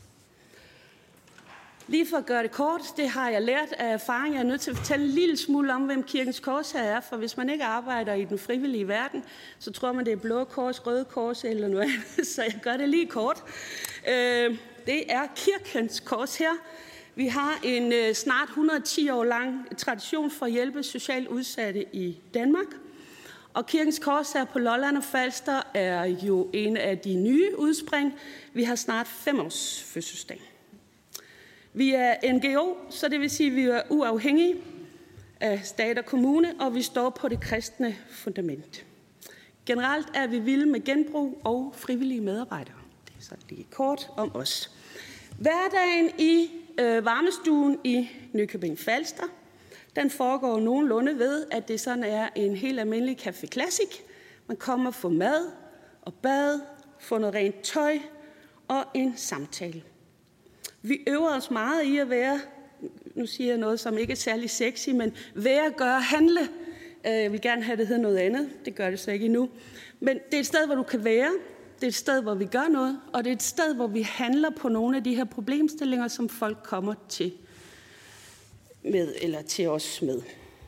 S11: Lige for at gøre det kort, det har jeg lært af erfaring. Jeg er nødt til at fortælle en lille smule om, hvem Kirkens Korshær er. For hvis man ikke arbejder i den frivillige verden, så tror man, det er Blå Kors, Røde Kors eller noget andet. Så jeg gør det lige kort. Det er Kirkens Korshær. Vi har en snart et hundrede og ti år lang tradition for at hjælpe socialt udsatte i Danmark. Og Kirkens Korshær på Lolland og Falster er jo en af de nye udspring. Vi har snart fem års fødselsdag. Vi er N G O, så det vil sige, at vi er uafhængige af stat og kommune, og vi står på det kristne fundament. Generelt er vi vilde med genbrug og frivillige medarbejdere. Det er så lige kort om os. Hverdagen i øh, varmestuen i Nykøbing Falster, den foregår nogenlunde ved, at det sådan er en helt almindelig Café Classic. Man kommer og får mad og bad, får noget rent tøj og en samtale. Vi øver os meget i at være, nu siger jeg noget, som ikke er særlig sexy, men være, gøre, handle. Jeg vil gerne have, det hedder noget andet. Det gør det så ikke endnu. Men det er et sted, hvor du kan være. Det er et sted, hvor vi gør noget. Og det er et sted, hvor vi handler på nogle af de her problemstillinger, som folk kommer til med, eller til os med.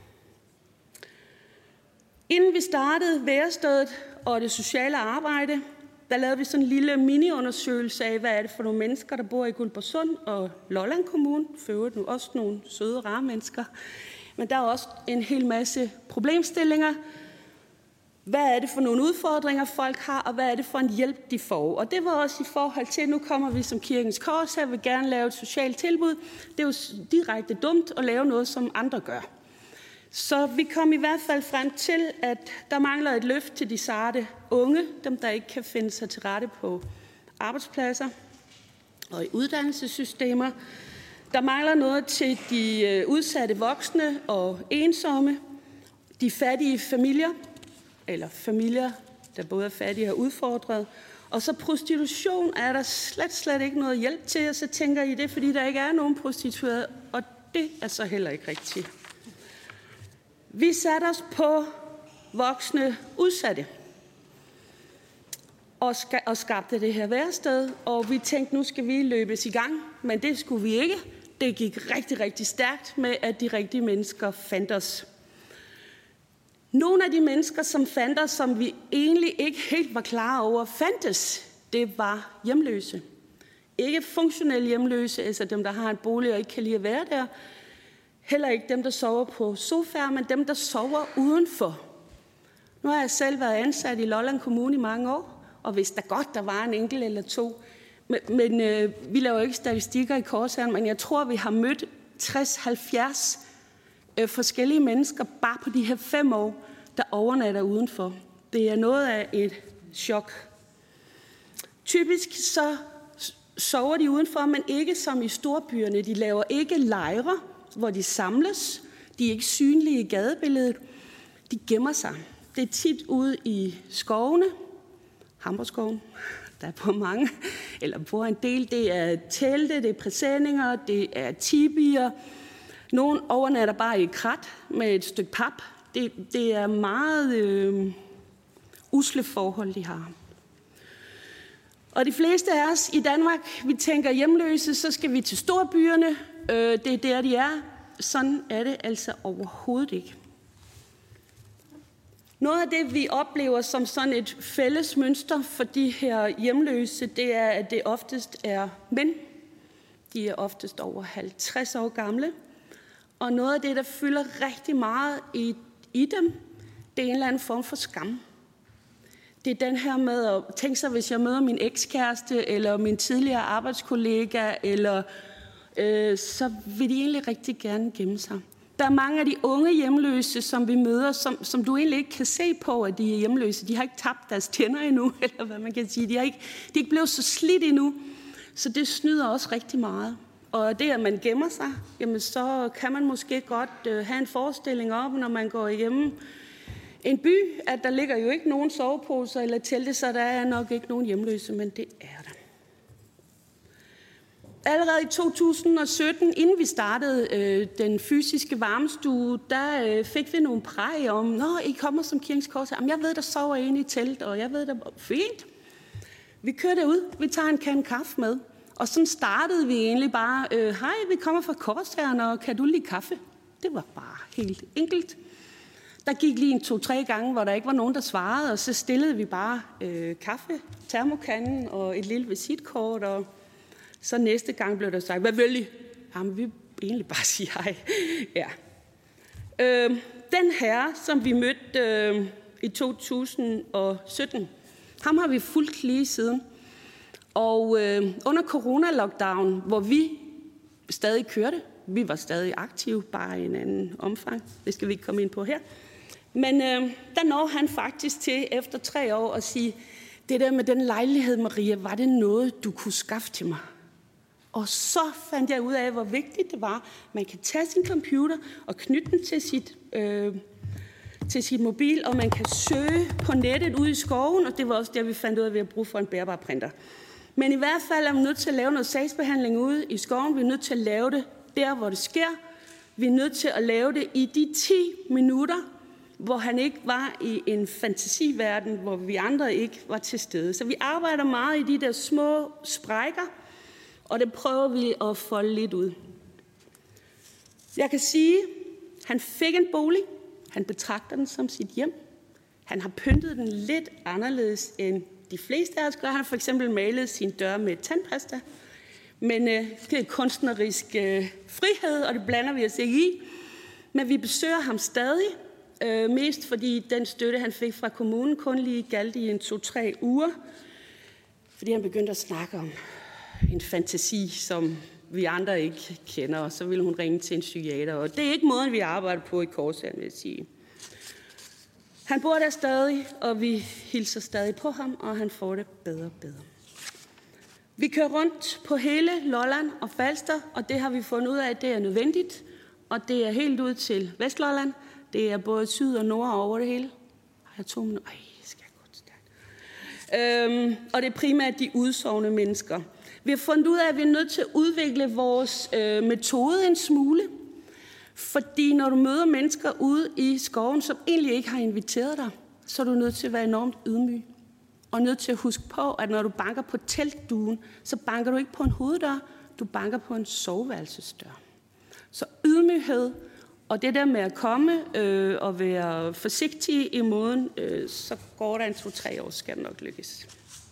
S11: Inden vi startede værestedet og det sociale arbejde, der lavede vi sådan en lille mini-undersøgelse af, hvad er det for nogle mennesker, der bor i Guldborgsund og Lolland Kommune. For øvrigt nu også nogle søde, rare mennesker. Men der er også en hel masse problemstillinger. Hvad er det for nogle udfordringer, folk har, og hvad er det for en hjælp, de får? Og det var også i forhold til, nu kommer vi som Kirkens Korshær, vil gerne lave et socialt tilbud. Det er jo direkte dumt at lave noget, som andre gør. Så vi kom i hvert fald frem til, at der mangler et løft til de sarte unge, dem der ikke kan finde sig til rette på arbejdspladser og i uddannelsessystemer. Der mangler noget til de udsatte voksne og ensomme, de fattige familier, eller familier, der både er fattige og udfordrede. Og så prostitution er der slet, slet ikke noget hjælp til, og så tænker I det, fordi der ikke er nogen prostituerede, og det er så heller ikke rigtigt. Vi satte os på voksne udsatte og, ska- og skabte det her værested, og vi tænkte, nu skal vi løbes i gang, men det skulle vi ikke. Det gik rigtig, rigtig stærkt med, at de rigtige mennesker fandt os. Nogle af de mennesker, som fandt os, som vi egentlig ikke helt var klar over, fandtes, det var hjemløse. Ikke funktionelle hjemløse, altså dem, der har en bolig og ikke kan lide at være der. Heller ikke dem, der sover på sofaer, men dem, der sover udenfor. Nu har jeg selv været ansat i Lolland Kommune i mange år, og hvis der godt, der var en enkelt eller to. Men, men øh, vi laver ikke statistikker i Korshæren, men jeg tror, vi har mødt tres til halvfjerds øh, forskellige mennesker bare på de her fem år, der overnatter udenfor. Det er noget af et chok. Typisk så sover de udenfor, men ikke som i storbyerne. De laver ikke lejre, hvor de samles. De er ikke synlige i gadebilledet. De gemmer sig. Det er tit ude i skovene. Hamburgskoven, der er på mange, eller på en del. Det er telte, det er presenninger, det er tibier. Nogle overnatter bare i et krat med et stykke pap. Det, det er meget øh, usle forhold, de har. Og de fleste af os i Danmark, vi tænker hjemløse, så skal vi til storbyerne. Øh, det er der, de er. Sådan er det altså overhovedet ikke. Noget af det, vi oplever som sådan et fælles mønster for de her hjemløse, det er, at det oftest er mænd. De er oftest over halvtreds år gamle. Og noget af det, der fylder rigtig meget i, i dem, det er en eller anden form for skam. Det er den her med at tænke sig, hvis jeg møder min ekskæreste, eller min tidligere arbejdskollega, eller øh, så vil de egentlig rigtig gerne gemme sig. Der er mange af de unge hjemløse, som vi møder, som, som du egentlig ikke kan se på, at de er hjemløse. De har ikke tabt deres tænder endnu, eller hvad man kan sige. De er ikke, de er ikke blevet så slidt endnu, så det snyder også rigtig meget. Og det, at man gemmer sig, jamen så kan man måske godt øh, have en forestilling om, når man går igennem en by, at der ligger jo ikke nogen soveposer eller telte, så der er nok ikke nogen hjemløse, men det er der. Allerede i to tusind og sytten, inden vi startede øh, den fysiske varmestue, der øh, fik vi nogle præg om, nå, I kommer som Kirkens Kors. Jamen, jeg ved, der sover en i telt, og jeg ved, der fint. Vi kører derud, vi tager en kande kaffe med, og sådan startede vi egentlig bare, øh, hej, vi kommer fra Korsherren, og kan du lide kaffe? Det var bare helt enkelt. Der gik lige en to-tre gange, hvor der ikke var nogen, der svarede, og så stillede vi bare øh, kaffe, termokanden og et lille visitkort, og så næste gang blev der sagt, hvad vil I? Jamen, vi egentlig bare sige hej. Ja. Øh, den herre, som vi mødte øh, i to tusind og sytten, ham har vi fulgt lige siden. Og øh, under corona-lockdown, hvor vi stadig kørte, vi var stadig aktive, bare i en anden omfang, det skal vi ikke komme ind på her, men øh, der når han faktisk til efter tre år at sige, det der med den lejlighed, Maria, var det noget, du kunne skaffe til mig? Og så fandt jeg ud af, hvor vigtigt det var. Man kan tage sin computer og knytte den til sit, øh, til sit mobil, og man kan søge på nettet ude i skoven, og det var også der, vi fandt ud af, at vi har brug for en bærbar printer. Men i hvert fald er vi nødt til at lave noget sagsbehandling ude i skoven. Vi er nødt til at lave det der, hvor det sker. Vi er nødt til at lave det i de ti minutter, hvor han ikke var i en fantasiverden, hvor vi andre ikke var til stede. Så vi arbejder meget i de der små sprækker, og det prøver vi at folde lidt ud. Jeg kan sige, at han fik en bolig. Han betragter den som sit hjem. Han har pyntet den lidt anderledes end de fleste af os gør. Han har for eksempel malet sin dør med tandpasta. Men øh, det er kunstnerisk øh, frihed, og det blander vi os ikke i. Men vi besøger ham stadig. Øh, mest fordi den støtte, han fik fra kommunen, kun lige galt i en to-tre uger. Fordi han begyndte at snakke om en fantasi, som vi andre ikke kender, og så ville hun ringe til en psykiater. Og det er ikke måden, vi arbejder på i Korsherren, vil jeg sige. Han bor der stadig, og vi hilser stadig på ham, og han får det bedre og bedre. Vi kører rundt på hele Lolland og Falster, og det har vi fundet ud af, at det er nødvendigt. Og det er helt ud til Vestlolland. Det er både syd og nord over det hele. Har jeg to minutter? Ej, skal jeg godt stærkt. Øhm, og det er primært de udsovne mennesker. Vi har fundet ud af, at vi er nødt til at udvikle vores øh, metode en smule. Fordi når du møder mennesker ude i skoven, som egentlig ikke har inviteret dig, så er du nødt til at være enormt ydmyg. Og nødt til at huske på, at når du banker på teltduen, så banker du ikke på en hoveddør, du banker på en soveværelsesdør. Så ydmyghed, og det der med at komme øh, og være forsigtig i måden, øh, så går der en to-tre år, skal det nok lykkes.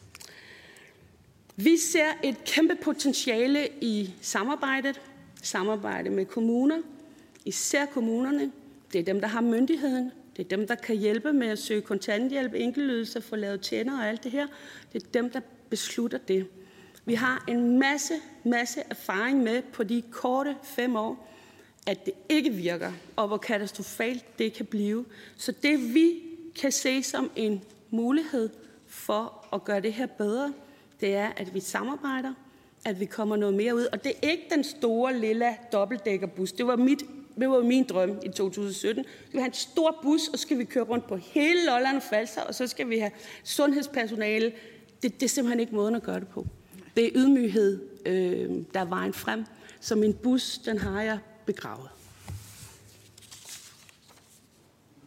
S11: Vi ser et kæmpe potentiale i samarbejdet, samarbejde med kommuner, især kommunerne. Det er dem, der har myndigheden. Det er dem, der kan hjælpe med at søge kontanthjælp, enkeltydelser, få lavet tænder og alt det her. Det er dem, der beslutter det. Vi har en masse, masse erfaring med på de korte fem år, at det ikke virker, og hvor katastrofalt det kan blive. Så det vi kan se som en mulighed for at gøre det her bedre, det er, at vi samarbejder, at vi kommer noget mere ud. Og det er ikke den store, lille dobbeltdækkerbus. Det var mit Det var min drøm i to tusind og sytten. Vi skal have en stor bus, og så skal vi køre rundt på hele Lolland og Falster, og så skal vi have sundhedspersonale. Det, det er simpelthen ikke måden at gøre det på. Det er ydmyghed, øh, der er vejen frem. Så min bus, den har jeg begravet.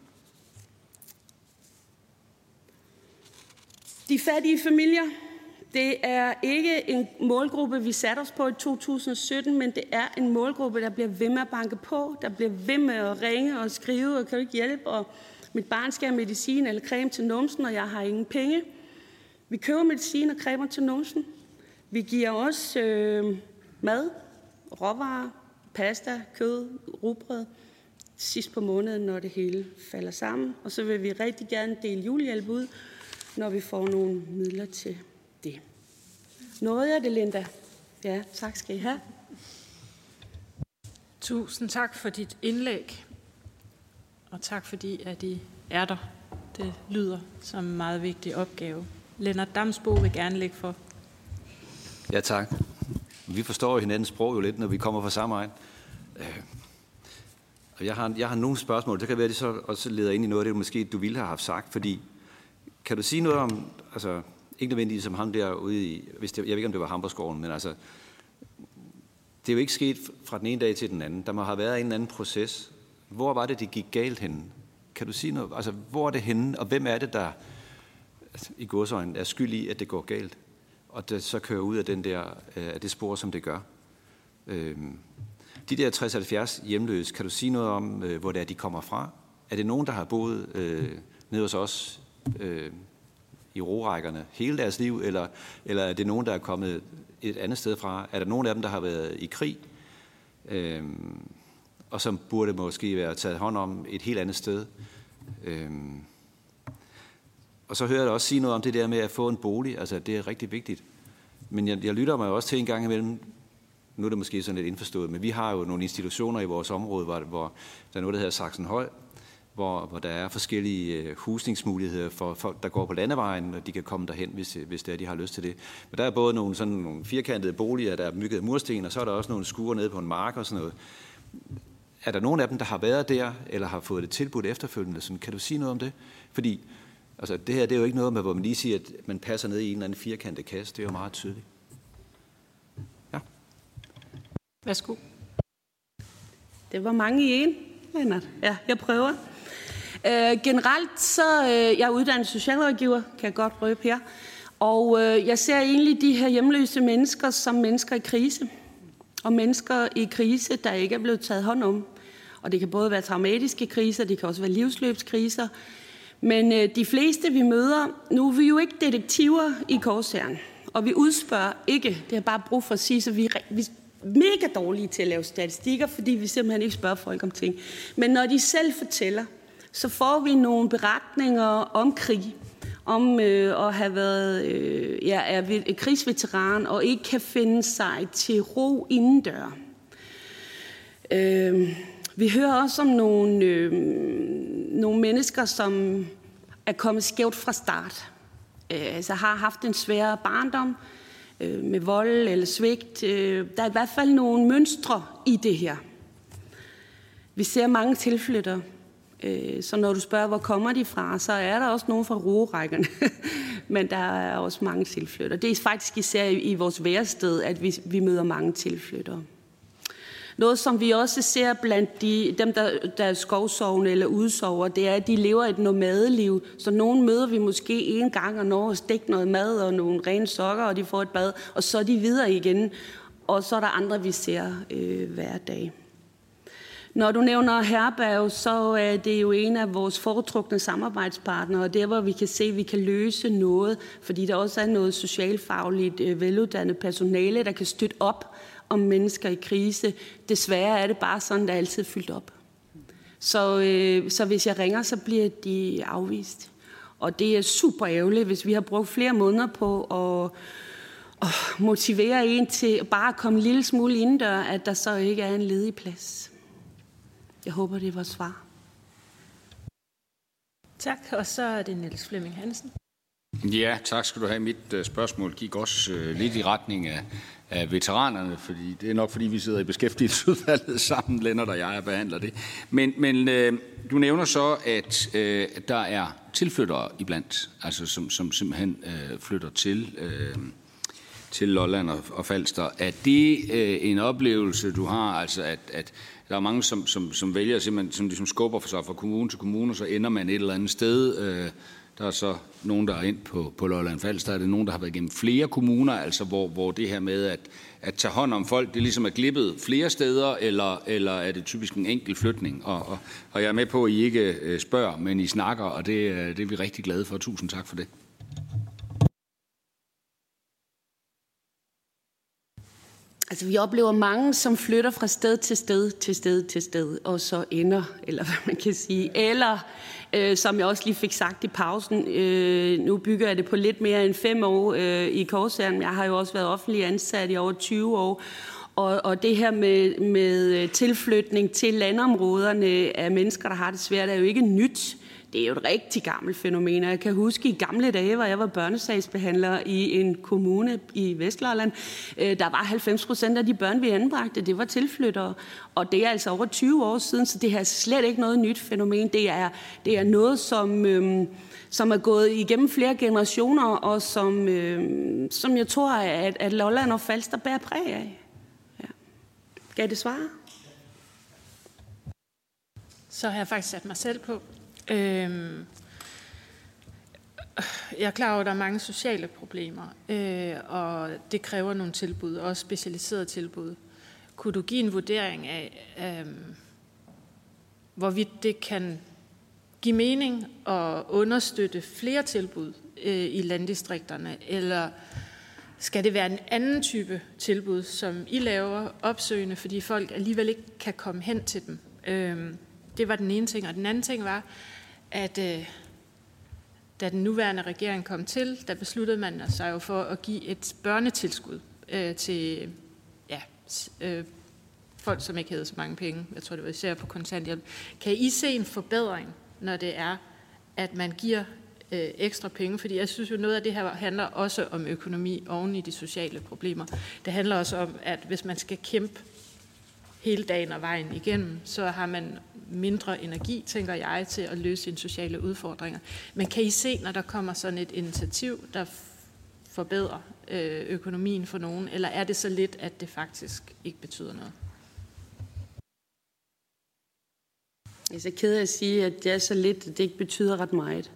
S11: De fattige familier, Det er ikke en målgruppe, vi satte os på i to tusind og sytten, men det er en målgruppe, der bliver ved med at banke på, der bliver ved med at ringe og skrive, og kan du ikke hjælpe, og mit barn skal have medicin eller creme til numsen, og jeg har ingen penge. Vi køber medicin og cremer til numsen. Vi giver også øh, mad, råvarer, pasta, kød, rugbrød sidst på måneden, når det hele falder sammen. Og så vil vi rigtig gerne dele julehjælp ud, når vi får nogle midler til det. Nåede jeg det, Linda? Ja, tak skal I have.
S1: Tusind tak for dit indlæg, og tak fordi, at I er der. Det lyder som en meget vigtig opgave. Lennart Damsbo vil gerne lægge for.
S4: Ja, tak. Vi forstår hinandens sprog jo lidt, når vi kommer fra samme egen. Og jeg har, jeg har nogle spørgsmål. Det kan være, at det så også leder ind i noget af det, måske du ville have haft sagt. Fordi, kan du sige noget om, altså ikke nødvendigvis som ham derude i, hvis det, jeg ved ikke, om det var Hamburgsgården, men altså, det er jo ikke sket fra den ene dag til den anden. Der må have været en eller anden proces. Hvor var det, det gik galt henne? Kan du sige noget? Altså, hvor er det henne, og hvem er det, der i godsøjne er skyld i, at det går galt? Og det så kører ud af, den der, af det spor, som det gør. Øhm, de der tres til halvfjerds hjemløse, kan du sige noget om, øh, hvor det er, de kommer fra? Er det nogen, der har boet øh, nede hos os øh, i rorækkerne hele deres liv, eller, eller er det nogen, der er kommet et andet sted fra? Er der nogen af dem, der har været i krig, øh, og som burde måske være taget hånd om et helt andet sted? Øh, og så hører jeg også sige noget om det der med at få en bolig. Altså, det er rigtig vigtigt. Men jeg, jeg lytter mig også til en gang imellem, nu er det måske sådan lidt indforstået, men vi har jo nogle institutioner i vores område, hvor, hvor der er noget, der hedder Saxenhøj, hvor, hvor der er forskellige husningsmuligheder for folk, der går på landevejen, og de kan komme derhen, hvis, hvis det er, de har lyst til det. Men der er både nogle, sådan, nogle firkantede boliger, der er bygget af mursten, og så er der også nogle skure nede på en mark og sådan noget. Er der nogen af dem, der har været der, eller har fået det tilbudt efterfølgende? Sådan, kan du sige noget om det? Fordi altså, det her det er jo ikke noget med, hvor man lige siger, at man passer ned i en eller anden firkantet kasse. Det er jo meget tydeligt. Ja.
S1: Værsgo.
S11: Det var mange i en, Lennart. Ja, jeg prøver. Øh, generelt så øh, jeg er uddannet socialrådgiver, kan jeg godt røbe her. Og øh, jeg ser egentlig de her hjemløse mennesker som mennesker i krise. Og mennesker i krise, der ikke er blevet taget hånd om. Og det kan både være traumatiske kriser, det kan også være livsløbskriser. Men øh, de fleste, vi møder, nu er vi jo ikke detektiver i Korshæren. Og vi udspørger ikke, det er bare brug for at sige, så vi, vi er mega dårlige til at lave statistikker, fordi vi simpelthen ikke spørger folk om ting. Men når de selv fortæller, så får vi nogle beretninger om krig, om øh, at have været øh, ja, er krigsveteran og ikke kan finde sig til ro indendør. Øh, vi hører også om nogle, øh, nogle mennesker, som er kommet skævt fra start. Øh, altså har haft en svær barndom øh, med vold eller svigt. Øh, der er i hvert fald nogle mønstre i det her. Vi ser mange tilflyttere. Så når du spørger, hvor kommer de fra, så er der også nogen fra roerækkerne. Men der er også mange tilflyttere. Det er faktisk især i vores værested, at vi, vi møder mange tilflyttere. Noget, som vi også ser blandt de, dem, der, der er skovsovende eller udsover, det er, at de lever et nomadeliv. Så nogen møder vi måske en gang og når at stikke noget mad og nogle rene sokker, og de får et bad, og så er de videre igen. Og så er der andre, vi ser øh, hver dag. Når du nævner herberg, så er det jo en af vores foretrukne samarbejdspartnere, og der hvor vi kan se, at vi kan løse noget, fordi der også er noget socialfagligt veluddannet personale, der kan støtte op om mennesker i krise. Desværre er det bare sådan, der er altid fyldt op. Så, øh, så hvis jeg ringer, så bliver de afvist. Og det er super ærgerligt, hvis vi har brugt flere måneder på at, at motivere en til bare at komme en lille smule indendør, at der så ikke er en ledig plads. Jeg håber, det var svar.
S1: Tak, og så er det Niels Flemming Hansen.
S12: Ja, tak skal du have. Mit uh, spørgsmål gik også uh, lidt i retning af, af veteranerne, fordi det er nok, fordi vi sidder i beskæftigelsesudvalget sammen, Lennart og jeg, og behandler det. Men, men uh, du nævner så, at uh, der er tilflyttere iblandt, altså som, som simpelthen uh, flytter til, uh, til Lolland og, og Falster. Er det uh, en oplevelse, du har, altså at, at der er mange, som, som, som vælger simpelthen, som ligesom skubber for sig fra kommune til kommune, og så ender man et eller andet sted. Øh, Der er så nogen, der er ind på, på Lolland Falster. Der er det nogen, der har været igennem flere kommuner, altså hvor, hvor det her med at, at tage hånd om folk, det ligesom er glippet flere steder, eller, eller er det typisk en enkelt flytning? Og, og, og jeg er med på, at I ikke spørger, men I snakker, og det, det er vi rigtig glade for. Tusind tak for det.
S11: Altså, vi oplever mange, som flytter fra sted til sted, til sted til sted, og så ender, eller hvad man kan sige. Eller, øh, som jeg også lige fik sagt i pausen, øh, nu bygger jeg det på lidt mere end fem år øh, i Korsæren. Jeg har jo også været offentlig ansat i over tyve år. Og, og det her med, med tilflytning til landområderne af mennesker, der har det svært, er jo ikke nyt. Det er jo et rigtig gammelt fænomen. Jeg kan huske i gamle dage, hvor jeg var børnesagsbehandler i en kommune i Vestlolland, der var halvfems procent af de børn, vi anbragte, det var tilflyttere. Og det er altså over tyve år siden, så det her er slet ikke noget nyt fænomen. Det er, det er noget, som, øhm, som er gået igennem flere generationer, og som, øhm, som jeg tror, at, at Lolland og Falster bærer præg af. Ja. Gav det svare?
S1: Så har jeg faktisk sat mig selv på. Øhm, jeg er klar over, at der er mange sociale problemer, øh, og det kræver nogle tilbud, også specialiserede tilbud. Kunne du give en vurdering af, øh, hvorvidt det kan give mening at understøtte flere tilbud øh, i landdistrikterne, eller skal det være en anden type tilbud, som I laver opsøgende, fordi folk alligevel ikke kan komme hen til dem? Øh, det var den ene ting, og den anden ting var, at øh, da den nuværende regering kom til, der besluttede man sig jo for at give et børnetilskud øh, til ja, øh, folk, som ikke havde så mange penge. Jeg tror, det var især på kontanthjælp. Kan I se en forbedring, når det er, at man giver øh, ekstra penge? Fordi jeg synes jo, noget af det her handler også om økonomi oven i de sociale problemer. Det handler også om, at hvis man skal kæmpe hele dagen og vejen igennem, så har man mindre energi, tænker jeg, til at løse sine sociale udfordringer. Men kan I se, når der kommer sådan et initiativ, der forbedrer økonomien for nogen, eller er det så lidt, at det faktisk ikke betyder noget?
S11: Jeg er så ked af at sige, at det er så lidt, at det ikke betyder ret meget.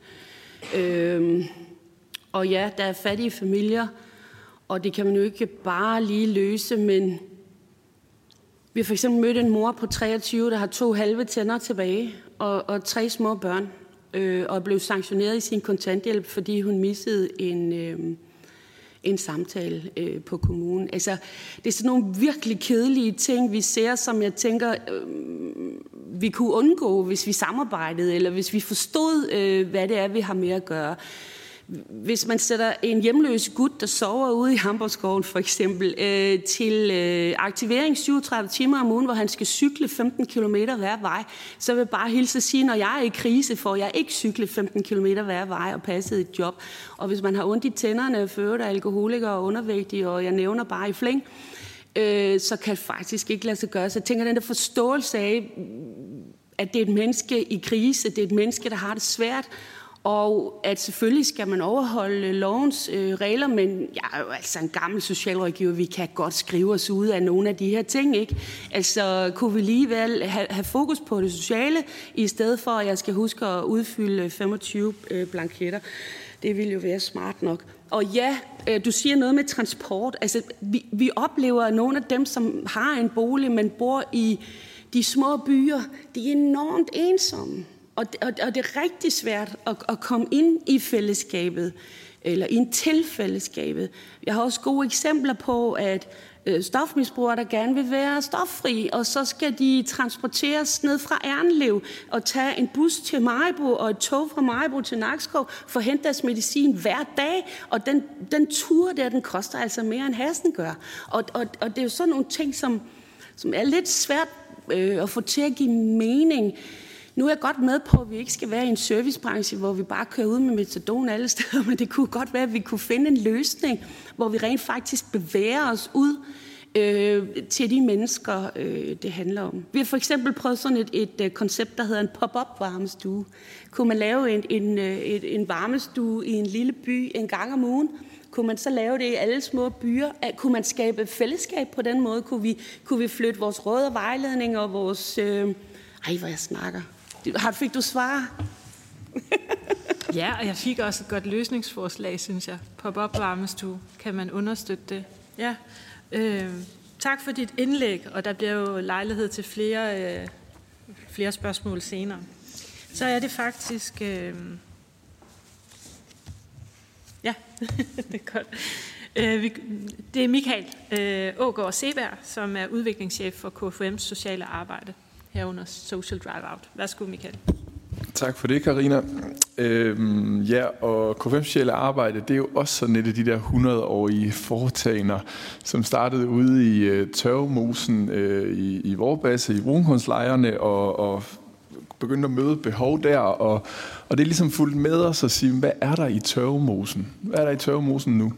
S11: Øhm, og ja, der er fattige familier, og det kan man jo ikke bare lige løse, men vi har for eksempel mødt en mor på treogtyve, der har to halve tænder tilbage og, og tre små børn, øh, og blev sanktioneret i sin kontanthjælp, fordi hun missede en, øh, en samtale øh, på kommunen. Altså, det er sådan nogle virkelig kedelige ting, vi ser, som jeg tænker, øh, vi kunne undgå, hvis vi samarbejdede, eller hvis vi forstod, øh, hvad det er, vi har med at gøre. Hvis man sætter en hjemløs gut, der sover ude i Hamburgskoven for eksempel, øh, til øh, aktivering syvogtredive timer om ugen, hvor han skal cykle femten kilometer hver vej, så vil jeg bare hilse at sige, når jeg er i krise, får jeg ikke cykle femten kilometer hver vej og passe et job. Og hvis man har ondt i tænderne, fører af alkoholikere og undervægtige, og jeg nævner bare i flæng, øh, så kan det faktisk ikke lade sig gøre. Så jeg tænker, den der forståelse af, at det er et menneske i krise, det er et menneske, der har det svært, og at selvfølgelig skal man overholde lovens øh, regler, men jeg er jo altså en gammel socialrådgiver, vi kan godt skrive os ud af nogle af de her ting, ikke? Altså, kunne vi alligevel have, have fokus på det sociale, i stedet for, at jeg skal huske at udfylde femogtyve øh, blanketter. Det ville jo være smart nok. Og ja, øh, du siger noget med transport. Altså, vi, vi oplever, at nogle af dem, som har en bolig, men bor i de små byer, de er enormt ensomme. Og det, og det er rigtig svært at, at komme ind i fællesskabet, eller ind til fællesskabet. Jeg har også gode eksempler på, at øh, stofmisbrugere, der gerne vil være stoffri, og så skal de transporteres ned fra Erlenlev og tage en bus til Maribo og et tog fra Maribo til Nakskov for at hente deres medicin hver dag. Og den, den tur der, den koster altså mere end hassen gør. Og, og, og det er jo sådan nogle ting, som, som er lidt svært øh, at få til at give mening. Nu er jeg godt med på, at vi ikke skal være i en servicebranche, hvor vi bare kører ud med metadon alle steder, men det kunne godt være, at vi kunne finde en løsning, hvor vi rent faktisk bevæger os ud øh, til de mennesker, øh, det handler om. Vi har for eksempel prøvet sådan et, et, et koncept, der hedder en pop-up varmestue. Kunne man lave en, en, et, en varmestue i en lille by en gang om ugen? Kunne man så lave det i alle små byer? Kunne man skabe fællesskab på den måde? Kunne vi, kunne vi flytte vores råd og vejledning og vores... Øh... Ej, hvor jeg snakker. Fik du svar?
S1: Ja, og jeg fik også et godt løsningsforslag, synes jeg. Pop-up varmestue, kan man understøtte det? Ja. Øh, tak for dit indlæg, og der bliver jo lejlighed til flere, øh, flere spørgsmål senere. Så er det faktisk... Øh, ja, det er godt. Øh, vi, det er Michael øh, Aagaard Seberg, som er udviklingschef for K F U M's sociale arbejde herunder Social Drive-Out. Værsgo, Michael.
S13: Tak for det, Karina. Øhm, ja, og K F U's sociale arbejde, det er jo også sådan et af de der hundrede-årige foretagender, som startede ude i øh, Tørvemosen øh, i, i Vorbasse, i brunkulslejrene, og, og begyndte at møde behov der, og, og det er ligesom fulgt med os at sige, hvad er der i Tørvemosen? Hvad er der i Tørvemosen nu?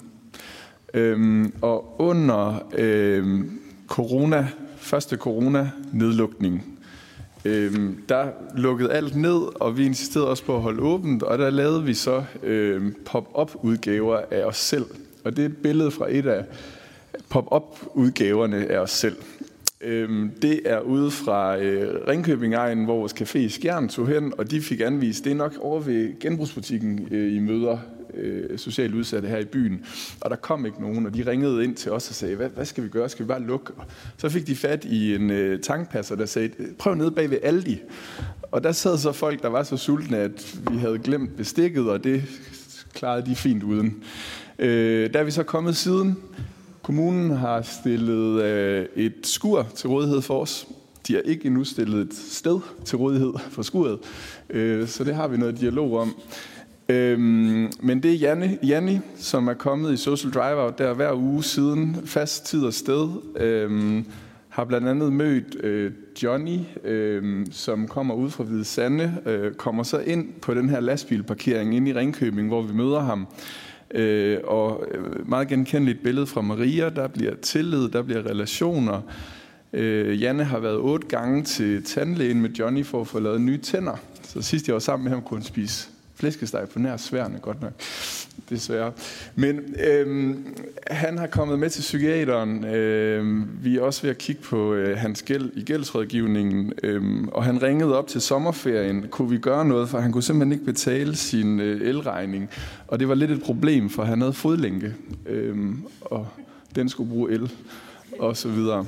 S13: Øhm, og under øhm, corona, første corona-nedlukning, øhm, der lukkede alt ned, og vi insisterede også på at holde åbent, og der lavede vi så øhm, pop-up-udgaver af os selv. Og det er et billede fra et af pop-up-udgaverne af os selv. Øhm, det er ude fra øh, Ringkøbing-egnen, hvor vores café i Skjern tog hen, og de fik anvist, det er nok over ved genbrugsbutikken øh, i møder, øh, socialt udsatte her i byen. Og der kom ikke nogen, og de ringede ind til os og sagde, hvad, hvad skal vi gøre? Skal vi bare lukke? Så fik de fat i en øh, tankpasser, der sagde, prøv ned bag ved Aldi. Og der sad så folk, der var så sultne, at vi havde glemt bestikket, og det klarede de fint uden. Øh, der er vi så kommet siden. Kommunen har stillet øh, et skur til rådighed for os. De har ikke endnu stillet et sted til rådighed for skuret, øh, så det har vi noget dialog om. Øh, men det er Janne, Janne, som er kommet i Social Drive-Out der hver uge siden, fast tid og sted, øh, har blandt andet mødt øh, Johnny, øh, som kommer ud fra Hvide Sande, øh, kommer så ind på den her lastbilparkering inde i Ringkøbing, hvor vi møder ham. Øh, og meget genkendeligt billede fra Maria, der bliver tillid, der bliver relationer. Øh, Janne har været otte gange til tandlægen med Johnny for at få lavet nye tænder. Så sidst jeg var sammen med ham, kunne han spise flæskesteg på nær sværene, godt nok, desværre. Men øh, han har kommet med til psykiateren. Øh, vi er også ved at kigge på øh, hans gæld i gældsrådgivningen, øh, og han ringede op til sommerferien. Kunne vi gøre noget, for han kunne simpelthen ikke betale sin øh, elregning. Og det var lidt et problem, for han havde fodlænke, øh, og den skulle bruge el, og så videre.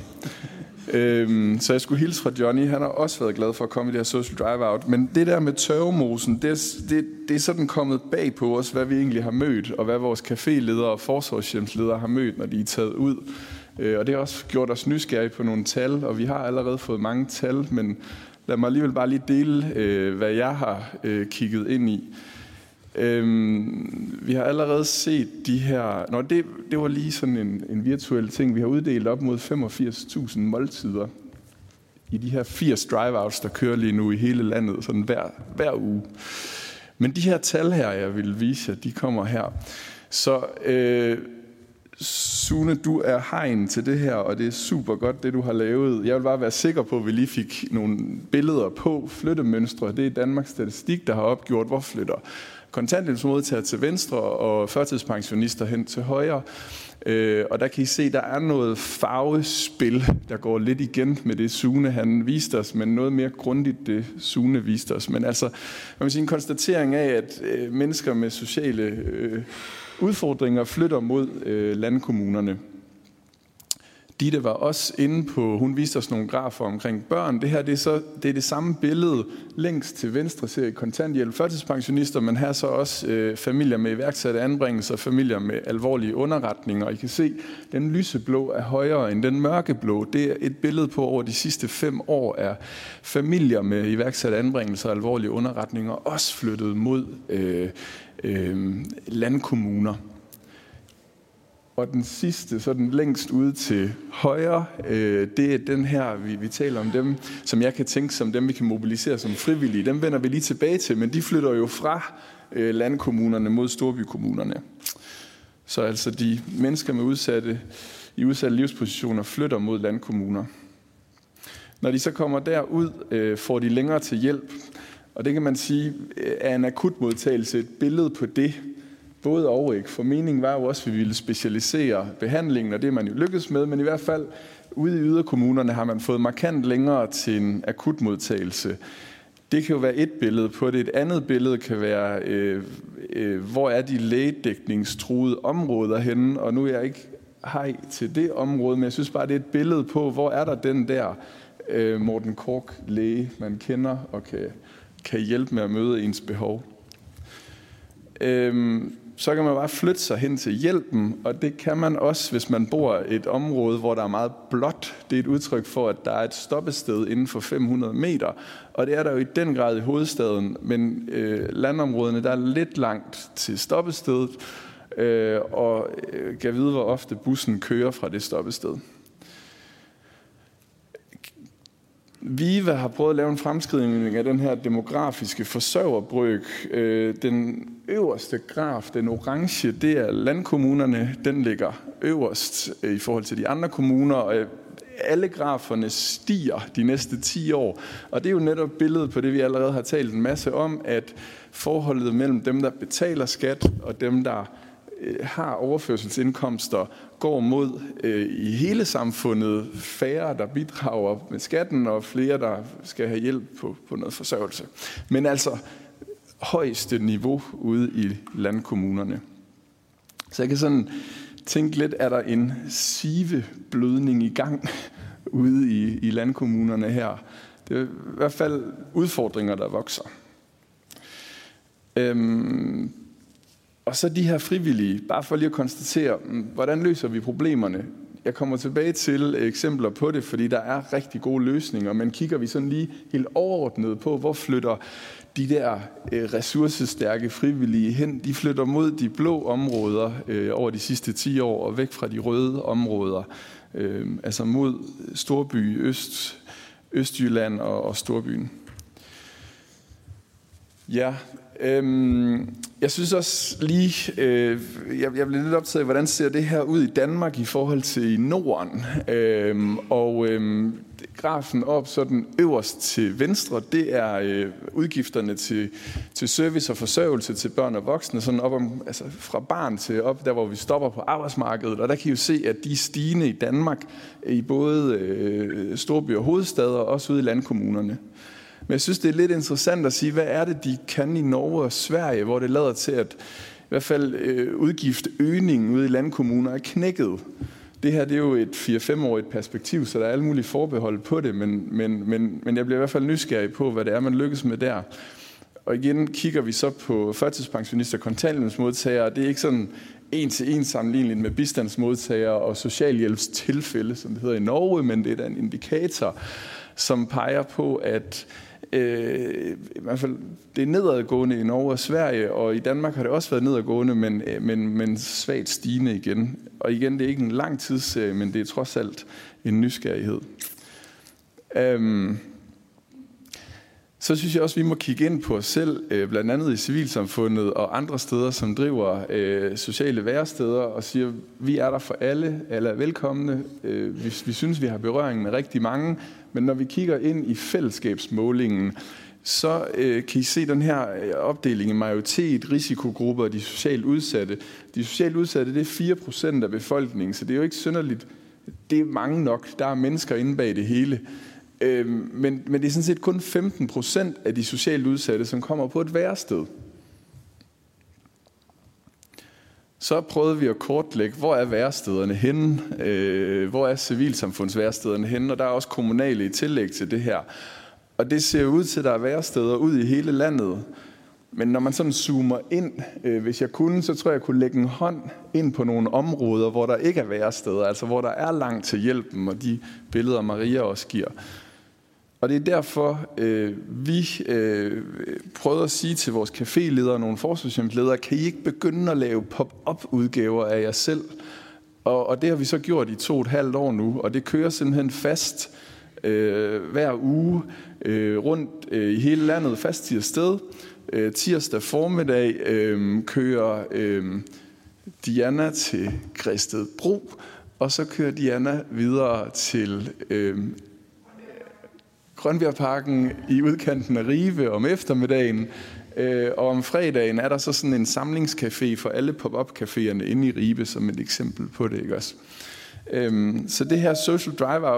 S13: Øhm, så jeg skulle hilse fra Johnny. Han har også været glad for at komme i det her Social Drive-Out. Men det der med Tørvemosen, det er, det, det er sådan kommet bag på os, hvad vi egentlig har mødt, og hvad vores caféledere og forsorgshjemsledere har mødt, når de er taget ud. Øh, og det har også gjort os nysgerrige på nogle tal, og vi har allerede fået mange tal, men lad mig alligevel bare lige dele, øh, hvad jeg har øh, kigget ind i. Øhm, vi har allerede set de her... Nå, det, det var lige sådan en, en virtuel ting. Vi har uddelt op mod femogfirs tusind måltider i de her firs drive-outs, der kører lige nu i hele landet, sådan hver, hver uge. Men de her tal her, jeg vil vise jer, de kommer her. Så øh, Sune, du er hegn til det her, og det er super godt, det du har lavet. Jeg vil bare være sikker på, at vi lige fik nogle billeder på flyttemønstre. Det er Danmarks Statistik, der har opgjort, hvor flytter kontanthjælpsmodtagere til venstre og førtidspensionister hen til højre. Øh, og der kan I se, der er noget farvespil, der går lidt igen med det Sune han viste os, men noget mere grundigt det Sune viste os. Men altså, man vil sige en konstatering af, at øh, mennesker med sociale øh, udfordringer flytter mod øh, landkommunerne. Ditte var også inde på, hun viste os nogle grafer omkring børn. Det her det er, så, det er det samme billede. Længst til venstre ser I kontanthjælp, førtidspensionister, men her så også øh, familier med iværksatte anbringelser, familier med alvorlige underretninger. I kan se, den lyseblå er højere end den mørkeblå. Det er et billede på, over de sidste fem år er familier med iværksatte anbringelser og alvorlige underretninger også flyttet mod øh, øh, landkommuner. Og den sidste, så den længst ude til højre, øh, det er den her, vi, vi taler om dem, som jeg kan tænke som dem, vi kan mobilisere som frivillige. Dem vender vi lige tilbage til, men de flytter jo fra øh, landkommunerne mod storbykommunerne. Så altså de mennesker med udsatte, i udsatte livspositioner flytter mod landkommuner. Når de så kommer derud, øh, får de længere til hjælp. Og det kan man sige er en akutmodtagelse, et billede på det, både og ikke. For meningen var jo også, at vi ville specialisere behandlingen, og det er man jo lykkedes med, men i hvert fald ude i yderkommunerne har man fået markant længere til en akutmodtagelse. Det kan jo være et billede på det. Et andet billede kan være, øh, øh, hvor er de lægedækningstruede områder henne? Og nu er jeg ikke hej til det område, men jeg synes bare, det er et billede på, hvor er der den der øh, Morten Korch-læge, man kender og kan, kan hjælpe med at møde ens behov. Øhm, så kan man bare flytte sig hen til hjælpen, og det kan man også, hvis man bor i et område, hvor der er meget blåt. Det er et udtryk for, at der er et stoppested inden for fem hundrede meter, og det er der jo i den grad i hovedstaden, men øh, landområdene, der er lidt langt til stoppestedet, øh, og øh, kan vide, hvor ofte bussen kører fra det stoppested. VIVE har prøvet at lave en fremskrivning af den her demografiske forsørgerbrøk. Den øverste graf, den orange, det er landkommunerne. Den ligger øverst i forhold til de andre kommuner, og alle graferne stiger de næste ti år. Og det er jo netop billedet på det, vi allerede har talt en masse om, at forholdet mellem dem, der betaler skat, og dem, der har overførselsindkomster, går mod øh, i hele samfundet færre, der bidrager med skatten, og flere, der skal have hjælp på, på noget forsørgelse. Men altså højeste niveau ude i landkommunerne. Så jeg kan sådan tænke lidt, er der en siveblødning i gang ude i, i landkommunerne her? Det er i hvert fald udfordringer, der vokser. Øhm, Og så de her frivillige, bare for lige at konstatere, hvordan løser vi problemerne? Jeg kommer tilbage til eksempler på det, fordi der er rigtig gode løsninger, men kigger vi sådan lige helt overordnet på, hvor flytter de der ressourcestærke frivillige hen? De flytter mod de blå områder øh, over de sidste ti år og væk fra de røde områder, øh, altså mod Storby, Øst, Østjylland og, og Storbyen. Ja, øhm, jeg synes også lige, øh, jeg, jeg blev lidt optaget af, hvordan ser det her ud i Danmark i forhold til i Norden. Øhm, og øhm, grafen op, så den øverst til venstre, det er øh, udgifterne til, til service og forsørgelse til børn og voksne, sådan op om, altså fra barn til op, der hvor vi stopper på arbejdsmarkedet. Og der kan I jo se, at de er stigende i Danmark, i både øh, storbyer og hovedstader, og også ude i landkommunerne. Men jeg synes, det er lidt interessant at sige, hvad er det, de kan i Norge og Sverige, hvor det lader til, at i hvert fald øh, udgiftsøgningen ude i landkommuner er knækket. Det her det er jo et fire-fem-årigt perspektiv, så der er alle mulige forbehold på det, men, men, men, men jeg bliver i hvert fald nysgerrig på, hvad det er, man lykkes med der. Og igen kigger vi så på førtidspensionister og kontanthjælpsmodtagere. Det er ikke sådan en til en sammenligneligt med bistandsmodtagere og socialhjælpstilfælde, som det hedder i Norge, men det er da en indikator, som peger på, at øh, i hvert fald det er nedadgående i Norge og Sverige, og i Danmark har det også været nedadgående, men, men, men svagt stigende igen. Og igen, det er ikke en lang tidsserie, men det er trods alt en nysgerrighed. Øhm, så synes jeg også, at vi må kigge ind på os selv, øh, blandt andet i civilsamfundet og andre steder, som driver øh, sociale væresteder og siger, vi er der for alle, alle er velkomne. Øh, vi, vi synes, vi har berøring med rigtig mange, men når vi kigger ind i fællesskabsmålingen, så øh, kan I se den her opdeling i majoritet, risikogrupper og de socialt udsatte. De socialt udsatte, det er fire procent af befolkningen, så det er jo ikke synderligt. Det er mange nok. Der er mennesker inde bag det hele. Øh, men, men det er sådan set kun femten procent af de socialt udsatte, som kommer på et værested. Så prøvede vi at kortlægge, hvor er værestederne henne, øh, hvor er civilsamfundsværestederne henne, og der er også kommunale i tillæg til det her. Og det ser ud til, at der er væresteder ud i hele landet. Men når man sådan zoomer ind, øh, hvis jeg kunne, så tror jeg, jeg kunne lægge en hånd ind på nogle områder, hvor der ikke er væresteder, altså hvor der er langt til hjælpen, og de billeder Maria også giver. Og det er derfor, øh, vi øh, prøvede at sige til vores caféledere og nogle forsvarshjemsledere, kan I ikke begynde at lave pop-up-udgaver af jer selv? Og, og det har vi så gjort i to og et halvt år nu, og det kører simpelthen fast øh, hver uge øh, rundt øh, i hele landet, fast tirsdag. Øh, tirsdag formiddag øh, kører øh, Diana til Græstedbro, og så kører Diana videre til øh, Grønbjergparken i udkanten af Ribe om eftermiddagen, øh, og om fredagen er der så sådan en samlingscafé for alle pop-up-caféerne inde i Ribe, som et eksempel på det, ikke også? Øhm, så det her social drive-out,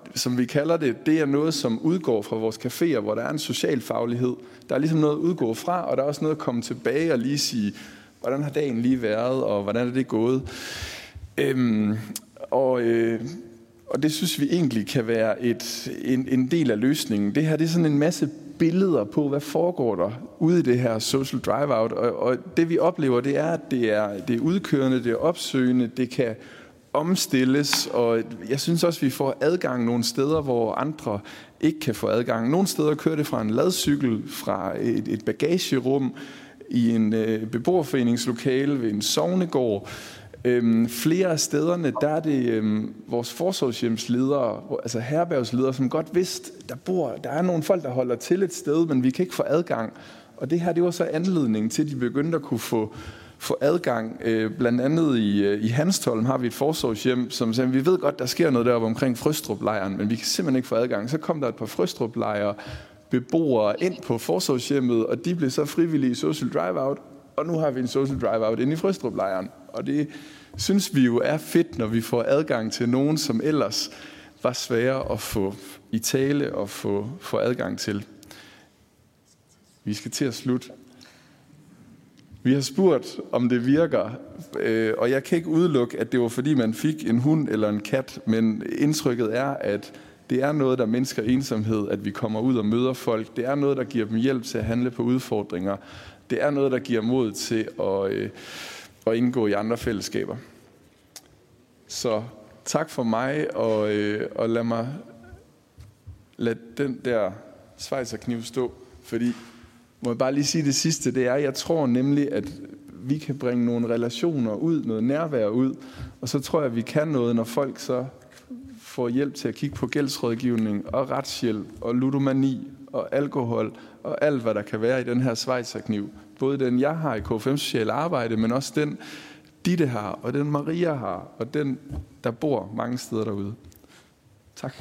S13: som vi kalder det, det er noget, som udgår fra vores caféer, hvor der er en social faglighed. Der er ligesom noget at udgå fra, og der er også noget at komme tilbage og lige sige, hvordan har dagen lige været, og hvordan er det gået. Øhm, og, øh, og det synes vi egentlig kan være et, en, en del af løsningen. Det her det er sådan en masse billeder på, hvad foregår der ude i det her social drive-out. Og, og det vi oplever, det er, at det er, det er udkørende, det er opsøgende, det kan omstilles, og jeg synes også, at vi får adgang nogle steder, hvor andre ikke kan få adgang. Nogle steder kører det fra en ladcykel, fra et, et bagagerum, i en øh, beboerforeningslokale, ved en sognegård. Øhm, flere af stederne, der er det øhm, vores forsorgshjemsledere, altså herbergsledere, som godt vidste, der bor, der er nogle folk, der holder til et sted, men vi kan ikke få adgang. Og det her, det var så anledningen til, at de begyndte at kunne få få adgang. Blandt andet i, i Hanstholm har vi et forsorgshjem, som siger, vi ved godt, der sker noget deroppe omkring Frøstrup-lejren, men vi kan simpelthen ikke få adgang. Så kom der et par Frøstrup-lejre beboere ind på forsorgshjemmet, og de blev så frivillige i social drive-out, og nu har vi en social drive-out inde i Frøstrup-lejren. Og det synes vi jo er fedt, når vi får adgang til nogen, som ellers var svære at få i tale og få, få adgang til. Vi skal til at slutte. Vi har spurgt, om det virker, øh, og jeg kan ikke udelukke, at det var fordi, man fik en hund eller en kat, men indtrykket er, at det er noget, der mindsker ensomhed, at vi kommer ud og møder folk. Det er noget, der giver dem hjælp til at handle på udfordringer. Det er noget, der giver mod til at, øh, at indgå i andre fællesskaber. Så tak for mig, og, øh, og lad mig lad den der schweizerkniv stå, fordi må jeg bare lige sige det sidste, det er, jeg tror nemlig, at vi kan bringe nogle relationer ud, noget nærvær ud, og så tror jeg, at vi kan noget, når folk så får hjælp til at kigge på gældsrådgivning og retshjælp og ludomani og alkohol og alt, hvad der kan være i den her schweizerkniv. Både den, jeg har i K F M Social Arbejde, men også den, Ditte har, og den Maria har, og den, der bor mange steder derude. Tak.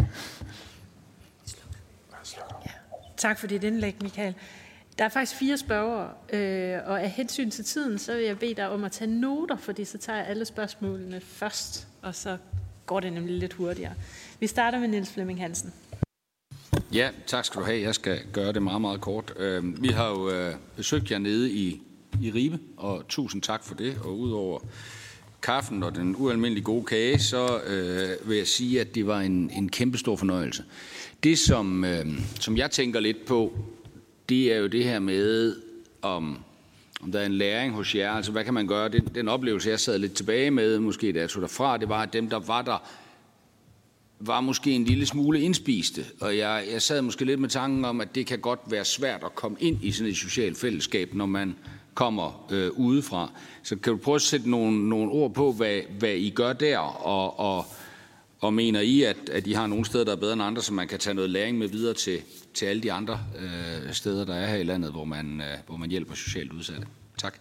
S1: Tak for dit indlæg, Michael. Der er faktisk fire spørgere, øh, og af hensyn til tiden, så vil jeg bede dig om at tage noter, fordi så tager jeg alle spørgsmålene først, og så går det nemlig lidt hurtigere. Vi starter med Niels Flemming Hansen.
S12: Ja, tak skal du have. Jeg skal gøre det meget, meget kort. Vi har jo besøgt jer nede i, i Ribe, og tusind tak for det. Og udover kaffen og den ualmindelig gode kage, så øh, vil jeg sige, at det var en, en kæmpe stor fornøjelse. Det, som, øh, som jeg tænker lidt på, det er jo det her med, om, om der er en læring hos jer. Altså, hvad kan man gøre? Den, den oplevelse, jeg sad lidt tilbage med, måske da jeg tog derfra, det var, at dem, der var der, var måske en lille smule indspiste. Og jeg, jeg sad måske lidt med tanken om, at det kan godt være svært at komme ind i sådan et socialt fællesskab, når man kommer øh, udefra. Så kan du prøve at sætte nogle, nogle ord på, hvad, hvad I gør der, og, og, og mener I, at, at I har nogle steder, der er bedre end andre, så man kan tage noget læring med videre til, til alle de andre øh, steder, der er her i landet, hvor man, øh, hvor man hjælper socialt udsatte. Tak.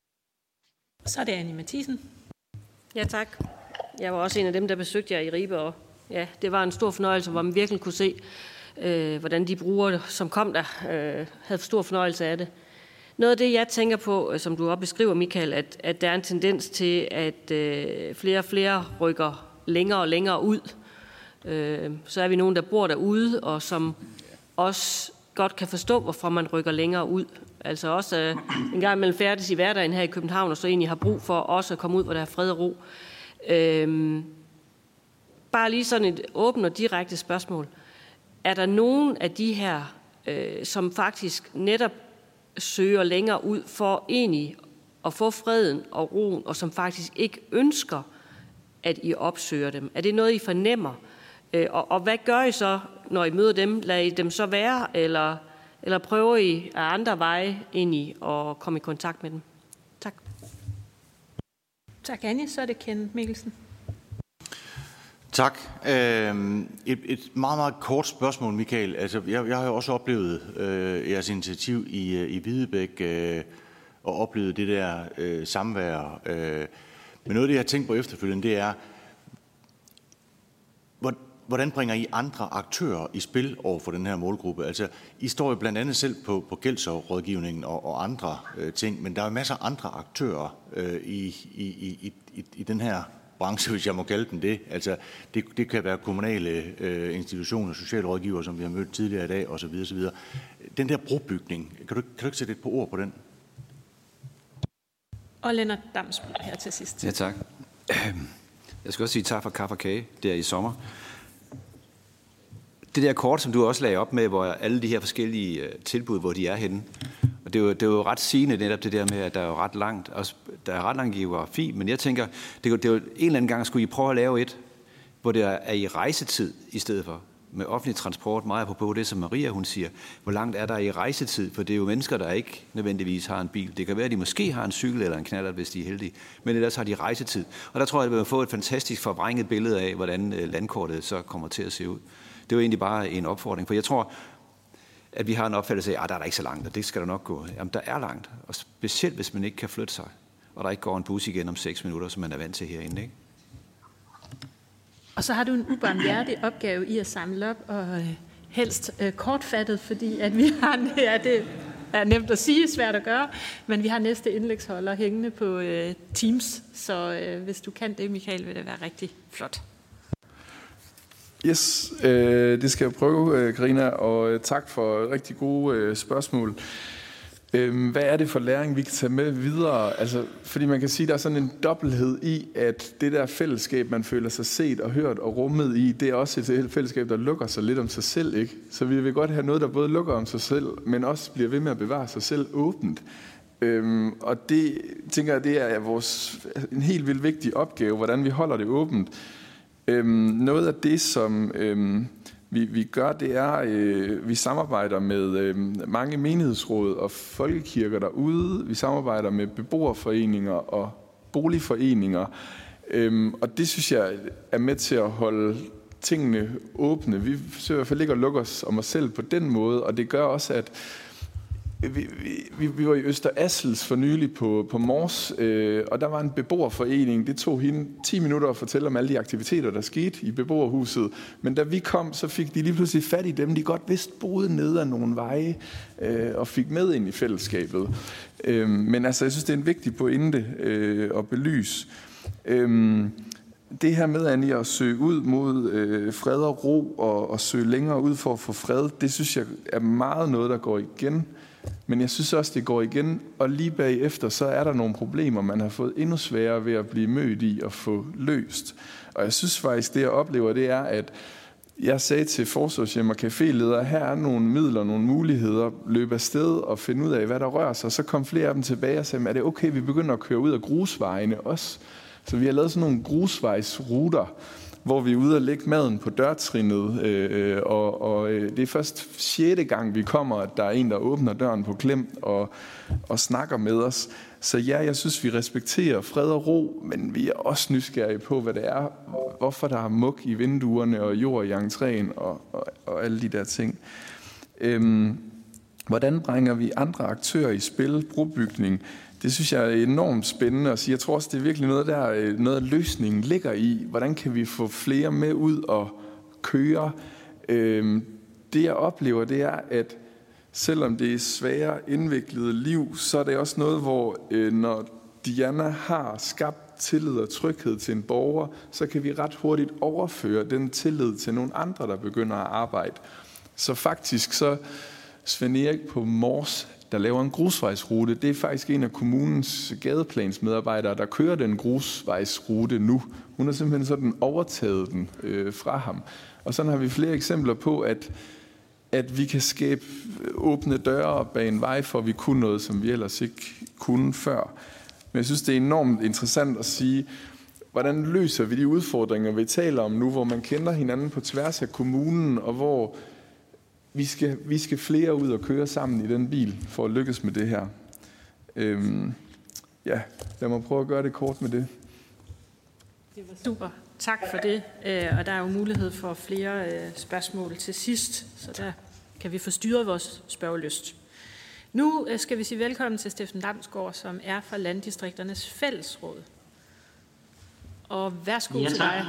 S1: Så er det Annie Mathisen.
S14: Ja, tak. Jeg var også en af dem, der besøgte jer i Ribe, og ja, det var en stor fornøjelse, hvor man virkelig kunne se, øh, hvordan de brugere, som kom der, øh, havde stor fornøjelse af det. Noget af det, jeg tænker på, som du også beskriver, Michael, at, at der er en tendens til, at øh, flere og flere rykker længere og længere ud. Øh, så er vi nogen, der bor derude, og som også godt kan forstå, hvorfor man rykker længere ud. Altså også øh, en gang imellem færdes i hverdagen her i København, og så egentlig har brug for også at komme ud, hvor der er fred og ro. Øh, bare lige sådan et åbent og direkte spørgsmål. Er der nogen af de her, øh, som faktisk netop søger længere ud for egentlig at få freden og roen, og som faktisk ikke ønsker, at I opsøger dem? Er det noget, I fornemmer? Og, og hvad gør I så, når I møder dem? Lader I dem så være, eller, eller prøver I af andre veje ind i at komme i kontakt med dem? Tak.
S1: Tak, Annie. Så er det Kenneth Mikkelsen.
S3: Tak. Et, et meget, meget kort spørgsmål, Michael. Altså, jeg, jeg har jo også oplevet øh, jeres initiativ i, i Hvidebæk øh, og oplevet det der øh, samvær. Øh. Men noget af det, jeg har tænkt på efterfølgende, det er, hvordan bringer I andre aktører i spil over for den her målgruppe? Altså, I står jo blandt andet selv på, på gældsrådgivningen og, og andre øh, ting, men der er jo masser af andre aktører øh, i, i, i, i, i den her branche, hvis jeg må kalde den det. Altså, det, det kan være kommunale øh, institutioner, socialrådgiver, som vi har mødt tidligere i dag, osv. osv. Den der brobygning, kan du, kan du ikke sætte et par ord på den?
S1: Og Lennart Damsbo her til sidst.
S4: Ja, tak. Jeg skal også sige tak for kaffe og kage der i sommer. Det der kort, som du også lagde op med, hvor alle de her forskellige tilbud, hvor de er henne, og det er jo, det er jo ret sigende netop det der med, at der er jo ret langt, også, der er ret langt geografi, men jeg tænker, det er, det er jo en eller anden gang, skulle I prøve at lave et, hvor det er i rejsetid i stedet for, med offentlig transport, meget apropos det, som Maria hun siger, hvor langt er der i rejsetid, for det er jo mennesker, der ikke nødvendigvis har en bil. Det kan være, at de måske har en cykel eller en knallert, hvis de er heldige, men ellers har de rejsetid. Og der tror jeg, at vi vil få et fantastisk forvrænget billede af, hvordan landkortet så kommer til at se ud. Det er jo egentlig bare en opfordring, for jeg tror, at vi har en opfattelse af, at der er der ikke så langt, og det skal der nok gå. Jamen, der er langt, og specielt hvis man ikke kan flytte sig, og der ikke går en bus igen om seks minutter, som man er vant til herinde, ikke?
S1: Og så har du en ubarmhjertig opgave i at samle op, og øh, helst øh, kortfattet, fordi at vi har, ja, det er nemt at sige, svært at gøre, men vi har næste indlægsholder hængende på øh, Teams, så øh, hvis du kan det, Michael, vil det være rigtig flot.
S13: Yes, øh, det skal jeg prøve, Karina, og tak for rigtig gode øh, spørgsmål. Øh, hvad er det for læring, vi kan tage med videre? Altså, fordi man kan sige, at der er sådan en dobbelthed i, at det der fællesskab, man føler sig set og hørt og rummet i, det er også et fællesskab, der lukker sig lidt om sig selv, ikke? Så vi vil godt have noget, der både lukker om sig selv, men også bliver ved med at bevare sig selv åbent. Øhm, og det, tænker jeg, det er vores, en helt vildt vigtig opgave, hvordan vi holder det åbent. Øhm, noget af det, som øhm, vi, vi gør, det er, øh, vi samarbejder med øh, mange menighedsråd og folkekirker derude. Vi samarbejder med beboerforeninger og boligforeninger. Øhm, og det synes jeg er med til at holde tingene åbne. Vi forsøger i hvert fald ikke at lukke os om os selv på den måde, og det gør også, at Vi, vi, vi var i Øster Assels for nylig på, på Mors, øh, og der var en beboerforening. Det tog hende ti minutter at fortælle om alle de aktiviteter, der skete i beboerhuset. Men da vi kom, så fik de lige pludselig fat i dem, de godt vidste boede nede af nogle veje, øh, og fik med ind i fællesskabet. Øh, men altså, jeg synes, det er en vigtig pointe øh, at belyse. Øh, Det her med, Annie, at søge ud mod øh, fred og ro og, og søge længere ud for at få fred, det synes jeg er meget noget, der går igen. Men jeg synes også, det går igen, og lige bagefter, så er der nogle problemer, man har fået endnu sværere ved at blive mødt i og få løst. Og jeg synes faktisk, det jeg oplever, det er, at jeg sagde til forsorgshjem og caféledere, her er nogle midler, nogle muligheder, løbe afsted og finde ud af, hvad der rører sig. Så kom flere af dem tilbage og sagde, er det okay, vi begynder at køre ud af grusvejene også? Så vi har lavet sådan nogle grusvejsruter, hvor vi er ude og lægge maden på dørtrinnet, øh, og, og øh, det er først sjette gang, vi kommer, at der er en, der åbner døren på klem og, og snakker med os. Så ja, jeg synes, vi respekterer fred og ro, men vi er også nysgerrige på, hvad det er, hvorfor der er mug i vinduerne og jord i entréen og, og, og alle de der ting. Øhm, hvordan bringer vi andre aktører i spil, brobygning? Det synes jeg er enormt spændende at sige. Jeg tror også, det er virkelig noget, der noget af løsningen ligger i. Hvordan kan vi få flere med ud og køre? Øhm, det jeg oplever, det er, at selvom det er svære, indviklede liv, så er det også noget, hvor øh, når Diana har skabt tillid og tryghed til en borger, så kan vi ret hurtigt overføre den tillid til nogle andre, der begynder at arbejde. Så faktisk så Svend Erik på Mors, der laver en grusvejsrute, det er faktisk en af kommunens gadeplansmedarbejdere, der kører den grusvejsrute nu. Hun har simpelthen sådan overtaget den øh, fra ham. Og sådan har vi flere eksempler på, at, at vi kan skabe åbne døre bag en vej, for vi kunne noget, som vi ellers ikke kunne før. Men jeg synes, det er enormt interessant at sige, hvordan løser vi de udfordringer, vi taler om nu, hvor man kender hinanden på tværs af kommunen, og hvor Vi skal, vi skal flere ud og køre sammen i den bil for at lykkes med det her. Øhm, ja, lad mig prøve at gøre det kort med det.
S1: Det var super. Tak for det. Og der er jo mulighed for flere spørgsmål til sidst, så der kan vi få styret vores spørgelyst. Nu skal vi sige velkommen til Steffen Damsgaard, som er fra Landdistrikternes Fællesråd. Og værsgo ja, til dig.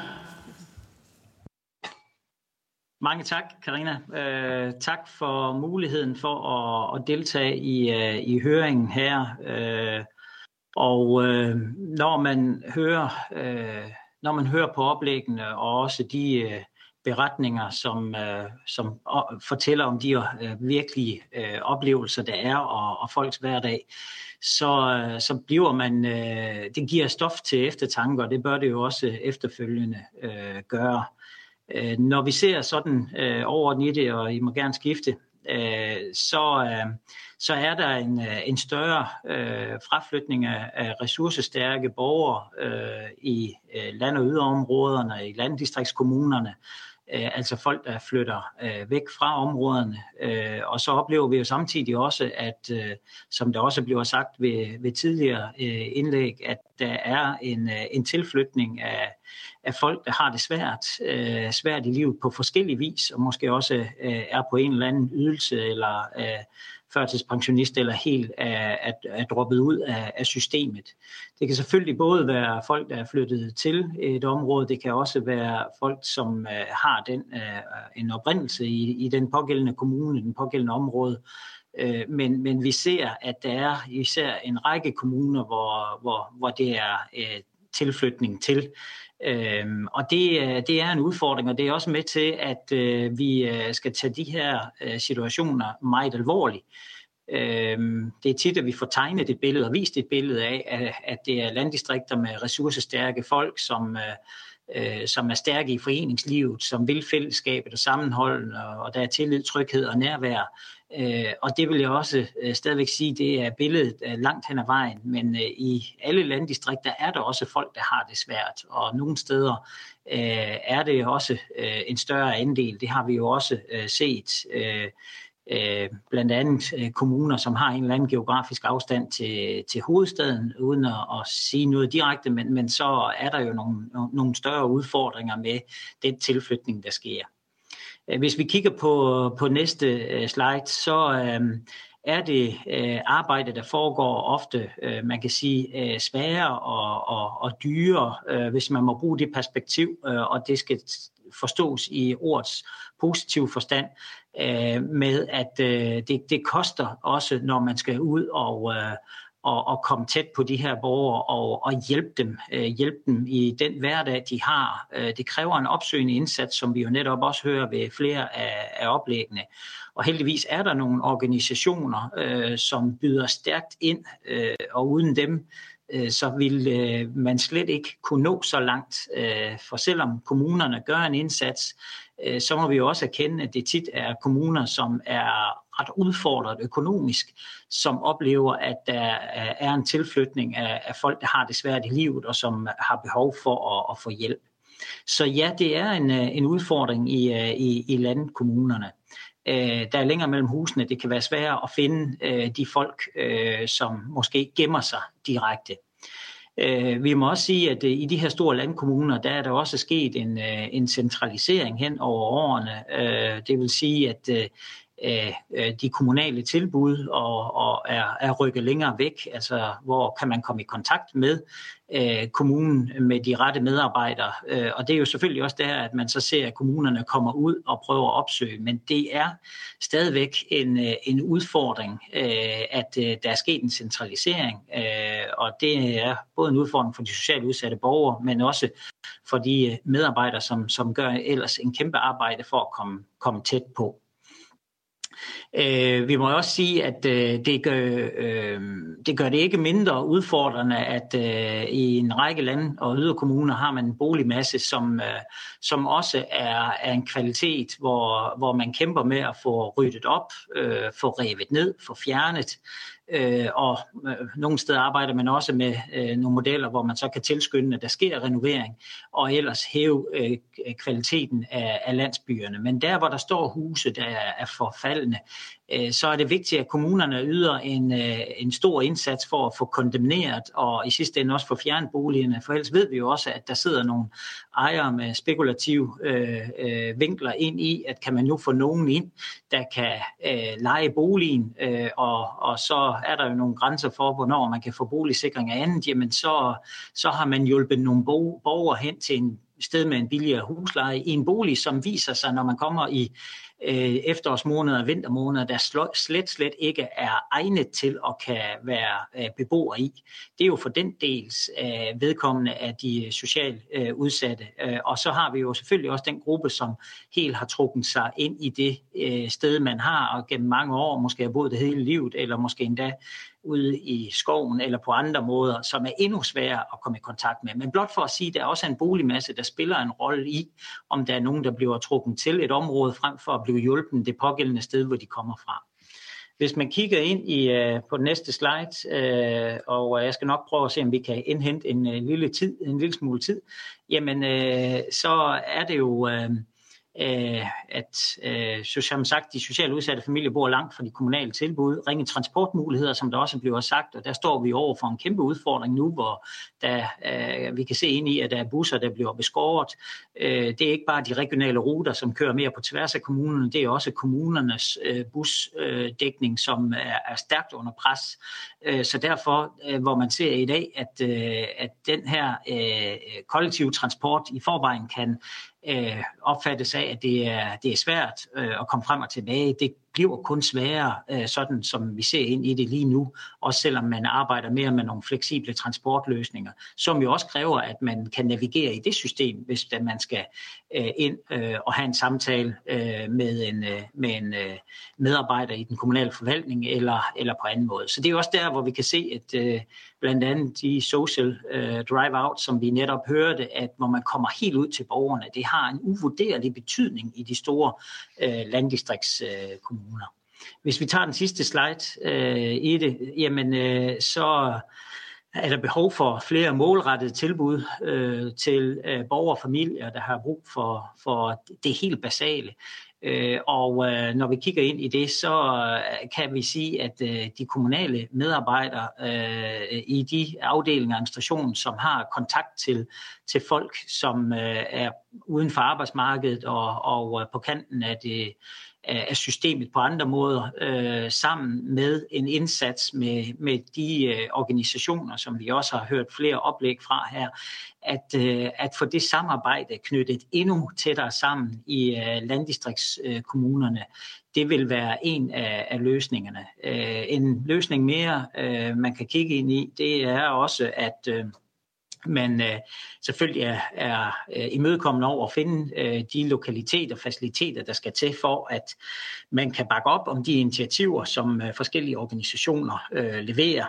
S15: Mange tak, Karina. Øh, tak for muligheden for at, at deltage i, uh, i høringen her. Øh, og øh, når man hører øh, når man hører på oplæggene og også de øh, beretninger, som, øh, som øh, fortæller om de øh, virkelige øh, oplevelser, der er, og, og folks hverdag, så, øh, så bliver man, øh, det giver stof til eftertanke, og det bør det jo også efterfølgende øh, gøre. Øh, når vi ser sådan øh, overordnet i det, og I må gerne skifte, øh, så, øh, så er der en, en større øh, fraflytning af, af ressourcestærke borgere øh, i øh, land- og yderområderne, i landdistriktskommunerne, øh, altså folk, der flytter øh, væk fra områderne. Øh, og så oplever vi jo samtidig også, at øh, som der også bliver sagt ved, ved tidligere øh, indlæg, at der er en, øh, en tilflytning af, af folk, der har det svært, øh, svært i livet på forskellige vis, og måske også øh, er på en eller anden ydelse, eller øh, førtidspensionist, eller helt er, er, er droppet ud af, af systemet. Det kan selvfølgelig både være folk, der er flyttet til et område, det kan også være folk, som øh, har den, øh, en oprindelse i, i den pågældende kommune, den pågældende område. Øh, men, men vi ser, at der er især en række kommuner, hvor, hvor, hvor det er øh, tilflytning til. Øhm, og det, det er en udfordring, og det er også med til, at øh, vi øh, skal tage de her øh, situationer meget alvorligt. Øhm, det er tit, at vi får tegnet et billede og vist et billede af, at, at det er landdistrikter med ressourcestærke folk, som, øh, som er stærke i foreningslivet, som vil fællesskabet og sammenholdet, og, og der er tillid, tryghed og nærvær. Øh, og det vil jeg også øh, stadigvæk sige, det er billedet øh, langt hen ad vejen, men øh, i alle landdistrikter er der også folk, der har det svært, og nogle steder øh, er det også øh, en større andel. Det har vi jo også øh, set, øh, øh, blandt andet øh, kommuner, som har en eller anden geografisk afstand til, til hovedstaden, uden at, at sige noget direkte, men, men så er der jo nogle, nogle større udfordringer med den tilflytning, der sker. Hvis vi kigger på, på næste slide, så øh, er det øh, arbejde, der foregår ofte, øh, man kan sige, øh, sværere og, og, og dyre, øh, hvis man må bruge det perspektiv, øh, og det skal forstås i ordets positive forstand, øh, med at øh, det, det koster også, når man skal ud og øh, Og, og komme tæt på de her borgere og, og hjælpe dem, øh, hjælpe dem i den hverdag, de har. Øh, det kræver en opsøgende indsats, som vi jo netop også hører ved flere af, af oplæggene. Og heldigvis er der nogle organisationer, øh, som byder stærkt ind, øh, og uden dem, øh, så vil øh, man slet ikke kunne nå så langt. Øh, for selvom kommunerne gør en indsats, øh, så må vi jo også erkende, at det tit er kommuner, som er ret udfordret økonomisk, som oplever, at der er en tilflytning af, af folk, der har det svært i livet, og som har behov for at, at få hjælp. Så ja, det er en, en udfordring i, i, i landkommunerne. Der er længere mellem husene. Det kan være sværere at finde de folk, som måske gemmer sig direkte. Vi må også sige, at i de her store landkommuner, der er der også sket en, en centralisering hen over årene. Det vil sige, at de kommunale tilbud og, og er, er rykket længere væk, altså hvor kan man komme i kontakt med øh, kommunen med de rette medarbejdere, øh, og det er jo selvfølgelig også der, at man så ser, at kommunerne kommer ud og prøver at opsøge, men det er stadigvæk en, en udfordring, øh, at øh, der er sket en centralisering, øh, og det er både en udfordring for de socialt udsatte borgere, men også for de medarbejdere, som, som gør ellers en kæmpe arbejde for at komme, komme tæt på. Øh, vi må også sige, at øh, det, gør, øh, det gør det ikke mindre udfordrende, at øh, i en række lande og yderkommuner har man en boligmasse, som, øh, som også er, er en kvalitet, hvor, hvor man kæmper med at få ryddet op, øh, få revet ned, få fjernet. Øh, og øh, nogle steder arbejder man også med øh, nogle modeller, hvor man så kan tilskynde, at der sker renovering, og ellers hæve øh, kvaliteten af, af landsbyerne. Men der, hvor der står huse, der er, er forfaldende, øh, så er det vigtigt, at kommunerne yder en, øh, en stor indsats for at få kondemneret, og i sidste ende også få fjernet boligerne. For ellers ved vi jo også, at der sidder nogle ejere med spekulative øh, øh, vinkler ind i, at kan man nu få nogen ind, der kan øh, leje boligen, øh, og, og så er der jo nogle grænser for, hvornår man kan få boligsikring af andet, jamen så, så har man hjulpet nogle borgere hen til en sted med en billigere husleje i en bolig, som viser sig, når man kommer i øh, efterårsmåneder og vintermåneder, der slet, slet ikke er egnet til at kan være øh, beboere i. Det er jo for den dels øh, vedkommende af de socialt øh, udsatte. Øh, og så har vi jo selvfølgelig også den gruppe, som helt har trukket sig ind i det øh, sted, man har, og gennem mange år måske har boet det hele livet, eller måske endda ude i skoven eller på andre måder, som er endnu sværere at komme i kontakt med. Men blot for at sige, at der er også en boligmasse, der spiller en rolle i, om der er nogen, der bliver trukket til et område, frem for at blive hjulpet det pågældende sted, hvor de kommer fra. Hvis man kigger ind i uh, på den næste slide, uh, og jeg skal nok prøve at se, om vi kan indhente en uh, lille tid, en lille smule tid, jamen uh, så er det jo uh, at øh, som sagt, de socialt udsatte familier bor langt fra de kommunale tilbud, ringe transportmuligheder, som der også bliver sagt, og der står vi over for en kæmpe udfordring nu, hvor der, øh, vi kan se ind i, at der er busser, der bliver beskåret. Øh, det er ikke bare de regionale ruter, som kører mere på tværs af kommunerne, det er også kommunernes øh, busdækning, som er, er stærkt under pres. Øh, så derfor, øh, hvor man ser i dag, at, øh, at den her øh, kollektive transport i forvejen kan Øh, opfattes af, at det er, det er svært øh, at komme frem og tilbage. Det bliver kun sværere, øh, sådan som vi ser ind i det lige nu, også selvom man arbejder mere med nogle fleksible transportløsninger, som jo også kræver, at man kan navigere i det system, hvis man skal øh, ind øh, og have en samtale øh, med en, øh, med en øh, medarbejder i den kommunale forvaltning eller, eller på anden måde. Så det er også der, hvor vi kan se, at øh, blandt andet de social øh, drive-out, som vi netop hørte, at hvor man kommer helt ud til borgerne, det har en uvurderlig betydning i de store øh, landdistriktskommuner. Hvis vi tager den sidste slide øh, i det, jamen øh, så er der behov for flere målrettede tilbud øh, til øh, borgere og familier, der har brug for, for det helt basale. Øh, og øh, når vi kigger ind i det, så øh, kan vi sige, at øh, de kommunale medarbejdere øh, i de afdelinger af administrationen, som har kontakt til, til folk, som øh, er uden for arbejdsmarkedet og, og øh, på kanten af det af systemet på andre måder, øh, sammen med en indsats med, med de øh, organisationer, som vi også har hørt flere oplæg fra her, at, øh, at få det samarbejde knyttet endnu tættere sammen i øh, landdistriktskommunerne, øh, det vil være en af, af løsningerne. Øh, en løsning mere, øh, man kan kigge ind i, det er også, at øh, man øh, selvfølgelig er, er øh, imødekommende over at finde øh, de lokaliteter og faciliteter, der skal til for, at man kan bakke op om de initiativer, som øh, forskellige organisationer øh, leverer.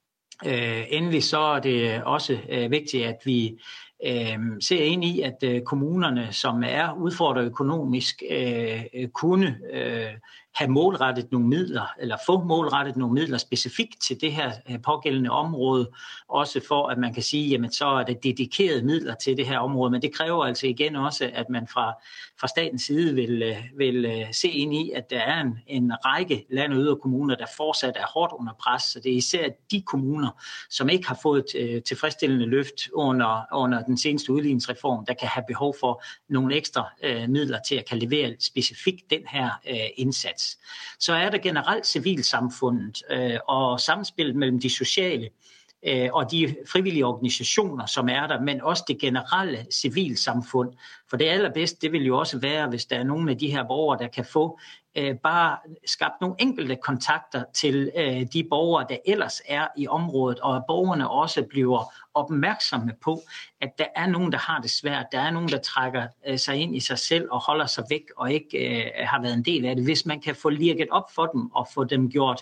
S15: Øh, endelig så er det også øh, vigtigt, at vi øh, ser ind i, at øh, kommunerne, som er udfordret økonomisk, øh, kunne øh, have målrettet nogle midler, eller få målrettet nogle midler specifikt til det her pågældende område, også for at man kan sige, jamen så er der dedikerede midler til det her område, men det kræver altså igen også, at man fra, fra statens side vil, vil se ind i, at der er en, en række land- og yderkommuner, der fortsat er hårdt under pres, så det er især de kommuner, som ikke har fået et tilfredsstillende løft under, under den seneste udligningsreform, der kan have behov for nogle ekstra øh, midler til at kan levere specifikt den her øh, indsats. Så er der generelt civilsamfundet øh, og samspillet mellem de sociale øh, og de frivillige organisationer, som er der, men også det generelle civilsamfund. For det allerbedste, det vil jo også være, hvis der er nogle af de her borgere, der kan få øh, bare skabt nogle enkelte kontakter til øh, de borgere, der ellers er i området, og at borgerne også bliver opmærksomme på, at der er nogen, der har det svært. Der er nogen, der trækker øh, sig ind i sig selv og holder sig væk og ikke øh, har været en del af det. Hvis man kan få lirket op for dem og få dem gjort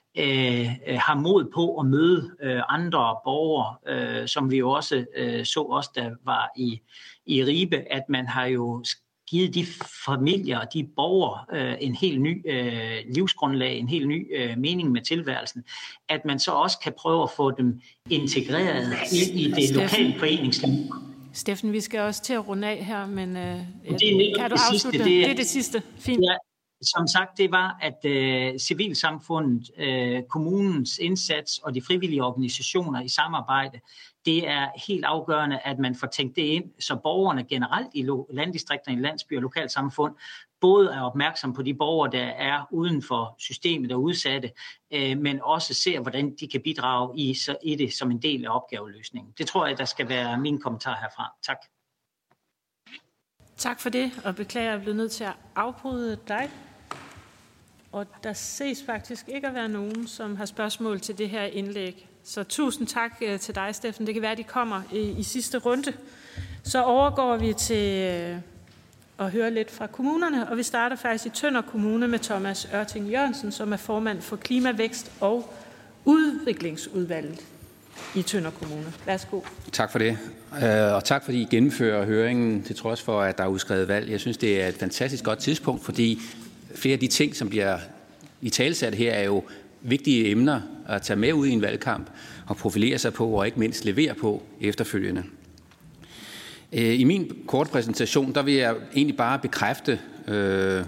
S15: øh, har mod på at møde øh, andre borgere, øh, som vi jo også øh, så også, der var i, i Ribe, at man har jo givet de familier og de borgere øh, en helt ny øh, livsgrundlag, en helt ny øh, mening med tilværelsen, at man så også kan prøve at få dem integreret ind i det lokale foreningsliv.
S1: Steffen, vi skal også til at runde af her, men øh,
S15: det
S1: kan du
S15: det
S1: afslutte?
S15: Sidste, det,
S1: det er det sidste. Fint.
S15: Ja, som sagt, det var, at øh, civilsamfundet, øh, kommunens indsats og de frivillige organisationer i samarbejde, det er helt afgørende, at man får tænkt det ind, så borgerne generelt i landdistrikterne, i landsbyer og lokalsamfund, både er opmærksom på de borgere, der er uden for systemet og udsatte, øh, men også ser, hvordan de kan bidrage i, så, i det som en del af opgaveløsningen. Det tror jeg, der skal være min kommentar herfra. Tak.
S1: Tak for det, og beklager, at jeg blev nødt til at afbryde dig. Og der ses faktisk ikke at være nogen, som har spørgsmål til det her indlæg. Så tusind tak til dig, Steffen. Det kan være, at de kommer i, i sidste runde. Så overgår vi til at høre lidt fra kommunerne, og vi starter faktisk i Tønder Kommune med Thomas Ørting Jørgensen, som er formand for Klimavækst og Udviklingsudvalget i Tønder Kommune. Værsgo.
S6: Tak for det, og tak fordi I gennemfører høringen, til trods for, at der er udskrevet valg. Jeg synes, det er et fantastisk godt tidspunkt, fordi flere af de ting, som bliver italesat her, er jo vigtige emner at tage med ud i en valgkamp og profilere sig på, og ikke mindst levere på efterfølgende. I min korte præsentation, der vil jeg egentlig bare bekræfte øh,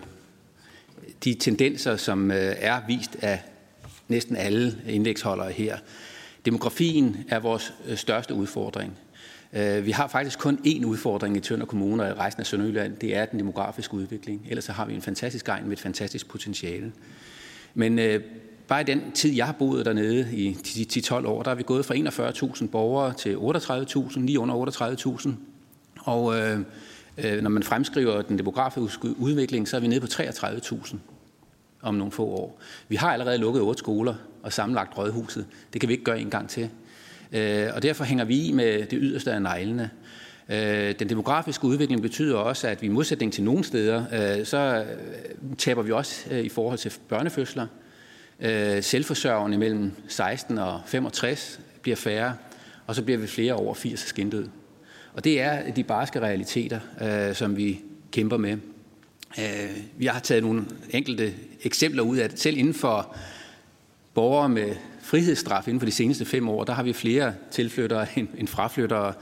S6: de tendenser, som øh, er vist af næsten alle indlægsholdere her. Demografien er vores største udfordring. Vi har faktisk kun én udfordring i Tønder Kommune og i resten af Sønderjylland. Det er den demografiske udvikling. Ellers så har vi en fantastisk egn med et fantastisk potentiale. Men øh, bare i den tid, jeg har boet dernede i ti til tolv år, der er vi gået fra enogfyrre tusind borgere til otteogtredive tusind, lige under otteogtredive tusind. Og øh, øh, når man fremskriver den demografiske udvikling, så er vi nede på treogtredive tusind om nogle få år. Vi har allerede lukket otte skoler og sammenlagt rådhuset. Det kan vi ikke gøre en gang til. Øh, og derfor hænger vi i med det yderste af neglene. Øh, den demografiske udvikling betyder også, at vi i modsætning til nogle steder, øh, så taber vi også øh, i forhold til børnefødsler. Øh, selvforsørgende mellem seksten og femogtres bliver færre, og så bliver vi flere over firs skindød. Og det er de barske realiteter, øh, som vi kæmper med. Øh, vi har taget nogle enkelte eksempler ud af det. Selv inden for borgere med frihedsstraf inden for de seneste fem år, der har vi flere tilflyttere end fraflyttere.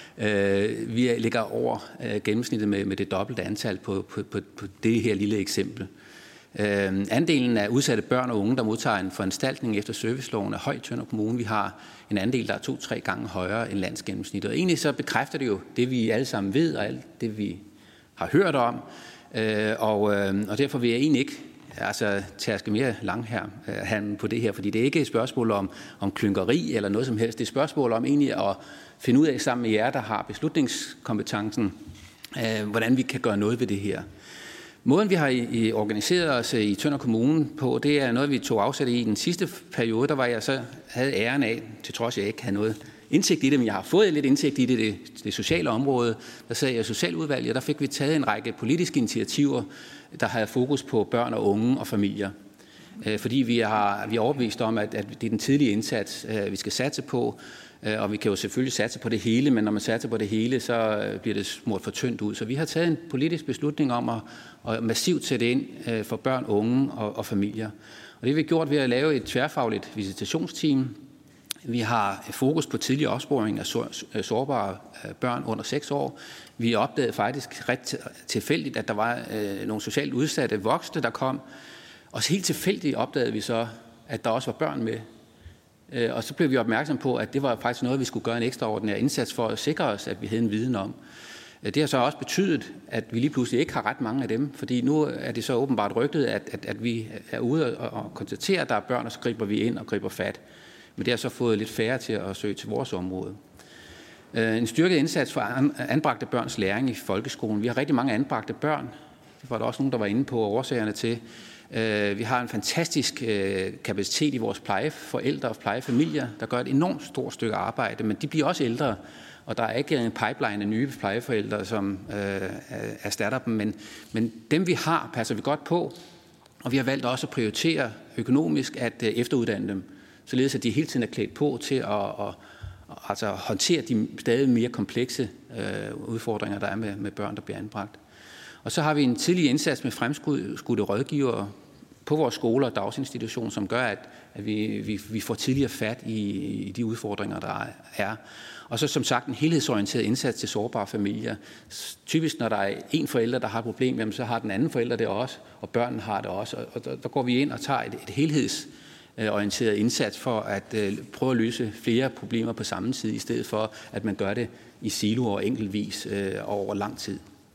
S6: Øh, vi ligger over øh, gennemsnittet med, med det dobbelte antal på, på, på, på det her lille eksempel. Øh, andelen af udsatte børn og unge, der modtager en foranstaltning efter serviceloven, er højt i Tønder Kommune. Vi har en andel, der er to-tre gange højere end landsgennemsnittet. Og egentlig så bekræfter det jo det, vi alle sammen ved, og alt det, vi har hørt om. Øh, og, øh, og derfor vil jeg egentlig ikke altså, tærske mere langhand på det her, fordi det er ikke et spørgsmål om, om klynkeri eller noget som helst. Det er et spørgsmål om egentlig at finde ud af sammen med jer, der har beslutningskompetencen, øh, hvordan vi kan gøre noget ved det her. Måden, vi har i, i organiseret os i Tønder Kommune på, det er noget, vi tog afsæt i den sidste periode. Der var jeg så havde æren af, til trods jeg ikke havde noget indsigt i det, men jeg har fået lidt indsigt i det, det, det sociale område. Der sad jeg i socialudvalget, og der fik vi taget en række politiske initiativer, der havde fokus på børn og unge og familier. Fordi vi, har, vi er overbevist om, at, at det er den tidlige indsats, vi skal satse på, og vi kan jo selvfølgelig satse på det hele, men når man satser på det hele, så bliver det smurt for tyndt ud. Så vi har taget en politisk beslutning om at, at massivt sætte ind for børn, unge og, og familier. Og det har vi gjort ved at lave et tværfagligt visitationsteam. Vi har fokus på tidlig opsporing af sårbare børn under seks år. Vi opdagede faktisk ret tilfældigt, at der var nogle socialt udsatte voksne, der kom. Og helt tilfældigt opdagede vi så, at der også var børn med. Og så blev vi opmærksom på, at det var faktisk noget, vi skulle gøre en ekstraordinær indsats for at sikre os, at vi havde en viden om. Det har så også betydet, at vi lige pludselig ikke har ret mange af dem, fordi nu er det så åbenbart rygtet, at, at, at vi er ude og konstaterer, at der er børn, og så griber vi ind og griber fat. Men det har så fået lidt færre til at søge til vores område. En styrket indsats for anbragte børns læring i folkeskolen. Vi har rigtig mange anbragte børn. Det var der også nogen, der var inde på årsagerne til. Vi har en fantastisk kapacitet i vores plejeforældre og plejefamilier, der gør et enormt stort stykke arbejde, men de bliver også ældre, og der er ikke en pipeline af nye plejeforældre, som erstatter dem, men, men dem vi har, passer vi godt på, og vi har valgt også at prioritere økonomisk at efteruddanne dem, således at de hele tiden er klædt på til at, at, at altså håndtere de stadig mere komplekse udfordringer, der er med, med børn, der bliver anbragt. Og så har vi en tidlig indsats med fremskudte rådgivere på vores skoler og dagsinstitutioner, som gør, at, at vi, vi, vi får tidligere fat i, i de udfordringer, der er. Og så som sagt en helhedsorienteret indsats til sårbare familier. Typisk når der er en forælder, der har et problem, jamen, så har den anden forælder det også, og børnene har det også. Og der, der går vi ind og tager et, et helhedsorienteret indsats for at uh, prøve at løse flere problemer på samme tid, i stedet for at man gør det i siloer og enkeltvis uh, over lang tid.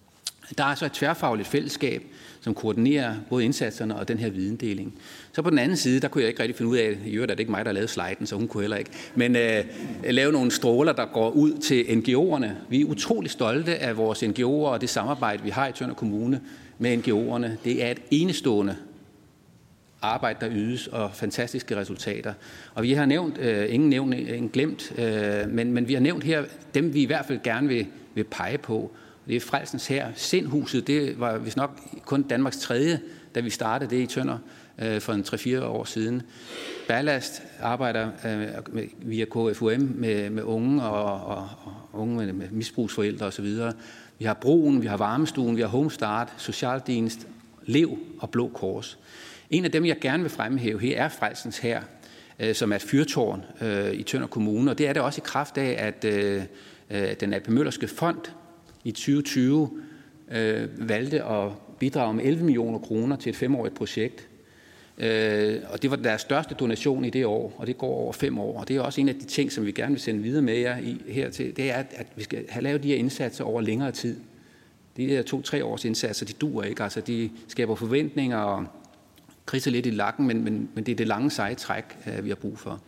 S6: Der er så et tværfagligt fællesskab, som koordinerer både indsatserne og den her videndeling. Så på den anden side, der kunne jeg ikke rigtig finde ud af, i øvrigt er det ikke mig, der lavede sliden, så hun kunne heller ikke, men øh, lave nogle stråler, der går ud til N G O'erne. Vi er utrolig stolte af vores N G O'er og det samarbejde, vi har i Tønder Kommune med N G O'erne. Det er et enestående arbejde, der ydes, og fantastiske resultater. Og vi har nævnt, øh, ingen nævnt, ingen glemt, øh, men, men vi har nævnt her dem, vi i hvert fald gerne vil, vil pege på. Det er Frelsens Hær. Sindhuset, det var vist nok kun Danmarks tredje, da vi startede det i Tønder øh, for en tre fire år siden. Ballast arbejder øh, med, via K F U M med, med unge og, og, og unge med, med misbrugsforældre osv. Vi har Broen, vi har Varmestuen, vi har Homestart, Socialdienst, Lev og Blå Kors. En af dem, jeg gerne vil fremhæve her, er Frelsens Hær, øh, som er et fyrtårn øh, i Tønder Kommune. Og det er det også i kraft af, at øh, den A P Møllerske Fond i tyve tyve øh, valgte at bidrage med elleve millioner kroner til et femårigt projekt. Øh, og det var deres største donation i det år, og det går over fem år. Og det er også en af de ting, som vi gerne vil sende videre med jer i, hertil, det er, at vi skal have lavet de her indsatser over længere tid. De her to-tre års indsatser, de duer ikke. Altså, de skaber forventninger og kridser lidt i lakken, men, men, men det er det lange seje træk, øh, vi har brug for.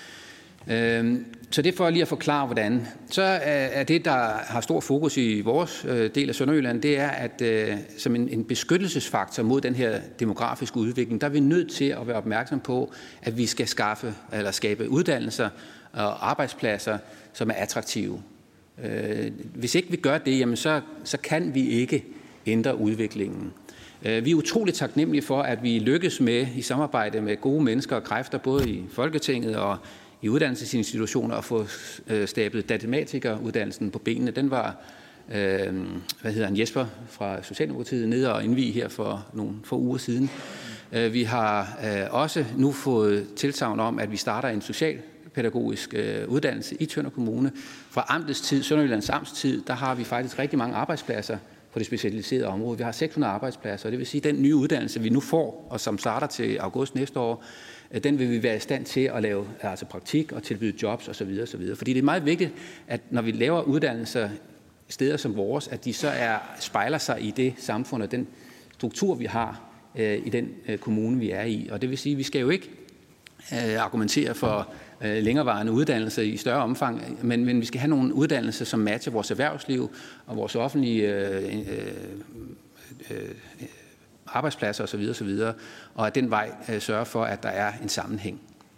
S6: Så det er for lige at forklare, hvordan. Så er det, der har stor fokus i vores del af Sønderjylland, det er, at som en beskyttelsesfaktor mod den her demografiske udvikling, der er vi nødt til at være opmærksom på, at vi skal skaffe eller skabe uddannelser og arbejdspladser, som er attraktive. Hvis ikke vi gør det, jamen så, så kan vi ikke ændre udviklingen. Vi er utroligt taknemmelige for, at vi lykkes med i samarbejde med gode mennesker og kræfter, både i Folketinget og i uddannelsesinstitutioner, at få stablet matematikeruddannelsen på benene. Den var, øh, hvad hedder han, Jesper fra Socialdemokratiet nede og indvige her for nogle få uger siden. Vi har øh, også nu fået tilsagn om, at vi starter en socialpædagogisk øh, uddannelse i Tønder Kommune. Fra amtets tid, Sønderjyllands amtstid, der har vi faktisk rigtig mange arbejdspladser på det specialiserede område. Vi har seks hundrede arbejdspladser, og det vil sige, at den nye uddannelse, vi nu får, og som starter til august næste år, den vil vi være i stand til at lave altså praktik og tilbyde jobs osv. osv. Fordi det er meget vigtigt, at når vi laver uddannelser steder som vores, at de så er, spejler sig i det samfund og den struktur, vi har øh, i den øh, kommune, vi er i. Og det vil sige, at vi skal jo ikke øh, argumentere for øh, længerevarende uddannelser i større omfang, men, men vi skal have nogle uddannelser, som matcher vores erhvervsliv og vores offentlige øh, øh, øh, arbejdspladser osv. osv. Og at den vej øh, sørger for, at der er en sammenhæng.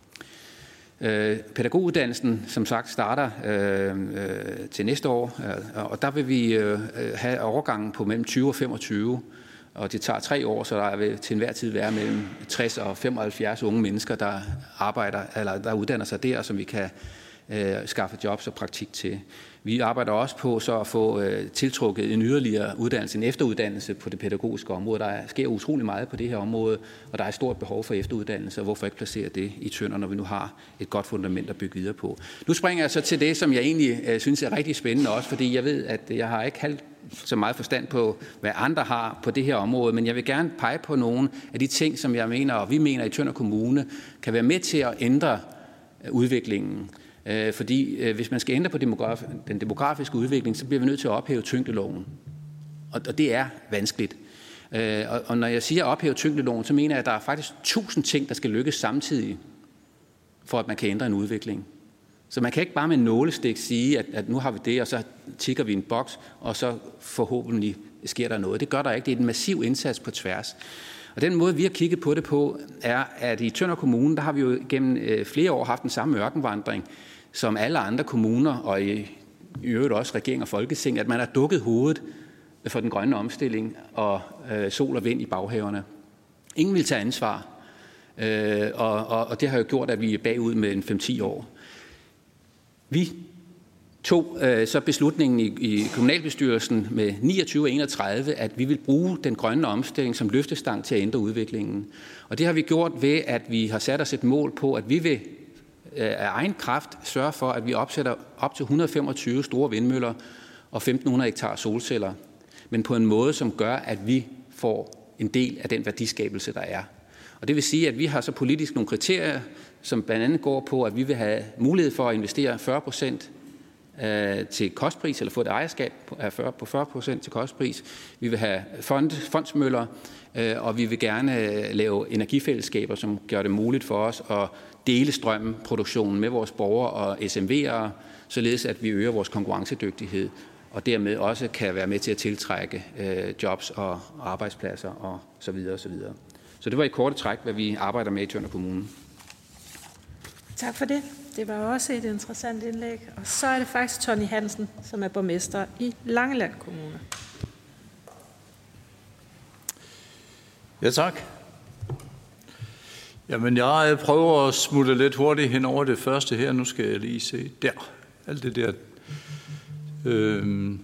S6: Øh, pædagoguddannelsen, som sagt, starter øh, øh, til næste år, øh, og der vil vi øh, have overgangen på mellem tyve og femogtyve, og det tager tre år, så der vil til enhver tid være mellem tres og femoghalvfjerds unge mennesker, der arbejder eller der uddanner sig der, som vi kan øh, skaffe jobs og praktik til. Vi arbejder også på så at få øh, tiltrukket en yderligere uddannelse, en efteruddannelse på det pædagogiske område. Der sker utrolig meget på det her område, og der er et stort behov for efteruddannelse, og hvorfor ikke placere det i Tønder, når vi nu har et godt fundament at bygge videre på. Nu springer jeg så til det, som jeg egentlig øh, synes er rigtig spændende også, fordi jeg ved, at jeg har ikke halvt så meget forstand på, hvad andre har på det her område, men jeg vil gerne pege på nogle af de ting, som jeg mener, og vi mener i Tønder Kommune, kan være med til at ændre udviklingen. Fordi hvis man skal ændre på demograf- den demografiske udvikling, så bliver vi nødt til at ophæve tyngdeloven. Og det er vanskeligt. Og når jeg siger at ophæve tyngdeloven, så mener jeg, at der er faktisk tusind ting, der skal lykkes samtidig, for at man kan ændre en udvikling. Så man kan ikke bare med nålestik sige, at, at nu har vi det, og så tikker vi en boks, og så forhåbentlig sker der noget. Det gør der ikke. Det er en massiv indsats på tværs. Og den måde, vi har kigget på det på, er, at i Tønder Kommune, der har vi jo gennem flere år haft den samme ørkenvandring, som alle andre kommuner, og i, i øvrigt også regering og folketing, at man har dukket hovedet for den grønne omstilling og øh, sol og vind i baghaverne. Ingen vil tage ansvar, øh, og, og, og det har jo gjort, at vi er bagud med en fem til ti år. Vi tog øh, så beslutningen i, i kommunalbestyrelsen med niogtyve enogtredive, at vi vil bruge den grønne omstilling som løftestang til at ændre udviklingen. Og det har vi gjort ved, at vi har sat os et mål på, at vi vil af egen kraft sørge for, at vi opsætter op til et hundrede og femogtyve store vindmøller og femten hundrede hektar solceller, men på en måde, som gør, at vi får en del af den værdiskabelse, der er. Og det vil sige, at vi har så politisk nogle kriterier, som blandt andet går på, at vi vil have mulighed for at investere fyrre procent øh, til kostpris, eller få et ejerskab på fyrre procent til kostpris. Vi vil have fond, fondsmøller, øh, og vi vil gerne lave energifællesskaber, som gør det muligt for os at dele strømproduktionen med vores borgere og S M V'ere, således at vi øger vores konkurrencedygtighed, og dermed også kan være med til at tiltrække øh, jobs og arbejdspladser og så videre og så videre. Så det var i korte træk, hvad vi arbejder med i Tønder Kommune.
S1: Tak for det. Det var også et interessant indlæg. Og så er det faktisk Tonni Hansen, som er borgmester i Langeland Kommune.
S16: Ja, tak. Jamen, jeg prøver at smutte lidt hurtigt hen over det første her. Nu skal jeg lige se der. Alt det der. Øhm.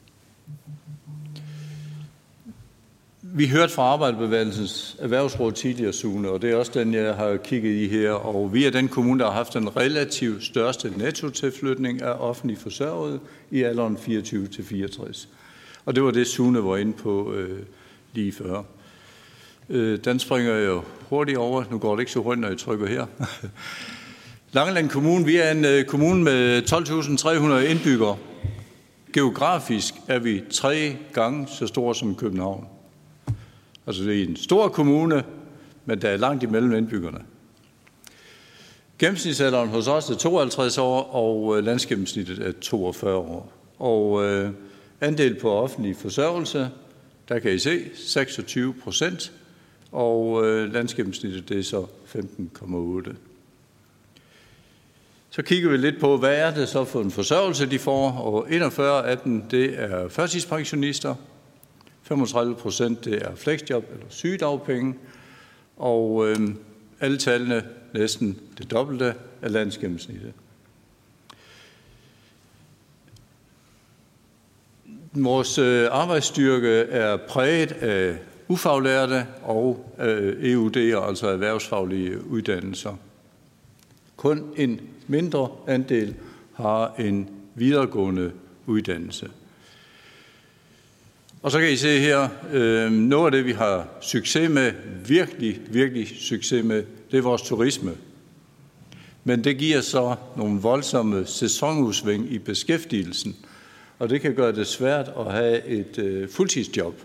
S16: Vi hørte fra Arbejderbevægelsens Erhvervsråd tidligere, Sune, og det er også den, jeg har kigget i her. Og vi er den kommune, der har haft den relativt største nettotilflytning af offentlige forsørgede i alderen fireogtyve til fireogtres. Og det var det, Sune var inde på øh, lige før. Øh, den springer jo hurtigt over. Nu går det ikke så hurtigt, når jeg trykker her. Langeland Kommune, vi er en øh, kommune med tolv tusind tre hundrede indbyggere. Geografisk er vi tre gange så store som København. Altså det er en stor kommune, men der er langt imellem indbyggerne. Gennemsnitsalderen hos os er tooghalvtreds år, og landsgennemsnittet er toogfyrre år. Og øh, andel på offentlig forsørgelse, der kan I se, seksogtyve procent, og øh, landsgennemsnittet det er så femten komma otte. Så kigger vi lidt på, hvad er det så for en forsørgelse, de får, og enogfyrre af dem, det er førtidspensionister, femogtredive procent det er fleksjob eller sygedagpenge, og øh, alle tallene næsten det dobbelte af landsgennemsnittet. Vores øh, arbejdsstyrke er præget af ufaglærte og øh, E U D'er, altså erhvervsfaglige uddannelser. Kun en mindre andel har en videregående uddannelse. Og så kan I se her, øh, noget af det, vi har succes med, virkelig, virkelig succes med, det er vores turisme. Men det giver så nogle voldsomme sæsonudsving i beskæftigelsen, og det kan gøre det svært at have et øh, fuldtidsjob.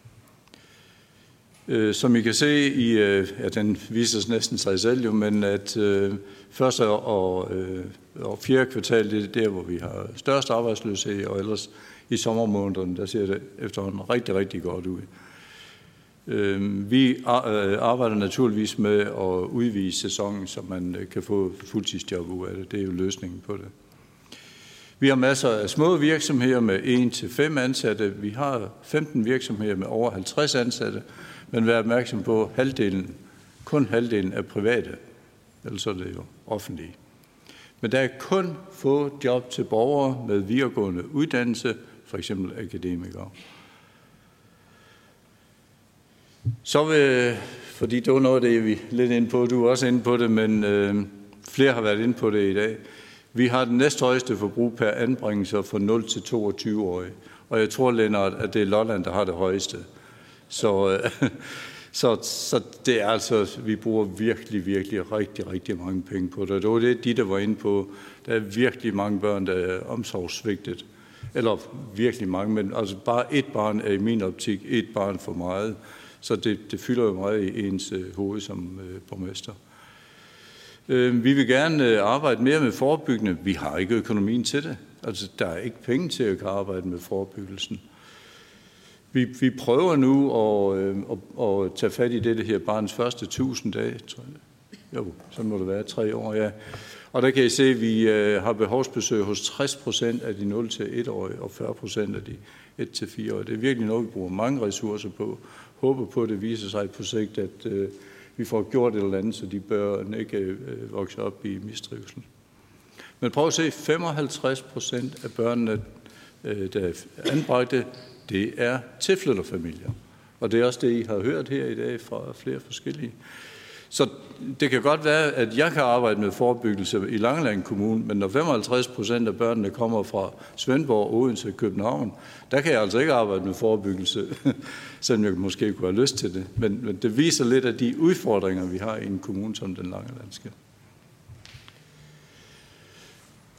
S16: Øh, som I kan se, i, øh, ja, den viser sig næsten sig selv jo, men at øh, første og, øh, og fjerde kvartal, det er der, hvor vi har størst arbejdsløshed, og ellers i sommermånederne, der ser det efterhånden rigtig, rigtig godt ud. Øh, vi arbejder naturligvis med at udvide sæsonen, så man kan få fuldtidsjob ud af det. Det er jo løsningen på det. Vi har masser af små virksomheder med en til fem ansatte. Vi har femten virksomheder med over halvtreds ansatte, men vær opmærksom på halvdelen, kun halvdelen er private, ellers er det jo offentlige. Men der er kun få job til borgere med videregående uddannelse, for eksempel akademikere. Så vil, fordi det var noget, det vi er lidt inde på, du er også inde på det, men øh, flere har været inde på det i dag. Vi har den næsthøjeste forbrug per anbringelse for nul til toogtyve-årige, og jeg tror, Lennart, at det er Lolland, der har det højeste. Så, øh, så, så det er altså, vi bruger virkelig, virkelig rigtig, rigtig mange penge på det. Det var det, de der var inde på. Der er virkelig mange børn, der er omsorgssvigtet. Eller virkelig mange, men altså bare et barn er i min optik et barn for meget. Så det, det fylder jo meget i ens øh, hoved som øh, borgmester. Øh, vi vil gerne øh, arbejde mere med forebyggende. Vi har ikke økonomien til det. Altså, der er ikke penge til at arbejde med forebyggelsen. Vi, vi prøver nu at, øh, at, at tage fat i det, det her barns første tusind dage. Tror jeg. Jo, så må det være tre år, ja. Og der kan I se, at vi øh, har behovsbesøg hos tres procent af de nul til et-årige og fyrre procent af de et til fire-årige. Det er virkelig noget, vi bruger mange ressourcer på. Håber på, at det viser sig på sigt, at øh, vi får gjort et eller andet, så de børn ikke øh, vokser op i mistrivsel. Men prøv at se, femoghalvtreds procent af børnene, øh, der er anbragte, det er tilflytterfamilier. Og det er også det, I har hørt her i dag fra flere forskellige. Så det kan godt være, at jeg kan arbejde med forebyggelse i Langeland Kommune, men når femoghalvtreds procent af børnene kommer fra Svendborg, Odense og København, der kan jeg altså ikke arbejde med forebyggelse, selvom jeg måske kunne have lyst til det. Men, men det viser lidt af de udfordringer, vi har i en kommune som den langelandske.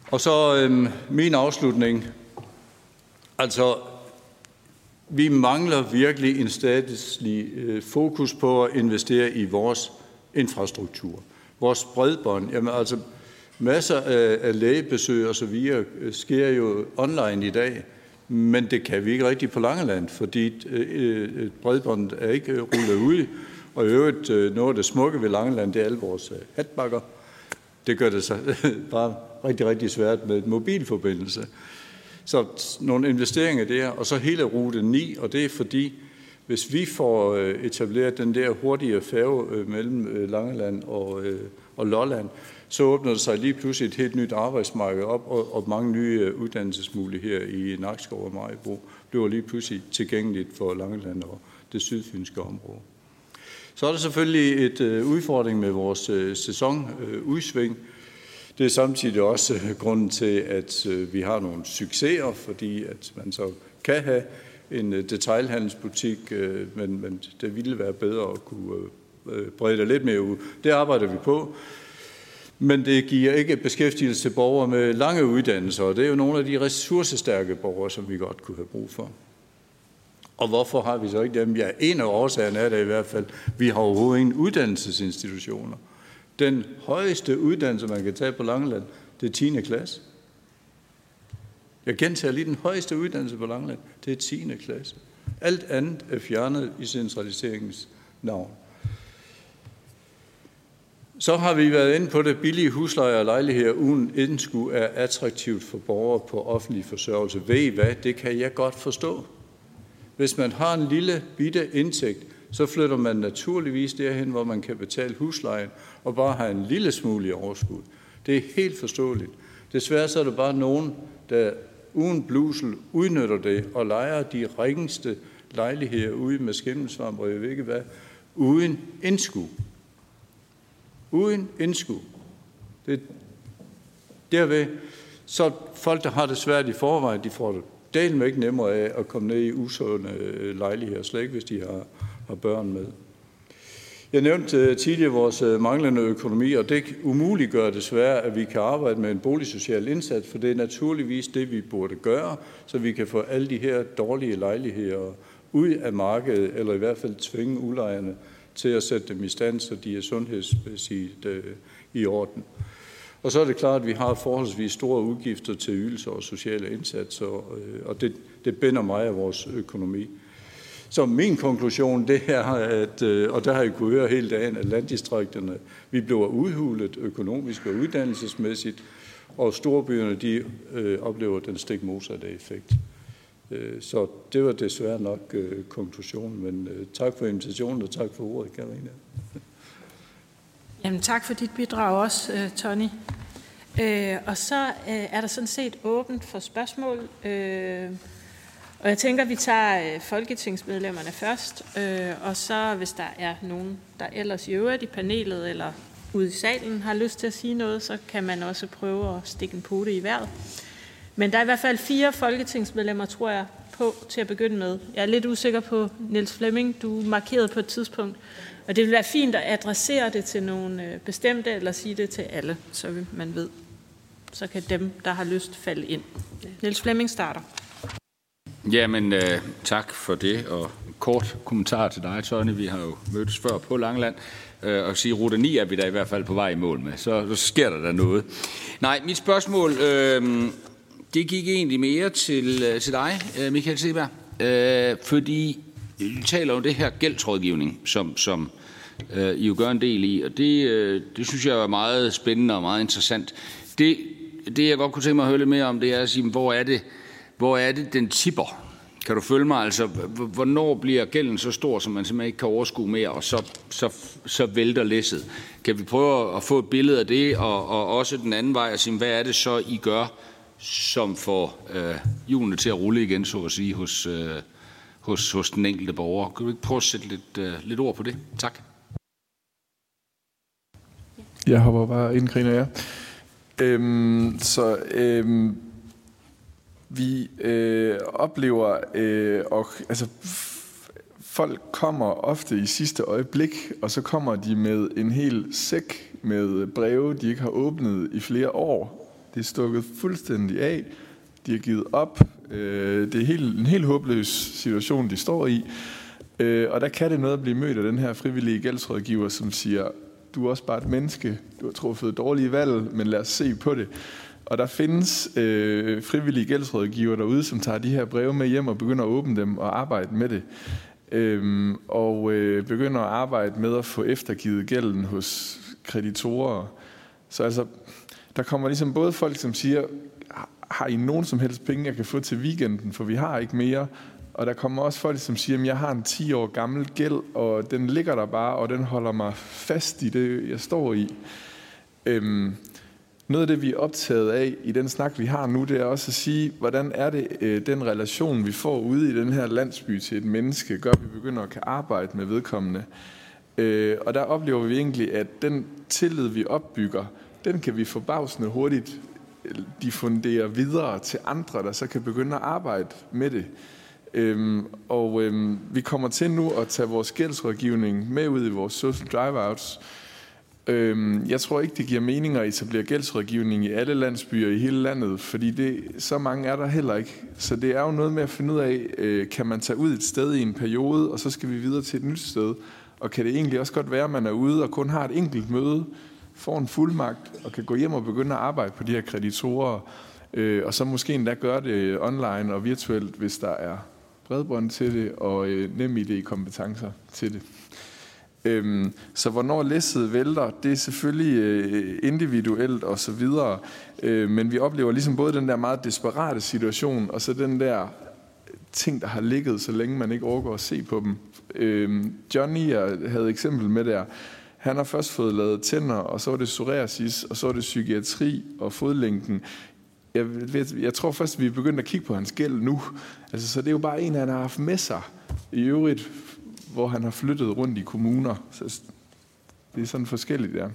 S16: Og så øh, min afslutning. Altså, vi mangler virkelig en statslig øh, fokus på at investere i vores infrastruktur. Vores bredbånd. Jamen altså, masser af, af lægebesøg og så videre sker jo online i dag, men det kan vi ikke rigtig på Langeland, fordi øh, bredbåndet er ikke rullet ud. Og i øvrigt, øh, noget af det smukke ved Langeland, det er alle vores øh, hatbakker. Det gør det så bare rigtig, rigtig svært med et mobilforbindelse. Så nogle investeringer der, og så hele rute ni, og det er fordi, hvis vi får etableret den der hurtige færge mellem Langeland og, og Lolland, så åbner der sig lige pludselig et helt nyt arbejdsmarked op, og, og mange nye uddannelsesmuligheder i Nakskov og Maribo bliver lige pludselig tilgængeligt for Langeland og det sydfynske område. Så er der selvfølgelig et øh, udfordring med vores øh, sæsonudsving. Det er samtidig også øh, grunden til, at øh, vi har nogle succeser, fordi at man så kan have en øh, detailhandelsbutik, øh, men, men det ville være bedre at kunne øh, brede det lidt mere ud. Det arbejder vi på. Men det giver ikke beskæftigelse til borgere med lange uddannelser, og det er jo nogle af de ressourcestærke borgere, som vi godt kunne have brug for. Og hvorfor har vi så ikke dem? Ja, en af årsagerne er det i hvert fald, vi har overhovedet ingen uddannelsesinstitutioner. Den højeste uddannelse, man kan tage på Langeland, det er tiende klasse. Jeg gentager lige, den højeste uddannelse på Langeland, det er tiende klasse. Alt andet er fjernet i centraliseringens navn. Så har vi været inde på det, billige huslejer og lejligheder uden indskud er attraktivt for borgere på offentlig forsørgelse. Ved I hvad? Det kan jeg godt forstå. Hvis man har en lille bitte indtægt, så flytter man naturligvis derhen, hvor man kan betale huslejen og bare have en lille smule i overskud. Det er helt forståeligt. Desværre så er der bare nogen, der uden blusel udnytter det og lejer de ringeste lejligheder ude med skimmelsvamp og jeg ved ikke hvad, uden indskud. Uden indskud. Det derved, så folk, der har det svært i forvejen, de får det delen ikke nemmere af at komme ned i usunde lejligheder, slet ikke hvis de har, har børn med. Jeg nævnte tidligere vores manglende økonomi, og det umuliggør desværre, at vi kan arbejde med en boligsocial indsats, for det er naturligvis det, vi burde gøre, så vi kan få alle de her dårlige lejligheder ud af markedet, eller i hvert fald tvinge udlejerne til at sætte dem i stand, så de er sundhedsmæssigt øh, i orden. Og så er det klart, at vi har forholdsvis store udgifter til ydelser og sociale indsatser, øh, og det, det binder meget af vores økonomi. Så min konklusion, det er, at, øh, og der har jeg kunnet høre hele dagen, at landdistrikterne, vi bliver udhulet økonomisk og uddannelsesmæssigt, og storbyerne, de øh, oplever den stik modsatte effekt. Så det var desværre nok øh, konklusionen, men øh, tak for invitationen, og tak for ordet, Karina.
S1: Jamen tak for dit bidrag også, øh, Tony. Øh, og så øh, er der sådan set åbent for spørgsmål, øh, og jeg tænker, vi tager øh, folketingsmedlemmerne først, øh, og så hvis der er nogen, der ellers i øvrigt i panelet eller ude i salen har lyst til at sige noget, så kan man også prøve at stikke en pote i vejret. Men der er i hvert fald fire folketingsmedlemmer, tror jeg, på til at begynde med. Jeg er lidt usikker på, Niels Flemming, du markerede på et tidspunkt. Og det vil være fint at adressere det til nogle bestemte, eller sige det til alle, så man ved. Så kan dem, der har lyst, falde ind. Niels Flemming starter.
S12: Jamen, øh, tak for det, og kort kommentar til dig, Tony. Vi har jo mødtes før på Langeland, øh, og sige, rute ni er vi da i hvert fald på vej i mål med. Så, så sker der da noget. Nej, mit spørgsmål... Øh, Det gik egentlig mere til, til dig, Michael Seeberg, øh, fordi vi taler om det her gældsrådgivning, som, som øh, I jo gør en del i, og det, øh, det synes jeg er meget spændende og meget interessant. Det, det jeg godt kunne tænke mig at høre lidt mere om, det er at sige, hvor er det, hvor er det den tipper? Kan du følge mig? Altså, hvornår bliver gælden så stor, som man simpelthen ikke kan overskue mere, og så, så, så vælter læsset? Kan vi prøve at få et billede af det, og, og også den anden vej at sige, hvad er det så, I gør, som får øh, hjulene til at rulle igen, så at sige, hos, øh, hos, hos den enkelte borger. Kan du ikke prøve at sætte lidt, øh, lidt ord på det? Tak.
S13: Jeg hopper bare ind, Karina, ja. Øhm, så øhm, vi øh, oplever, øh, og altså folk kommer ofte i sidste øjeblik, og så kommer de med en hel sæk med breve, de ikke har åbnet i flere år. Det er stukket fuldstændig af. De har givet op. Øh, det er helt, en helt håbløs situation, de står i. Øh, og der kan det noget at blive mødt af den her frivillige gældsrådgiver, som siger, du er også bare et menneske. Du har truffet dårlige valg, men lad os se på det. Og der findes øh, frivillige gældsrådgiver derude, som tager de her breve med hjem og begynder at åbne dem og arbejde med det. Øhm, og øh, begynder at arbejde med at få eftergivet gælden hos kreditorer. Så altså, der kommer ligesom både folk, som siger, har I nogen som helst penge, jeg kan få til weekenden, for vi har ikke mere. Og der kommer også folk, som siger, at jeg har en ti år gammel gæld, og den ligger der bare, og den holder mig fast i det, jeg står i. Øhm, Noget af det, vi er optaget af i den snak, vi har nu, det er også at sige, hvordan er det, øh, den relation, vi får ude i den her landsby til et menneske, gør, at vi begynder at kan arbejde med vedkommende. Øh, og der oplever vi egentlig, at den tillid, vi opbygger, den kan vi forbavsende hurtigt diffundere videre til andre, der så kan begynde at arbejde med det. Øhm, og øhm, vi kommer til nu at tage vores gældsrådgivning med ud i vores social drive-outs. Øhm, jeg tror ikke, det giver mening at etablere gældsrådgivning i alle landsbyer i hele landet, fordi det, så mange er der heller ikke. Så det er jo noget med at finde ud af, øh, kan man tage ud et sted i en periode, og så skal vi videre til et nyt sted. Og kan det egentlig også godt være, at man er ude og kun har et enkelt møde, får en fuldmagt og kan gå hjem og begynde at arbejde på de her kreditorer, øh, og så måske endda gøre det online og virtuelt, hvis der er bredbånd til det og øh, NemID-kompetencer til det. Øhm, så hvornår læsset vælter, det er selvfølgelig øh, individuelt og så videre, øh, men vi oplever ligesom både den der meget desperate situation, og så den der ting, der har ligget, så længe man ikke overgår at se på dem. Øh, Johnny, jeg havde eksempel med der, han har først fået lavet tænder, og så var det psoriasis, og så var det psykiatri og fodlænken. Jeg, ved, jeg tror først, vi er begyndt at kigge på hans gæld nu. Altså, så det er jo bare en, han har haft med sig i øvrigt, hvor han har flyttet rundt i kommuner. Så det er sådan forskelligt, ja.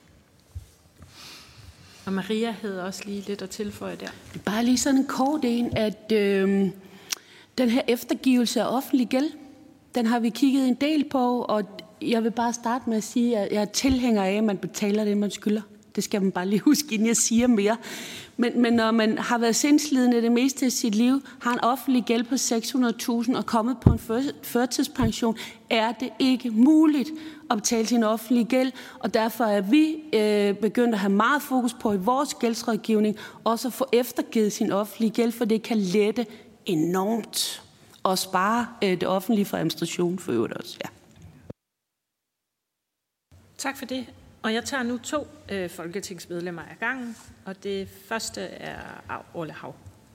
S1: Og Maria havde også lige lidt at tilføje der.
S11: Bare lige sådan en kort en, at øh, den her eftergivelse af offentlig gæld, den har vi kigget en del på, og jeg vil bare starte med at sige, at jeg er tilhænger af, at man betaler det, man skylder. Det skal man bare lige huske, inden jeg siger mere. Men, men når man har været sindslidende det meste af sit liv, har en offentlig gæld på seks hundrede tusind og kommet på en førtidspension, er det ikke muligt at betale sin offentlige gæld. Og derfor er vi øh, begyndt at have meget fokus på i vores gældsrådgivning, også at få eftergivet sin offentlige gæld, for det kan lette enormt og spare øh, det offentlige for administration for øvrigt også. Ja.
S1: Tak for det. Og jeg tager nu to øh, folketingsmedlemmer af gangen, og det første er Orla Hav.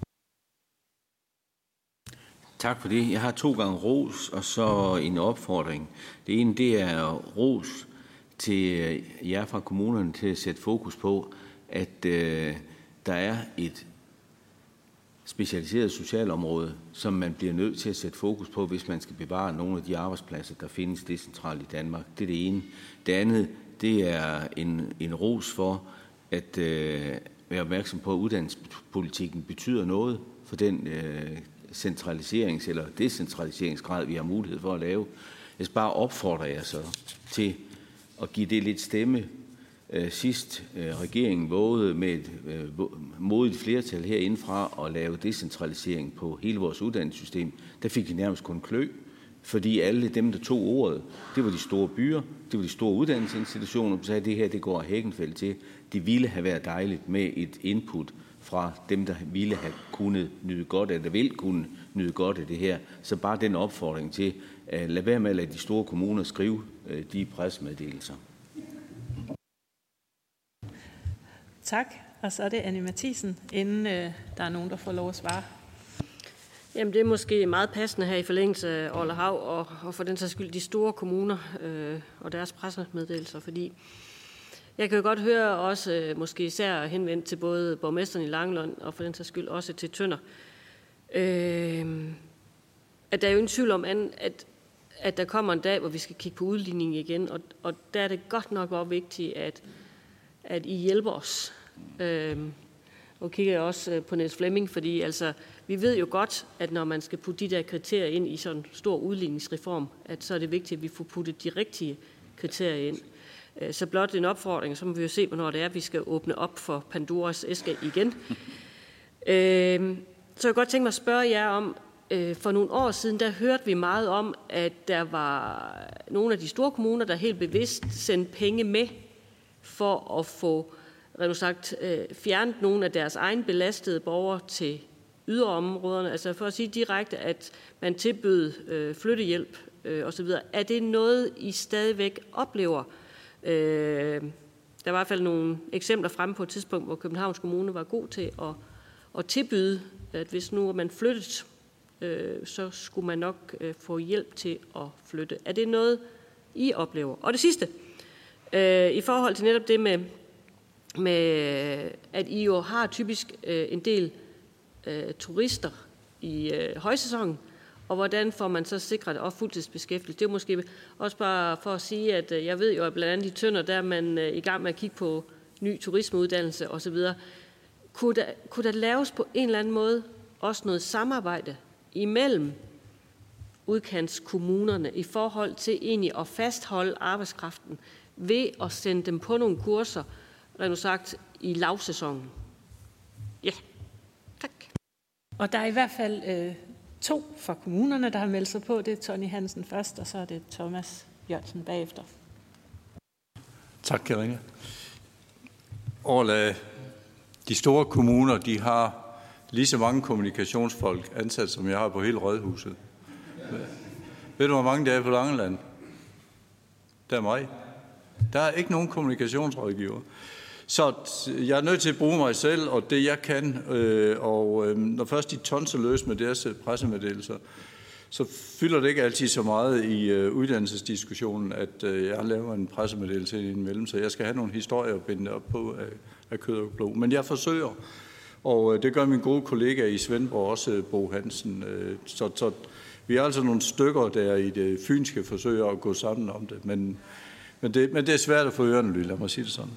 S9: Tak for det. Jeg har to gange ros og så en opfordring. Det ene, det er ros til jer fra kommunerne til at sætte fokus på, at øh, der er et specialiseret socialområde, som man bliver nødt til at sætte fokus på, hvis man skal bevare nogle af de arbejdspladser, der findes decentralt i Danmark. Det er det ene. Det andet, det er en, en ros for at øh, være opmærksom på, at uddannelsespolitikken betyder noget for den øh, centraliserings- eller decentraliseringsgrad, vi har mulighed for at lave. Jeg skal bare opfordre jer så til at give det lidt stemme. Øh, sidst øh, regeringen vågede med et øh, modigt flertal herindefra at lave decentralisering på hele vores uddannelsessystem, der fik de nærmest kun klø. Fordi alle dem, der tog ordet, det var de store byer, det var de store uddannelsesinstitutioner, som sagde, at det her det går Hækkenfeldt til. Det ville have været dejligt med et input fra dem, der ville have kunnet nyde godt af det, vil kunne nyde godt af det her. Så bare den opfordring til, at lade være med at lade de store kommuner skrive de pressemeddelelser.
S1: Tak, og så er det Anne Mathisen, inden øh, der er nogen, der får lov at svare.
S14: Jamen, det er måske meget passende her i forlængelse af Orla Hav, og, og for den sags skyld de store kommuner øh, og deres pressemeddelelser, fordi jeg kan jo godt høre også, øh, måske især henvendt til både borgmesteren i Langeland, og for den sags skyld også til Tønder, øh, at der er jo ingen tvivl om, at, at der kommer en dag, hvor vi skal kigge på udligning igen, og, og der er det godt nok også vigtigt, at, at I hjælper os. Øh, Nu kigger jeg også på Niels Flemming, fordi altså, vi ved jo godt, at når man skal putte de der kriterier ind i sådan en stor udligningsreform, at så er det vigtigt, at vi får puttet de rigtige kriterier ind. Så blot en opfordring, så må vi jo se, hvornår det er, vi skal åbne op for Pandoras æske igen. Så jeg godt tænke mig at spørge jer om, for nogle år siden, der hørte vi meget om, at der var nogle af de store kommuner, der helt bevidst sendte penge med for at få rent sagt, fjernet nogle af deres egen belastede borgere til yderområderne. Altså for at sige direkte, at man tilbød flyttehjælp osv. Er det noget, I stadigvæk oplever? Der var i hvert fald nogle eksempler fremme på et tidspunkt, hvor Københavns Kommune var god til at, at tilbyde, at hvis nu man flyttede, så skulle man nok få hjælp til at flytte. Er det noget, I oplever? Og det sidste, i forhold til netop det med, med at I jo har typisk en del turister i højsæsonen, og hvordan får man så sikret og fuldtidsbeskæftigelse? Det er måske også bare for at sige, at jeg ved jo, at blandt andet i Tønder, der er man i gang med at kigge på ny turismeuddannelse osv. Kunne der, kunne der laves på en eller anden måde også noget samarbejde imellem udkantskommunerne i forhold til egentlig at fastholde arbejdskraften ved at sende dem på nogle kurser, rent sagt, i lavsæsonen? Ja, tak.
S1: Og der er i hvert fald øh, to fra kommunerne, der har meldt sig på. Det er Tony Hansen først, og så er det Thomas Jørgensen bagefter.
S16: Tak, Karina. Orla, de store kommuner, de har lige så mange kommunikationsfolk ansat, som jeg har på hele Rådhuset. Ved du, hvor mange der er på Langeland? Der er mig. Der er ikke nogen kommunikationsrådgiver. Så jeg er nødt til at bruge mig selv og det, jeg kan. Øh, og øh, når først de tonser løs med deres pressemeddelelser, så fylder det ikke altid så meget i øh, uddannelsesdiskussionen, at øh, jeg laver en pressemeddelelse indimellem. Så jeg skal have nogle historier at binde op på af, af kød og blod. Men jeg forsøger. Og øh, det gør min gode kollega i Svendborg også, Bo Hansen. Øh, så, så vi er altså nogle stykker der i det fynske forsøg at gå sammen om det. Men, men, det, men det er svært at få ørerne lyd, lad mig sige det sådan.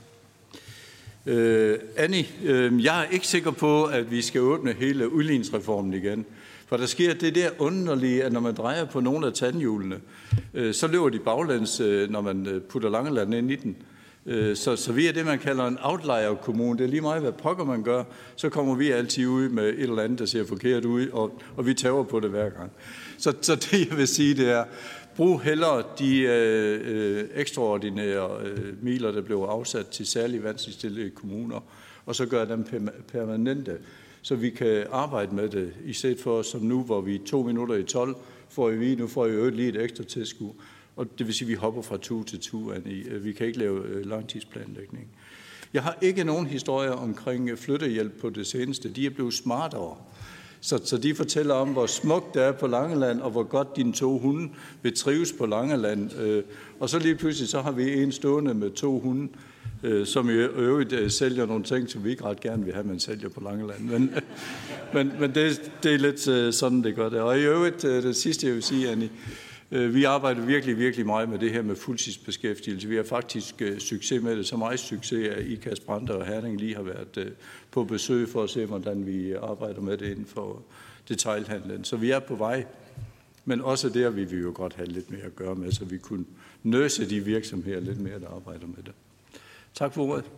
S16: Øh, Annie, øh, jeg er ikke sikker på, at vi skal åbne hele udligningsreformen igen. For der sker det der underlige, at når man drejer på nogle af tandhjulene, øh, så løber de baglæns, øh, når man putter Langeland ind i den. Øh, så, så vi er det, man kalder en outlier-kommune. Det er lige meget, hvad pokker man gør, så kommer vi altid ud med et eller andet, der ser forkert ud, og, og vi tager på det hver gang. Så, så det, jeg vil sige, det er, brug hellere de øh, ekstraordinære øh, midler, der blev afsat til særligt vanskeligt stillede kommuner, og så gør dem permanente, så vi kan arbejde med det, i stedet for som nu, hvor vi to minutter i tolv får I vi, nu får I øvrigt lige et ekstra tilskud. Og det vil sige, at vi hopper fra tue til tue. Vi kan ikke lave langtidsplanlægning. Jeg har ikke nogen historier omkring flyttehjælp på det seneste. De er blevet smartere. Så, så de fortæller om, hvor smukt det er på Langeland, og hvor godt dine to hunde vil trives på Langeland. Og så lige pludselig, så har vi en stående med to hunde, som i øvrigt sælger nogle ting, som vi ikke ret gerne vil have, man sælger på Langeland. Men, men, men det, det er lidt sådan, det gør det. Og i øvrigt, det sidste, jeg vil sige, Annie, vi arbejder virkelig, virkelig meget med det her med fuldtidsbeskæftigelse. Vi har faktisk uh, succes med det. Så meget succes, at Ikast Brande og Herning lige har været uh, på besøg for at se, hvordan vi arbejder med det inden for detailhandlen. Så vi er på vej. Men også der vil vi jo godt have lidt mere at gøre med, så vi kunne nøse de virksomheder lidt mere, der arbejder med det. Tak for ordet.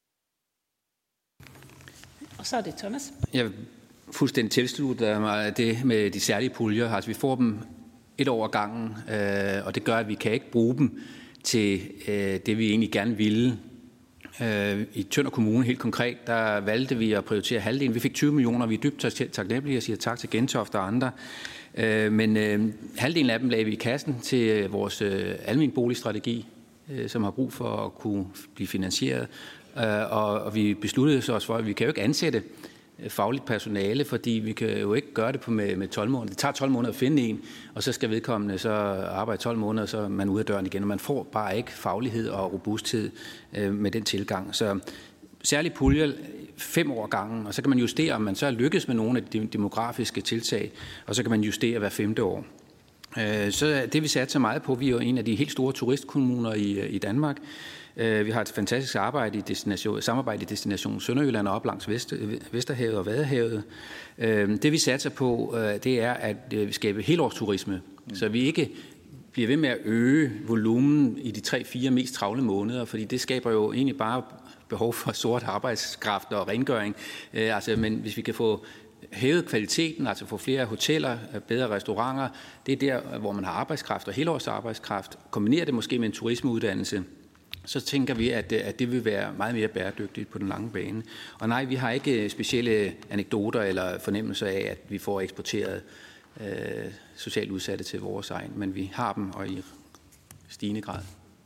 S1: Og så er det Thomas.
S6: Jeg vil fuldstændig tilslutte mig det med de særlige puljer. Altså, vi får dem et år ad gangen, øh, og det gør, at vi kan ikke bruge dem til øh, det, vi egentlig gerne ville. Øh, I Tønder Kommune helt konkret, der valgte vi at prioritere halvdelen. Vi fik tyve millioner, vi er dybt taknemmelige og siger tak til Gentofte og andre. Øh, men øh, halvdelen af dem lagde vi i kassen til vores øh, almenboligstrategi, øh, som har brug for at kunne blive finansieret. Øh, og, og vi besluttede så også for, at vi kan jo ikke ansætte fagligt personale, fordi vi kan jo ikke gøre det på med, med tolv måneder. Det tager tolv måneder at finde en, og så skal vedkommende så arbejde tolv måneder, så er man ude af døren igen, og man får bare ikke faglighed og robusthed øh, med den tilgang. Så særligt puljer fem år gangen, og så kan man justere, om man så lykkes med nogle af de demografiske tiltag, og så kan man justere hver femte år. Øh, så det vi satser meget på, vi er jo en af de helt store turistkommuner i, i Danmark. Vi har et fantastisk arbejde i destination, samarbejde i Destination Sønderjylland og op langs Vester, Vesterhavet og Vadehavet. Det vi satser på, det er at skabe helårsturisme, mm. så vi ikke bliver ved med at øge volumen i de tre-fire mest travle måneder, fordi det skaber jo egentlig bare behov for sort arbejdskraft og rengøring. Øh, altså, men hvis vi kan få hævet kvaliteten, altså få flere hoteller, bedre restauranter, det er der, hvor man har arbejdskraft og helårs arbejdskraft, kombinerer det måske med en turismeuddannelse, så tænker vi, at, at det vil være meget mere bæredygtigt på den lange bane. Og nej, vi har ikke specielle anekdoter eller fornemmelser af, at vi får eksporteret øh, socialt udsatte til vores egen, men vi har dem, og i stigende grad.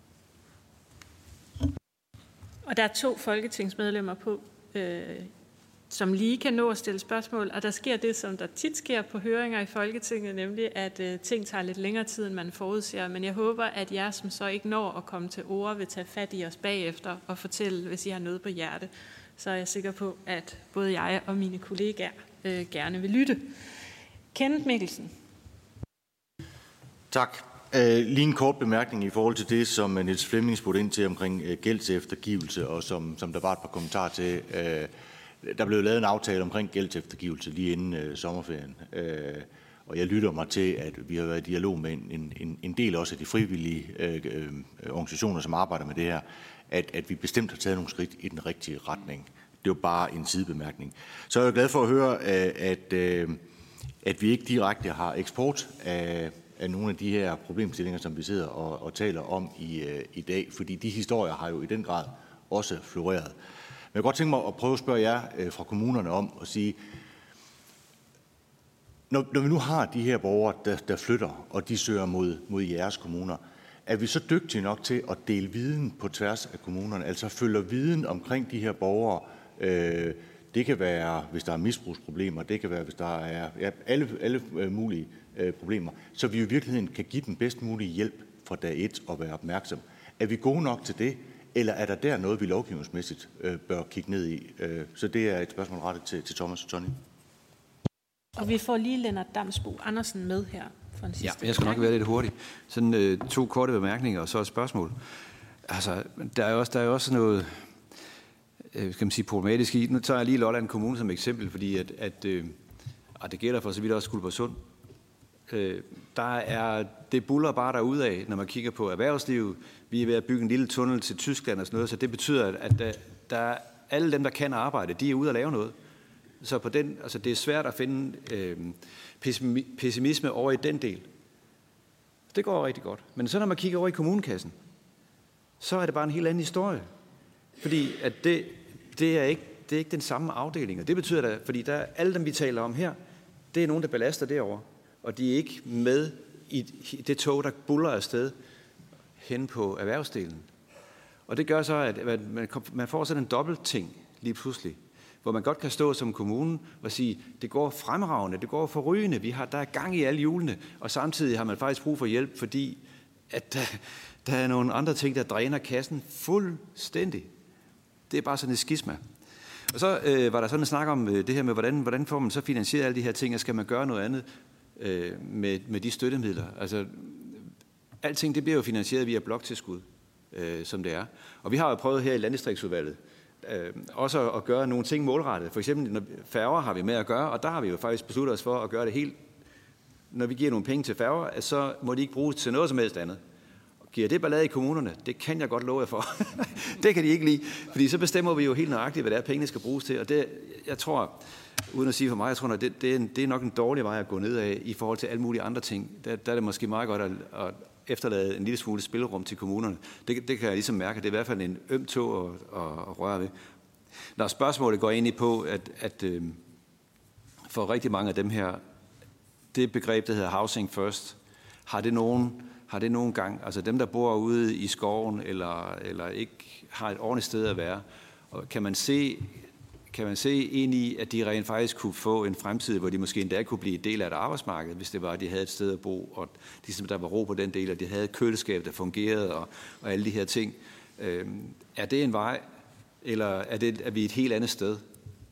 S1: Og der er to folketingsmedlemmer på, øh, som lige kan nå at stille spørgsmål, og der sker det, som der tit sker på høringer i Folketinget, nemlig at øh, ting tager lidt længere tid, end man forudser. Men jeg håber, at jer, som så ikke når at komme til ord, vil tage fat i os bagefter og fortælle, hvis I har noget på hjerte. Så er jeg sikker på, at både jeg og mine kollegaer øh, gerne vil lytte. Kenneth Mikkelsen.
S3: Tak. Uh, lige en kort bemærkning i forhold til det, som Niels Flemming spurgte ind til omkring uh, gældseftergivelse, og som, som der var et par kommentarer til. Uh, der blev lavet en aftale omkring gældseftergivelse lige inden uh, sommerferien, uh, og jeg lytter mig til, at vi har været i dialog med en, en, en del også af de frivillige uh, uh, organisationer, som arbejder med det her, at, at vi bestemt har taget nogle skridt i den rigtige retning. Det var bare en sidebemærkning. Så er jeg glad for at høre, uh, at, uh, at vi ikke direkte har eksport af af nogle af de her problemstillinger, som vi sidder og, og taler om i, øh, i dag, fordi de historier har jo i den grad også floreret. Men jeg kan godt tænke mig at prøve at spørge jer øh, fra kommunerne om at sige, når, når vi nu har de her borgere, der, der flytter, og de søger mod, mod jeres kommuner, er vi så dygtige nok til at dele viden på tværs af kommunerne, altså følger viden omkring de her borgere? Øh, det kan være, hvis der er misbrugsproblemer, det kan være, hvis der er ja, alle, alle mulige problemer, så vi i virkeligheden kan give dem bedst mulig hjælp fra dag et og være opmærksom. Er vi gode nok til det, eller er der der noget, vi lovgivningsmæssigt øh, bør kigge ned i? Øh, så det er et spørgsmål rettet til, til Thomas og Tony.
S1: Og vi får lige Lennart Damsbo Andersen med her for en sidste.
S4: Ja, jeg skal nok være lidt hurtig. Sådan øh, to korte bemærkninger og så et spørgsmål. Altså, der er jo også, der er jo også noget øh, skal man sige, problematisk i. Nu tager jeg lige Lolland Kommune som eksempel, fordi at, at, øh, at det gælder for så vidt også Guldborgsund. Øh, der er, det buller bare derudad, når man kigger på erhvervslivet. Vi er ved at bygge en lille tunnel til Tyskland og sådan noget, så det betyder, at der, der alle dem, der kan arbejde, de er ude at lave noget. Så på den, altså det er svært at finde øh, pessimisme over i den del. Det går rigtig godt. Men så når man kigger over i kommunekassen, så er det bare en helt anden historie. Fordi at det, det, er ikke, det er ikke den samme afdeling. Og det betyder, at fordi der, alle dem, vi taler om her, det er nogen, der belaster derovre. Og de er ikke med i det tog, der buller afsted hen på erhvervsdelen. Og det gør så, at man får sådan en dobbelt ting lige pludselig, hvor man godt kan stå som kommune og sige, det går fremragende, det går forrygende, vi har, der er gang i alle hjulene, og samtidig har man faktisk brug for hjælp, fordi at der, der er nogle andre ting, der dræner kassen fuldstændig. Det er bare sådan et skisma. Og så øh, var der sådan en snak om øh, det her med, hvordan, hvordan får man så finansieret alle de her ting, og skal man gøre noget andet øh, med, med de støttemidler. Altså, alting det bliver jo finansieret via bloktilskud, øh, som det er. Og vi har jo prøvet her i Landdistriktsudvalget øh, også at gøre nogle ting målrettet. For eksempel når færger har vi med at gøre, og der har vi jo faktisk besluttet os for at gøre det helt. Når vi giver nogle penge til færger, så må de ikke bruges til noget som helst andet. Giver det ballade i kommunerne? Det kan jeg godt love jer for. Det kan de ikke lide, fordi så bestemmer vi jo helt nøjagtigt, hvad det er, pengene skal bruges til. Og det, jeg tror, uden at sige for mig, jeg tror, at det, det, er en, det er nok en dårlig vej at gå ned af i forhold til alle mulige andre ting. Der, der er det måske meget godt at, at efterlade en lille smule spillerum til kommunerne. Det, det kan jeg ligesom mærke, det er i hvert fald en øm tog at, at, at røre ved. Når spørgsmålet går ind i på, at, at for rigtig mange af dem her, det begreb, der hedder housing first, har det nogen... Har det nogen gang, altså dem, der bor ude i skoven, eller, eller ikke har et ordentligt sted at være, og kan man se, kan man se ind i, at de rent faktisk kunne få en fremtid, hvor de måske endda kunne blive en del af et arbejdsmarked, hvis det var, at de havde et sted at bo, og ligesom der var ro på den del, og de havde et køleskab, der fungerede, og, og alle de her ting. Øhm, er det en vej, eller er, det, er vi et helt andet sted?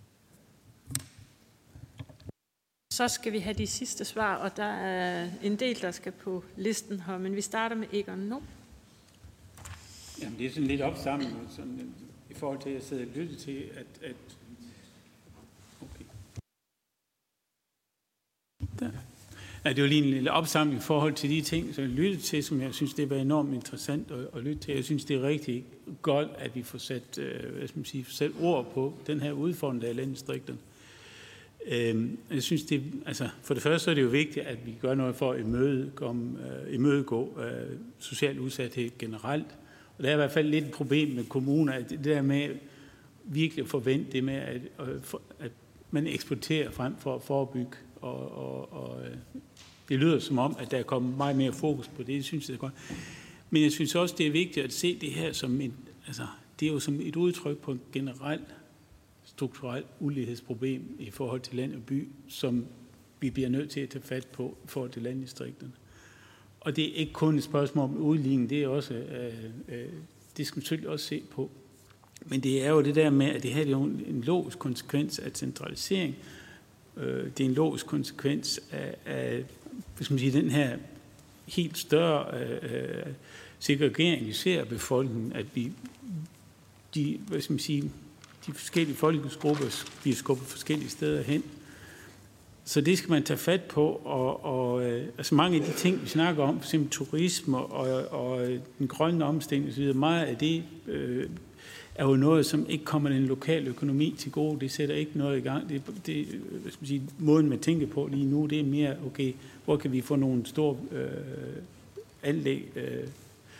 S1: Så skal vi have de sidste svar, og der er en del, der skal på listen her, men vi starter med Egon nu.
S5: Jamen, det er sådan lidt opsamlet, sådan, i forhold til, at jeg sidder og lytter til, at... at okay. Der. Ja, det var lige en lille opsamling i forhold til de ting, som jeg lyttede til, som jeg synes, det var enormt interessant at, at lytte til. Jeg synes, det er rigtig godt, at vi får sat, øh, hvad skal man sige, sat ord på den her udfordring, der er i landdistrikterne. Øh, jeg synes, det, altså, for det første så er det jo vigtigt, at vi gør noget for at imødegå, øh, imødegå øh, social udsathed generelt. Og der er i hvert fald lidt et problem med kommuner, at det der med virkelig at forvente det med, at, at man eksporterer frem for at forebygge. Og, og, og det lyder som om, at der er kommet meget mere fokus på det. Det synes jeg er godt. Men jeg synes også, det er vigtigt at se det her som en, altså, det er jo som et udtryk på et generelt strukturelt ulighedsproblem i forhold til land og by, som vi bliver nødt til at tage fat på i forhold til landdistrikterne. Og det er ikke kun et spørgsmål om udligning, det er også, øh, øh, det skal man selvfølgelig også se på. Men det er jo det der med, at det her er jo en logisk konsekvens af centralisering. Det er en logisk konsekvens af, af hvad skal man sige, den her helt større øh, segregering, vi ser af befolkningen, at vi, de, hvad skal man sige, de forskellige folkegrupper bliver skubbet forskellige steder hen. Så det skal man tage fat på, og, og øh, altså mange af de ting, vi snakker om, f.eks. turisme og, og den grønne omstilling osv., meget af det øh, er jo noget, som ikke kommer den lokale økonomi til gode. Det sætter ikke noget i gang. Det, det hvad skal man sige, måden, man tænker på lige nu, det er mere, okay, hvor kan vi få nogle store øh, anlæg øh,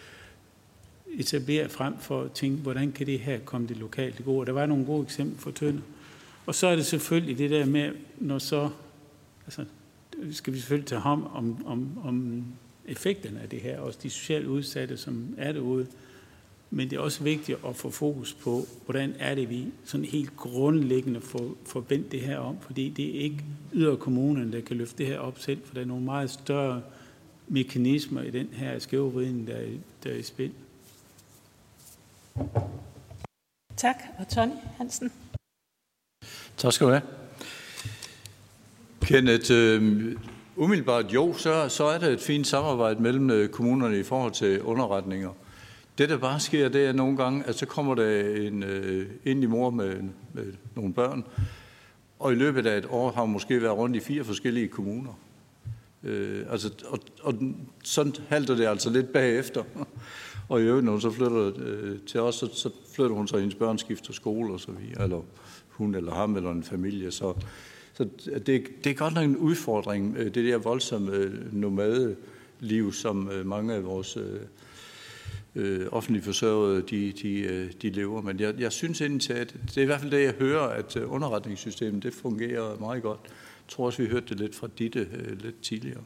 S5: etableret frem for at tænke, hvordan kan det her komme det lokale til gode. Der var nogle gode eksempler for Tønder. Og så er det selvfølgelig det der med, når så, altså, skal vi selvfølgelig tage hånd om, om, om effekterne af det her, også de socialt udsatte, som er derude. Men det er også vigtigt at få fokus på, hvordan er det, vi sådan helt grundlæggende får, får vendt det her om, fordi det er ikke yderkommunerne, der kan løfte det her op selv, for der er nogle meget større mekanismer i den her skævvridning, der er, der er i spil.
S1: Tak, og Tony Hansen.
S16: Tak skal du have. Kenneth, øh, umiddelbart jo, så, så er der et fint samarbejde mellem kommunerne i forhold til underretninger. Det, der bare sker, det er nogle gange, at så kommer der en øh, endelig mor med, med nogle børn, og i løbet af et år har hun måske været rundt i fire forskellige kommuner. Øh, altså, og, og sådan halter det altså lidt bagefter. Og i øvrigt, når hun så flytter øh, til os, så, så flytter hun så hendes børn skifter skole og så videre, eller hun eller ham eller en familie. Så, så det, det er godt nok en udfordring, det der voldsomme øh, nomadeliv, som øh, mange af vores øh, øh, offentlige forsørgede, de, de, de lever. Men jeg, jeg synes indtil, at det er i hvert fald det, jeg hører, at underretningssystemet, det fungerer meget godt. Jeg tror også, vi hørte det lidt fra Ditte øh, lidt tidligere.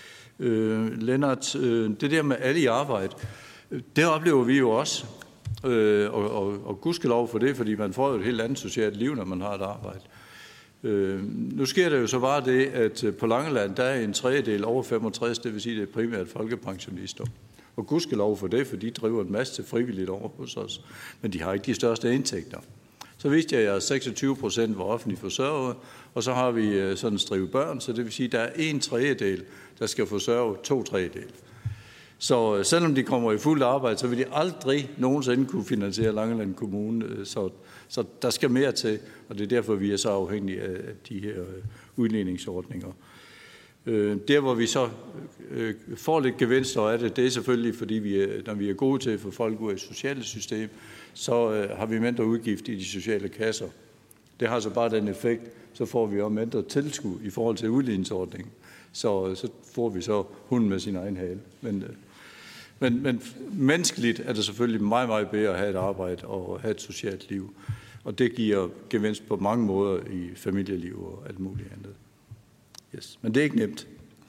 S16: Øh, Lennart, øh, det der med alle i arbejde, det oplever vi jo også, øh, og, og, og gudskelov for det, fordi man får jo et helt andet socialt liv, når man har et arbejde. Øh, nu sker der jo så bare det, at på Langeland, der er en tredjedel over femogtres, det vil sige, det er primært folkepensionister. Og gudskelov for det, for de driver en masse frivilligt over hos os, men de har ikke de største indtægter. Så vidste jeg, at seksogtyve procent var offentlige forsørgere, og så har vi sådan en strive børn, så det vil sige, at der er en tredjedel, der skal forsørge to tredjedel. Så selvom de kommer i fuldt arbejde, så vil de aldrig nogensinde kunne finansiere Langeland Kommune. Så, så der skal mere til, og det er derfor, vi er så afhængige af de her udligningsordninger. Der, hvor vi så får lidt gevinster af det, det er selvfølgelig, fordi vi er, når vi er gode til at få folk ud af et socialt system, så har vi mindre udgift i de sociale kasser. Det har så bare den effekt, så får vi også mindre tilskud i forhold til udligningsordningen. Så, så får vi så hunden med sin egen hale. Men, men, men menneskeligt er det selvfølgelig meget, meget bedre at have et arbejde og have et socialt liv. Og det giver gevinst på mange måder i familieliv og alt muligt andet. Yes. Men det er ikke nemt.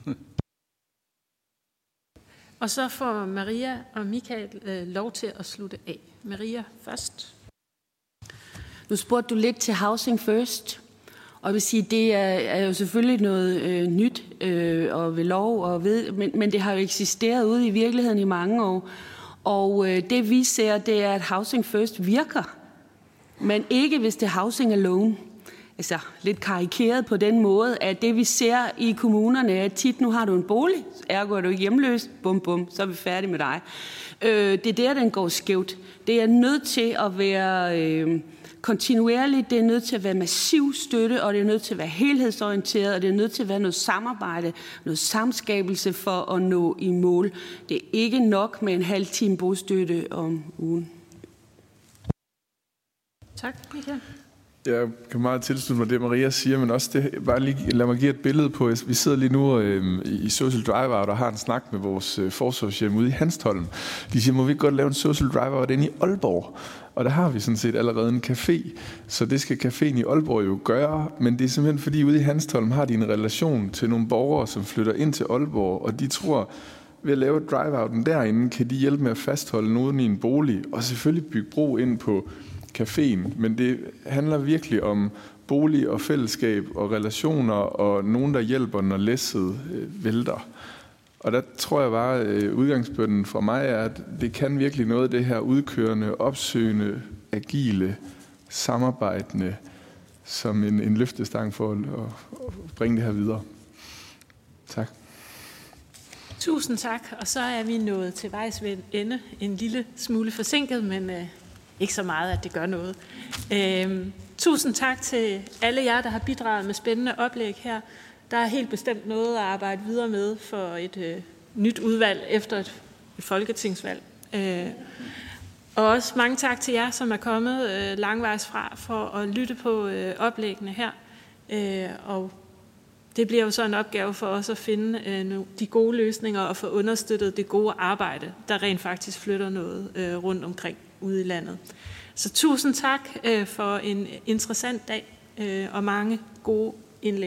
S1: Og så får Maria og Michael øh, lov til at slutte af. Maria først.
S11: Nu spurgte du lidt til Housing First. Og jeg vil sige, det er, er jo selvfølgelig noget øh, nyt øh, og ved lov, og ved, men, men det har jo eksisteret ude i virkeligheden i mange år. Og øh, det vi ser, det er, at Housing First virker, men ikke hvis det er Housing Alone. Altså lidt karikeret på den måde, at det vi ser i kommunerne er tit, nu har du en bolig, ergo er du hjemløs, bum bum, så er vi færdige med dig. Øh, det er der, den går skævt. Det er nødt til at være øh, kontinuerligt, det er nødt til at være massiv støtte, og det er nødt til at være helhedsorienteret, og det er nødt til at være noget samarbejde, noget samskabelse for at nå i mål. Det er ikke nok med en halv time bostøtte om ugen.
S1: Tak, Michael.
S13: Jeg kan meget tilslutte mig det, Maria siger, men også det, bare lige, lad mig give et billede på. Vi sidder lige nu øh, i Social Drive-Out og har en snak med vores øh, forsorgshjem ude i Hanstholm. De siger, må vi ikke godt lave en Social Drive-Out inde i Aalborg? Og der har vi sådan set allerede en café, så det skal caféen i Aalborg jo gøre, men det er simpelthen fordi ude i Hanstholm har de en relation til nogle borgere, som flytter ind til Aalborg, og de tror, ved at lave drive-outen derinde, kan de hjælpe med at fastholde nogen i en bolig, og selvfølgelig bygge bro ind på caféen, men det handler virkelig om bolig og fællesskab og relationer og nogen, der hjælper, når læsset øh, vælter. Og der tror jeg bare, øh, udgangspunkten for mig er, at det kan virkelig noget af det her udkørende, opsøgende, agile, samarbejdende, som en, en løftestang for at, at bringe det her videre. Tak.
S1: Tusind tak, og så er vi nået til vejs ende. En lille smule forsinket, men øh, ikke så meget, at det gør noget. Øh, tusind tak til alle jer, der har bidraget med spændende oplæg her. Der er helt bestemt noget at arbejde videre med for et øh, nyt udvalg efter et, et folketingsvalg. Øh, og også mange tak til jer, som er kommet øh, langvejs fra for at lytte på øh, oplæggene her. Øh, og det bliver jo så en opgave for os at finde øh, de gode løsninger og få understøttet det gode arbejde, der rent faktisk flytter noget øh, rundt omkring ude i landet. Så tusind tak øh, for en interessant dag øh, og mange gode